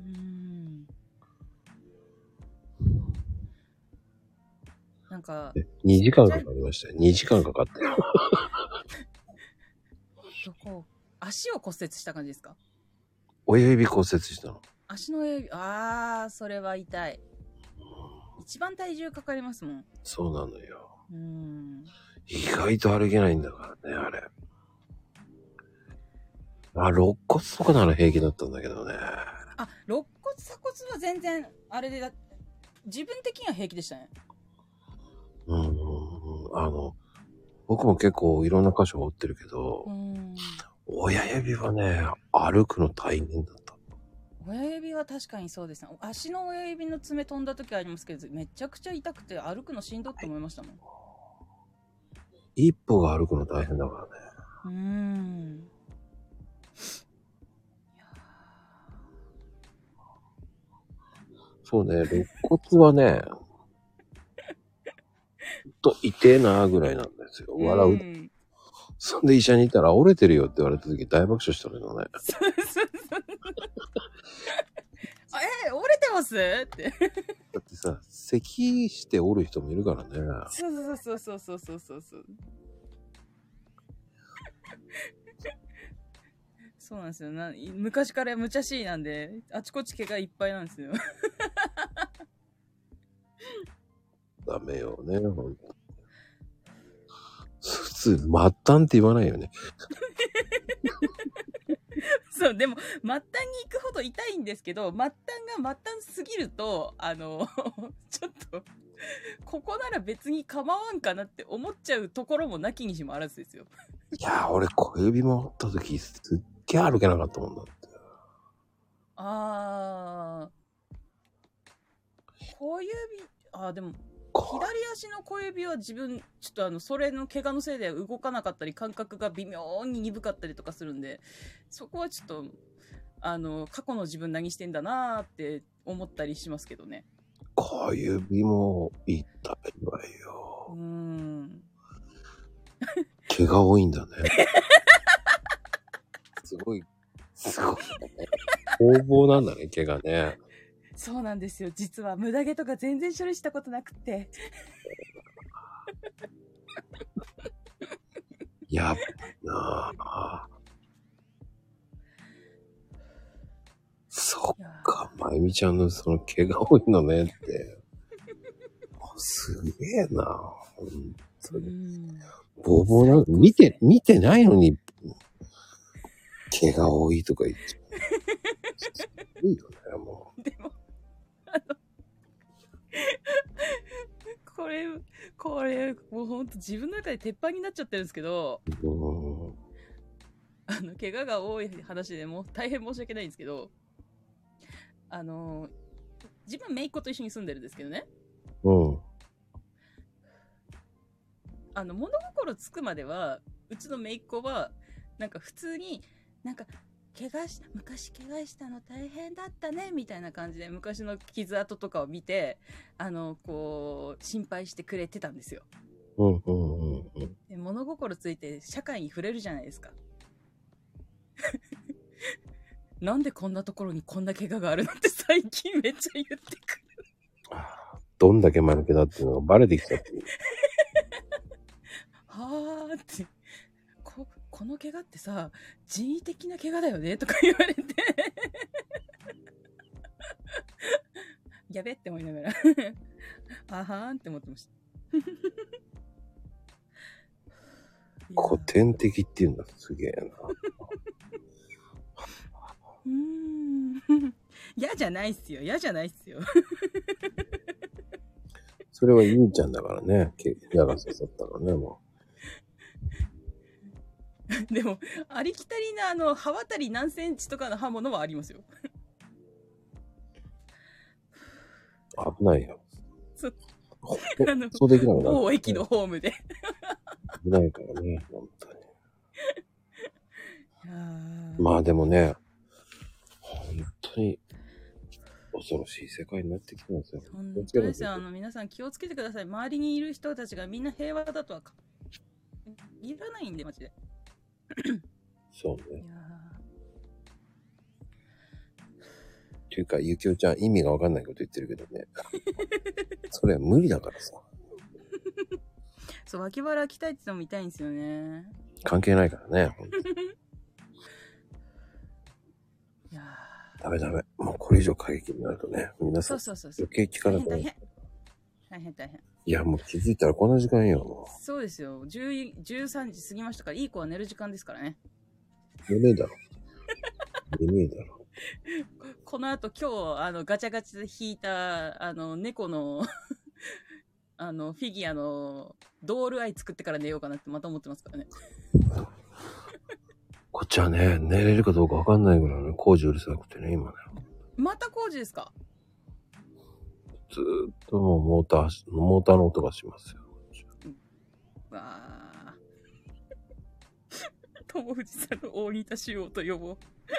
なんか 2時間かかりましたよ。2時間かかったよ。 どこ？足を骨折した感じですか？ 親指骨折したの。 足の親指、それは痛い。一番体重かかりますもん。 そうなのよ。意外と歩けないんだからね、あれ。肋骨とかなら平気だったんだけどね。 肋骨鎖骨は全然、あれで自分的には平気でしたね。 僕も結構いろんな箇所を折ってるけど、親指はね、歩くの大変だった。 親指は確かにそうですね。足の親指の爪飛んだ時ありますけど、めちゃくちゃ痛くて歩くのしんどって思いましたもん。 一歩が歩くの大変だからね。そうね、肋骨はね、痛えなーぐらいなんですよ。笑う。そんで医者に行ったら折れてるよって言われた時大爆笑したのよね。 折れてますって。 だってさ、咳して折る人もいるからね。 そう。そうなんですよ。昔から無茶しいなんで、あちこち毛がいっぱいなんですよ。 ダメよね、ほんと。普通、末端って言わないよね。 そう、でも、末端に行くほど痛いんですけど、末端が末端すぎると、ちょっと、ここなら別に構わんかなって思っちゃうところもなきにしもあらずですよ。 いやー、俺小指も折った時すっげえ歩けなかったもんだって。 小指、でも、 こ左足の小指は自分、ちょっとそれの怪我のせいで動かなかったり、感覚が微妙に鈍かったりとかするんで、そこはちょっと、過去の自分何してんだなーって思ったりしますけどね。 小指も痛いわよ。毛が多いんだね。すごいね。工房なんだね、毛がね。 そうなんですよ。実は無駄毛とか全然処理したことなくて。 やっぱなぁ。そっか、まゆみちゃんのその毛が多いのねって。すげえなぁ。ほんとに。ボーボーなんか見てないのに、毛が多いとか言っちゃう。すごいよね、もう。 でも、これ、もうほんと自分の中で鉄板になっちゃってるんですけど、怪我が多い話でもう大変申し訳ないんですけど、自分姪っ子と一緒に住んでるんですけどね。物心つくまでは、うちの姪っ子は、なんか普通に、なんか、昔怪我したの大変だったね、みたいな感じで、昔の傷跡とかを見て、心配してくれてたんですよ。で、物心ついて社会に触れるじゃないですか。なんでこんなところにこんな怪我があるのって最近めっちゃ言ってくる。 どんだけ間抜けだっていうのがバレてきちゃってる。 はーって。この怪我ってさ、人為的な怪我だよねとか言われて。やべって思いながら。あはーんって思ってました。 古典的っていうんだ。すげえな。 嫌じゃないっすよ。嫌じゃないっすよ。 それはゆうちゃんだからね。矢が刺さったのね、もう。でも、ありきたりな刃渡り何センチとかの刃物はありますよ。 危ないよ。 そうできなくなる。某駅のホームで。 危ないからね、本当に。まあでもね、本当に恐ろしい世界になってきてますよ。 本当ですよ。皆さん気をつけてください。周りにいる人たちがみんな平和だとはいらないんで、マジで。 そうね。っていうか、ゆきおちゃん意味がわかんないこと言ってるけどね。それは無理だからさ。 そう、脇腹鍛えてても痛いんですよね。 関係ないからね、本当に。ダメ。もうこれ以上過激になるとね、皆さん余計聞かなくなる。 大変。 いや、もう気づいたらこんな時間よ、もう。そうですよ。13時過ぎましたから、いい子は寝る時間ですからね。 寝ねえだろ。 この後今日、ガチャガチャで引いた、猫の、フィギュアのドールアイ作ってから寝ようかなってまた思ってますからね。 こっちはね、寝れるかどうかわかんないぐらいの工事うるさくてね、今ね。 また工事ですか？ ずーっともうモーターの音がしますよ。 わー。友藤さんの大仁田しようと呼ぼう。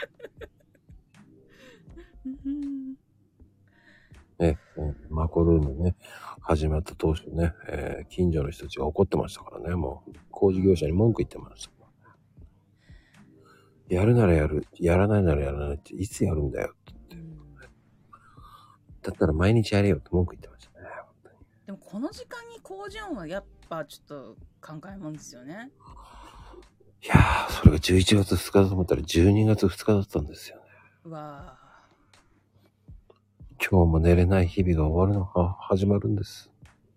マコルームね、始まった当初ね、近所の人たちが怒ってましたからね、もう工事業者に文句言ってました。やるならやる、やらないならやらないっていつやるんだよって言って、だったら毎日やれよって文句言ってましたね。本当に。 でもこの時間に工事音はやっぱちょっと考えもんですよね。 いやー、それが11月2日だと思ったら12月2日だったんですよね。 うわー。 今日も寝れない日々が終わるのが始まるんです。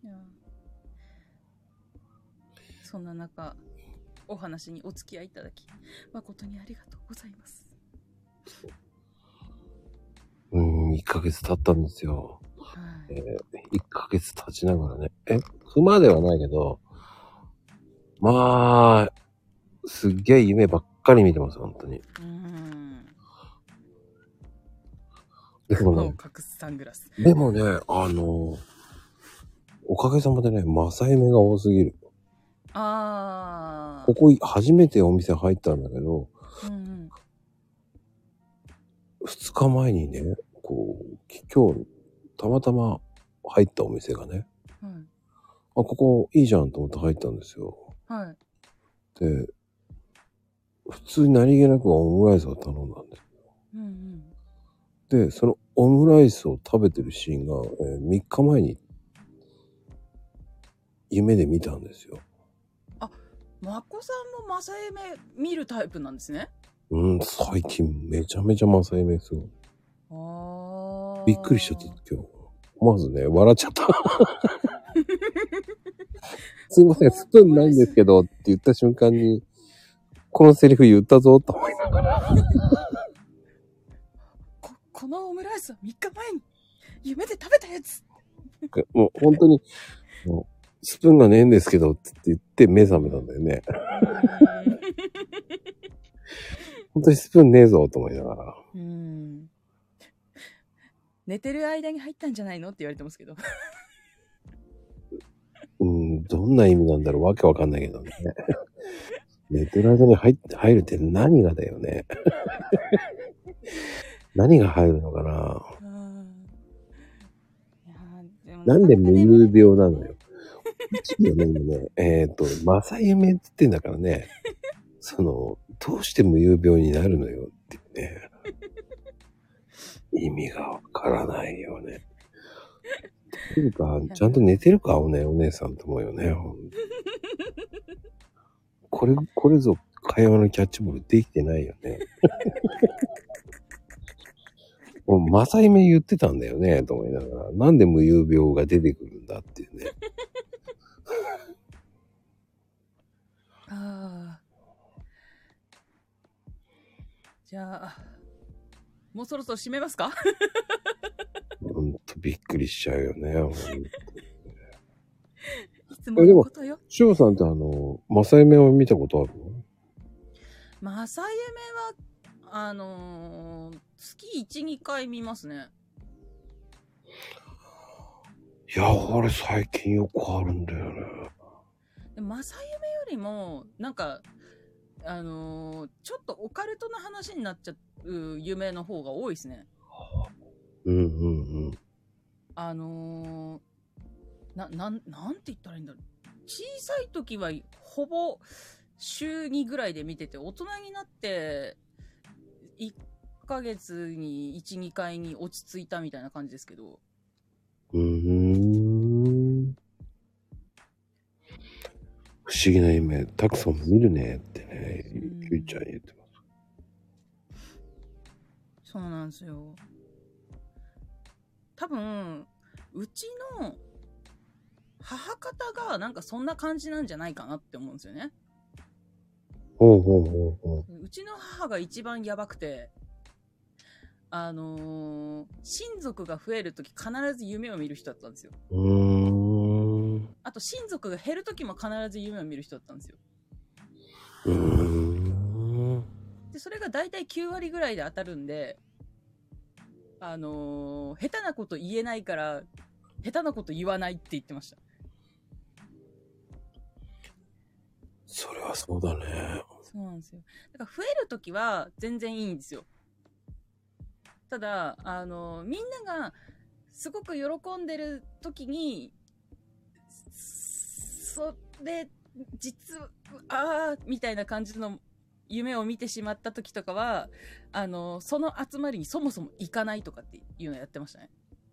そんな中、お話にお付き合いいただき、誠にありがとうございます。 1ヶ月経ったんですよ。1ヶ月経ちながらね。熊ではないけど、まあ、すっげえ夢ばっかり見てます、本当に。でもね、 顔を隠すサングラス。 でもね、おかげさまでね、正夢が多すぎる。ここ初めてお店入ったんだけど、2日前にね、今日、たまたま入ったお店がね、ここいいじゃんと思って入ったんですよ。 はい。 で、普通に何気なくオムライスを頼んだんですよ。で、そのオムライスを食べてるシーンが、3日前に夢で見たんですよ。 あ、まこさんも正夢見るタイプなんですね。 最近めちゃめちゃ正夢すごい。びっくりしちゃった今日。まずね、笑っちゃった。すいません、スプーンないんですけどって言った瞬間に、このセリフ言ったぞと思いながら。 このオムライスは3日前に夢で食べたやつ。 もう本当に、スプーンがねえんですけどって言って目覚めたんだよね。本当にスプーンねえぞと思いながら。 寝てる間に入ったんじゃないのって言われてますけど。 どんな意味なんだろう、わけわかんないけどね。寝てる間に入るって何がだよね。何が入るのかな。なんで無遊病なのよ。いいよね、今ね。正夢って言ってんだからね。どうして無遊病になるのよっていうね。意味がわからないよね。っていうか、ちゃんと寝てるかお姉さんと思うよね。これぞ会話のキャッチボールできてないよね。もう正夢言ってたんだよね、と思いながら。なんで無遊病が出てくるんだっていうね。 じゃあ、もうそろそろ締めますか？ ほんとびっくりしちゃうよね。 いつものことよ。 しおさんって正夢を見たことあるの？ 正夢は、月1、2回見ますね。 いや、俺最近よくあるんだよね。 でも正夢よりも、なんか、ちょっとオカルトな話になっちゃう夢の方が多いですね。なんて言ったらいいんだろう。小さい時はほぼ週2ぐらいで見てて、大人になって1ヶ月に1、2回に落ち着いたみたいな感じですけど。 不思議な夢、たくさん見るねってね、ゆいちゃん言ってます。 そうなんですよ。多分、うちの母方がなんかそんな感じなんじゃないかなって思うんですよね。うちの母が一番やばくて、親族が増えるとき必ず夢を見る人だったんですよ。あと親族が減るときも必ず夢を見る人だったんですよ。で、それが大体9割ぐらいで当たるんで、下手なこと言えないから、下手なこと言わないって言ってました。 それはそうだね。 そうなんですよ。だから増えるときは全然いいんですよ。ただ、みんながすごく喜んでるときに、それ、実は、みたいな感じの夢を見てしまったときとかは、その集まりにそもそも行かないとかっていうのやってましたね。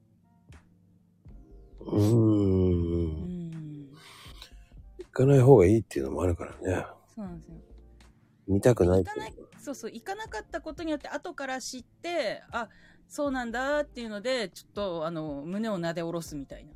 行かない方がいいっていうのもあるからね。 そうなんですよ。 見たくないって行かなかったことによって後から知って、あ、そうなんだっていうので、ちょっと胸をなで下ろすみたいな。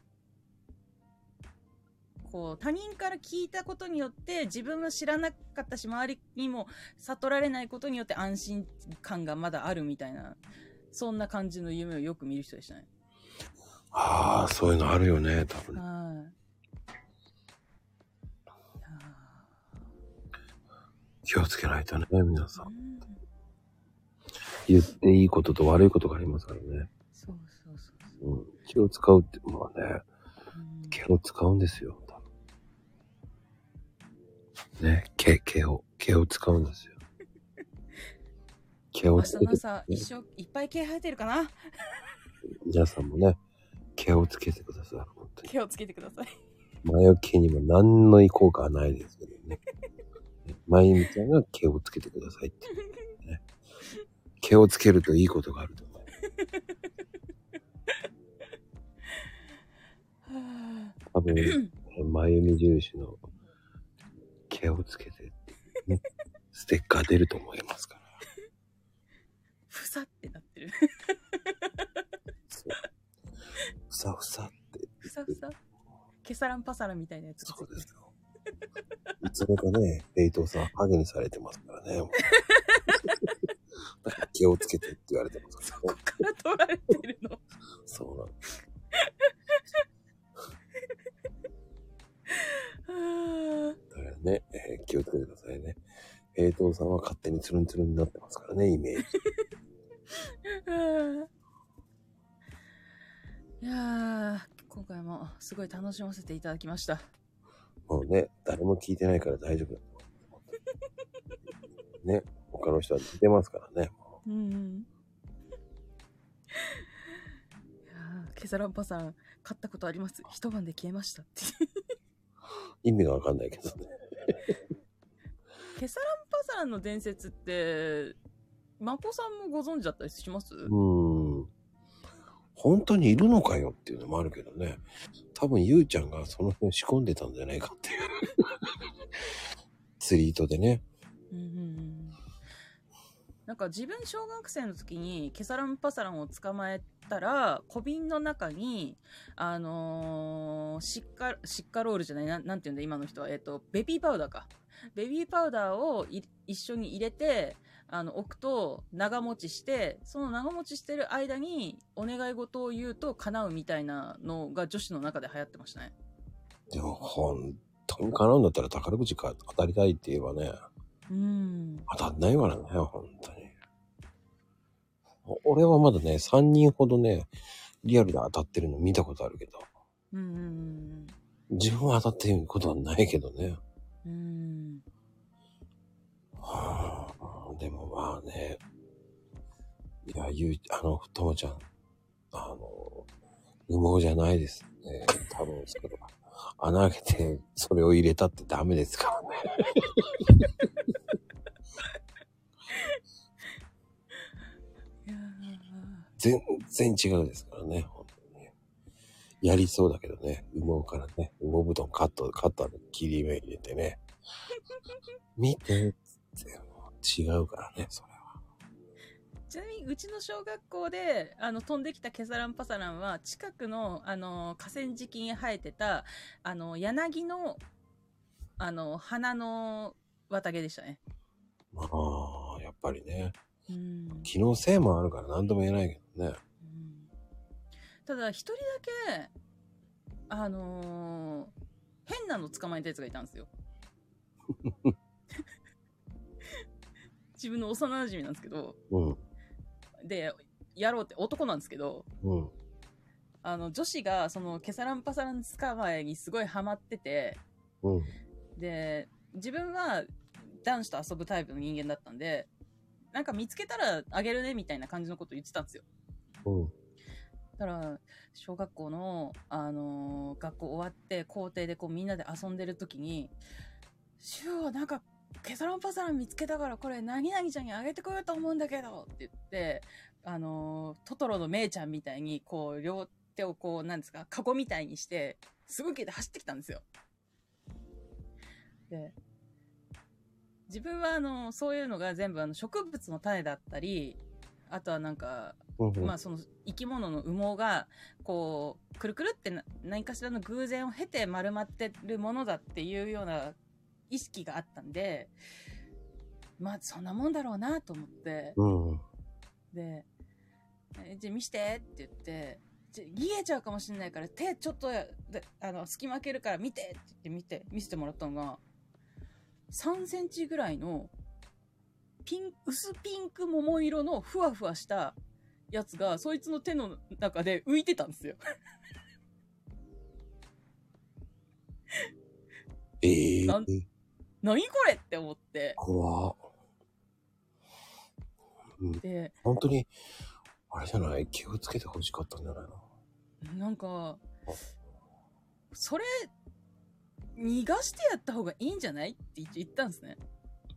他人から聞いたことによって自分も知らなかったし、周りにも悟られないことによって安心感がまだあるみたいな、そんな感じの夢をよく見る人でしたね。 そういうのあるよね、多分。 気をつけないとね、皆さん。言っていいことと悪いことがありますからね。 そうそうそうそう。 うん。気を使うって、まあね、気を使うんですよ。ね、毛を使うんですよ。毛をつけて。 明日の朝、いっぱい毛生えてるかな。 皆さんもね、毛をつけてください。本当に。 毛をつけてください。 魔除けにも何の効果はないですけどね。まゆみちゃんが毛をつけてくださいって、ね。毛をつけるといいことがあると思う。多分、まゆみ印の毛をつけて、ね、ステッカー出ると思いますから。 ふさってなってる。 ふさふさって。 ふさふさ。ケサランパサランみたいなやつ。 そうですよ。いつもかね、レイトさんハゲにされてますからね。だから気をつけてって言われてますからね。 そこから取られてるの。 そうなんです。だからね、気をつけてくださいね。平等さんは勝手にツルンツルンになってますからね、イメージ。 いやー、今回もすごい楽しませていただきました。 もうね、誰も聞いてないから大丈夫だと思う。ね、他の人は聞いてますからね。 うんうん。いやー、ケサランパさん買ったことあります。一晩で消えましたって。 意味がわかんないけどね。 ケサランパサランの伝説って、マコさんもご存知だったりします？ 本当にいるのかよっていうのもあるけどね。多分ゆうちゃんがその辺仕込んでたんじゃないかっていうツイートでね。 なんか自分小学生の時にケサランパサランを捕まえたら小瓶の中にシッカロールじゃない、なんていうんだ今の人は、ベビーパウダーか。ベビーパウダーを一緒に入れて置くと長持ちして、その長持ちしてる間にお願い事を言うと叶うみたいなのが女子の中で流行ってましたね。 でも本当に叶うんだったら宝くじ当たりたいって言えばね、当たんないからね、本当に。俺はまだね、3人ほどね、リアルで当たってるの見たことあるけど、自分は当たってることはないけどね。でもまあね、いや、ともちゃん、羽毛じゃないですね。多分それは。穴開けて、それを入れたってダメですからね。全然違うですからね、本当にね。やりそうだけどね、羽毛からね、羽毛布団カッターで切り目入れてね。見てって違うからね、それは。 ちなみにうちの小学校で飛んできたケサランパサランは近くの河川敷に生えてた柳の花の綿毛でしたね。 ああ、やっぱりね。気のせいもあるから何とも言えないけどね。 ただ一人だけ変なの捕まえたやつがいたんですよ。自分の幼馴染なんですけど、でやろうって男なんですけど、女子がそのケサランパサラン捕まえにすごいハマってて、で自分は男子と遊ぶタイプの人間だったんで、なんか見つけたらあげるねみたいな感じのこと言ってたんですよ。だから小学校の学校終わって校庭でこうみんなで遊んでる時に、シュウはなんかケサランパサラン見つけたからこれ何々ちゃんにあげてこようと思うんだけどって言って、トトロのメイちゃんみたいにこう両手をこうなんですか、カゴみたいにしてすごい勢いで走ってきたんですよ。で自分はそういうのが全部植物の種だったり、あとはなんか、まあその生き物の羽毛がこうくるくるって何かしらの偶然を経て丸まってるものだっていうような意識があったんで、まあそんなもんだろうなと思って、でじゃあ見してって言って、逃げちゃうかもしれないから手ちょっと隙間開けるから見てって言って見せてもらったのが3センチぐらいの薄ピンク桃色のふわふわしたやつが、そいつの手の中で浮いてたんですよ。何これって思って。 怖っ。で、本当に、あれじゃない、気をつけて欲しかったんじゃないの？ なんか、それ、逃がしてやった方がいいんじゃないって言ったんですね。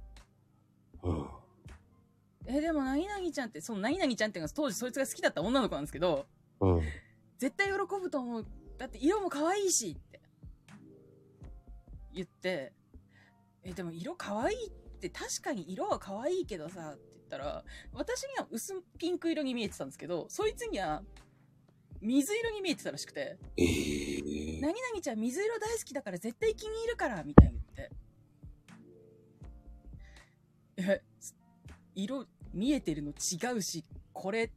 でも、なぎなぎちゃんって、そのなぎなぎちゃんっていうのが当時そいつが好きだった女の子なんですけど、絶対喜ぶと思う。だって色も可愛いしって言って、でも色可愛いって確かに色は可愛いけどさって言ったら、私には薄ピンク色に見えてたんですけど、そいつには水色に見えてたらしくて、なぎなぎちゃん水色大好きだから絶対気に入るからみたいに言って、色見えてるの違うし、これ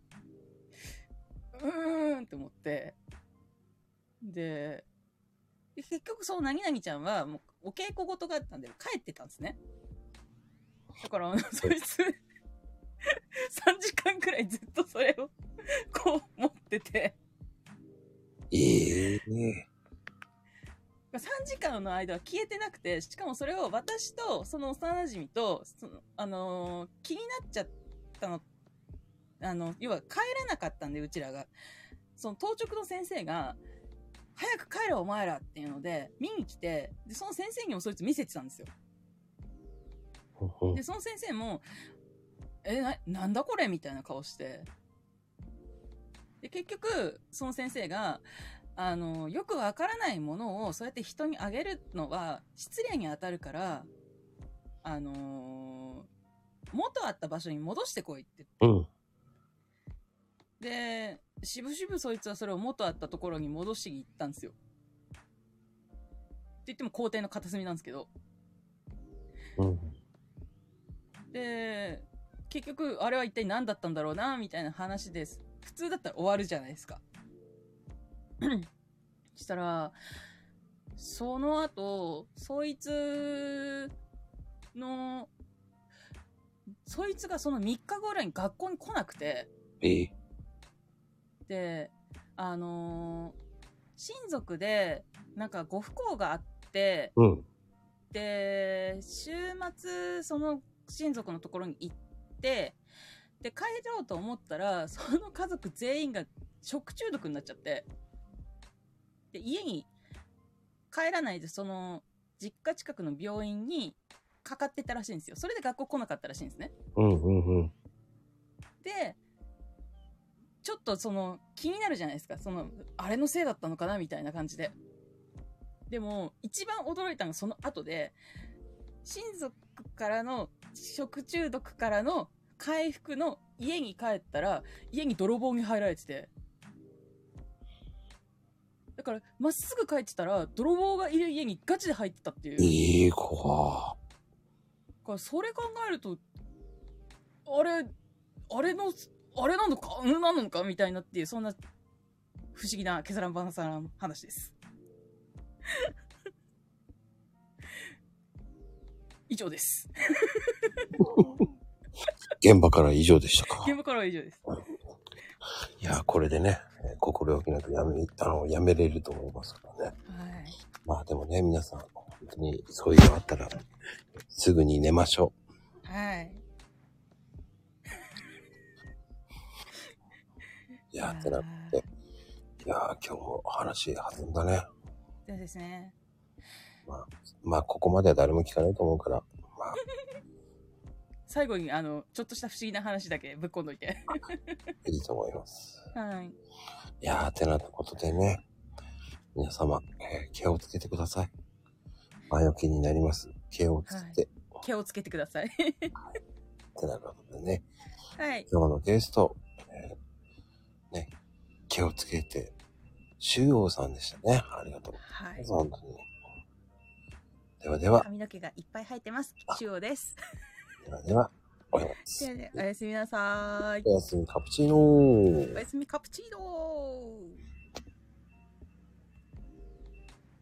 って思って、で結局そのなぎなぎちゃんはもうお稽古事があったんで帰ってたんですね。だからそいつ3時間くらいずっとそれをこう持ってて、3時間の間は消えてなくて、しかもそれを私とその幼馴染と気になっちゃったの、要は帰らなかったんで、うちらがその当直の先生が早く帰れお前らっていうので見に来て、でその先生にもそいつ見せてたんですよ。でその先生もなんだこれみたいな顔して、で結局その先生がよくわからないものをそうやって人にあげるのは失礼に当たるから、元あった場所に戻してこいって言って、でしぶしぶそいつはそれを元あったところに戻しに行ったんですよ。って言っても校庭の片隅なんですけど、で結局あれは一体何だったんだろうなみたいな話です。普通だったら終わるじゃないですか。したらその後そいつがその3日後ぐらいに学校に来なくて、で親族でなんかご不幸があって、で週末その親族のところに行って、で帰ろうと思ったらその家族全員が食中毒になっちゃって、で家に帰らないでその実家近くの病院にかかってたらしいんですよ。それで学校来なかったらしいんですね。でちょっとその気になるじゃないですか、そのあれのせいだったのかなみたいな感じで。でも一番驚いたのがその後で、親族からの食中毒からの回復の家に帰ったら家に泥棒に入られてて、だからまっすぐ帰ってたら泥棒がいる家にガチで入ってたっていう。怖っ。だからそれ考えるとあれなのかみたいなっていう、そんな不思議なケサランバナサラン話です。以上です。 現場から以上でしたか？ 現場からは以上です。 いや、これでね、心置きなくやめれると思いますからね。まあでもね、皆さん、本当にそういうのあったら、すぐに寝ましょう。いや、ってなって。いや、今日も話弾んだね。 そうですね。 まあ、ここまでは誰も聞かないと思うから、 最後にちょっとした不思議な話だけぶっこんどいて。 いいと思います。いやー、ってなったことでね、皆様、気をつけてください。前置きになります。気をつけて。 気をつけてください。 ってなることでね、 今日のゲスト、ね、気をつけて、周王さんでしたね。ありがとうございます。本当に。ではでは。 髪の毛がいっぱい生えてます。周王です。 ではでは、おやすみ。 おやすみなさーい。 おやすみカプチーノー。 おやすみカプチーノー。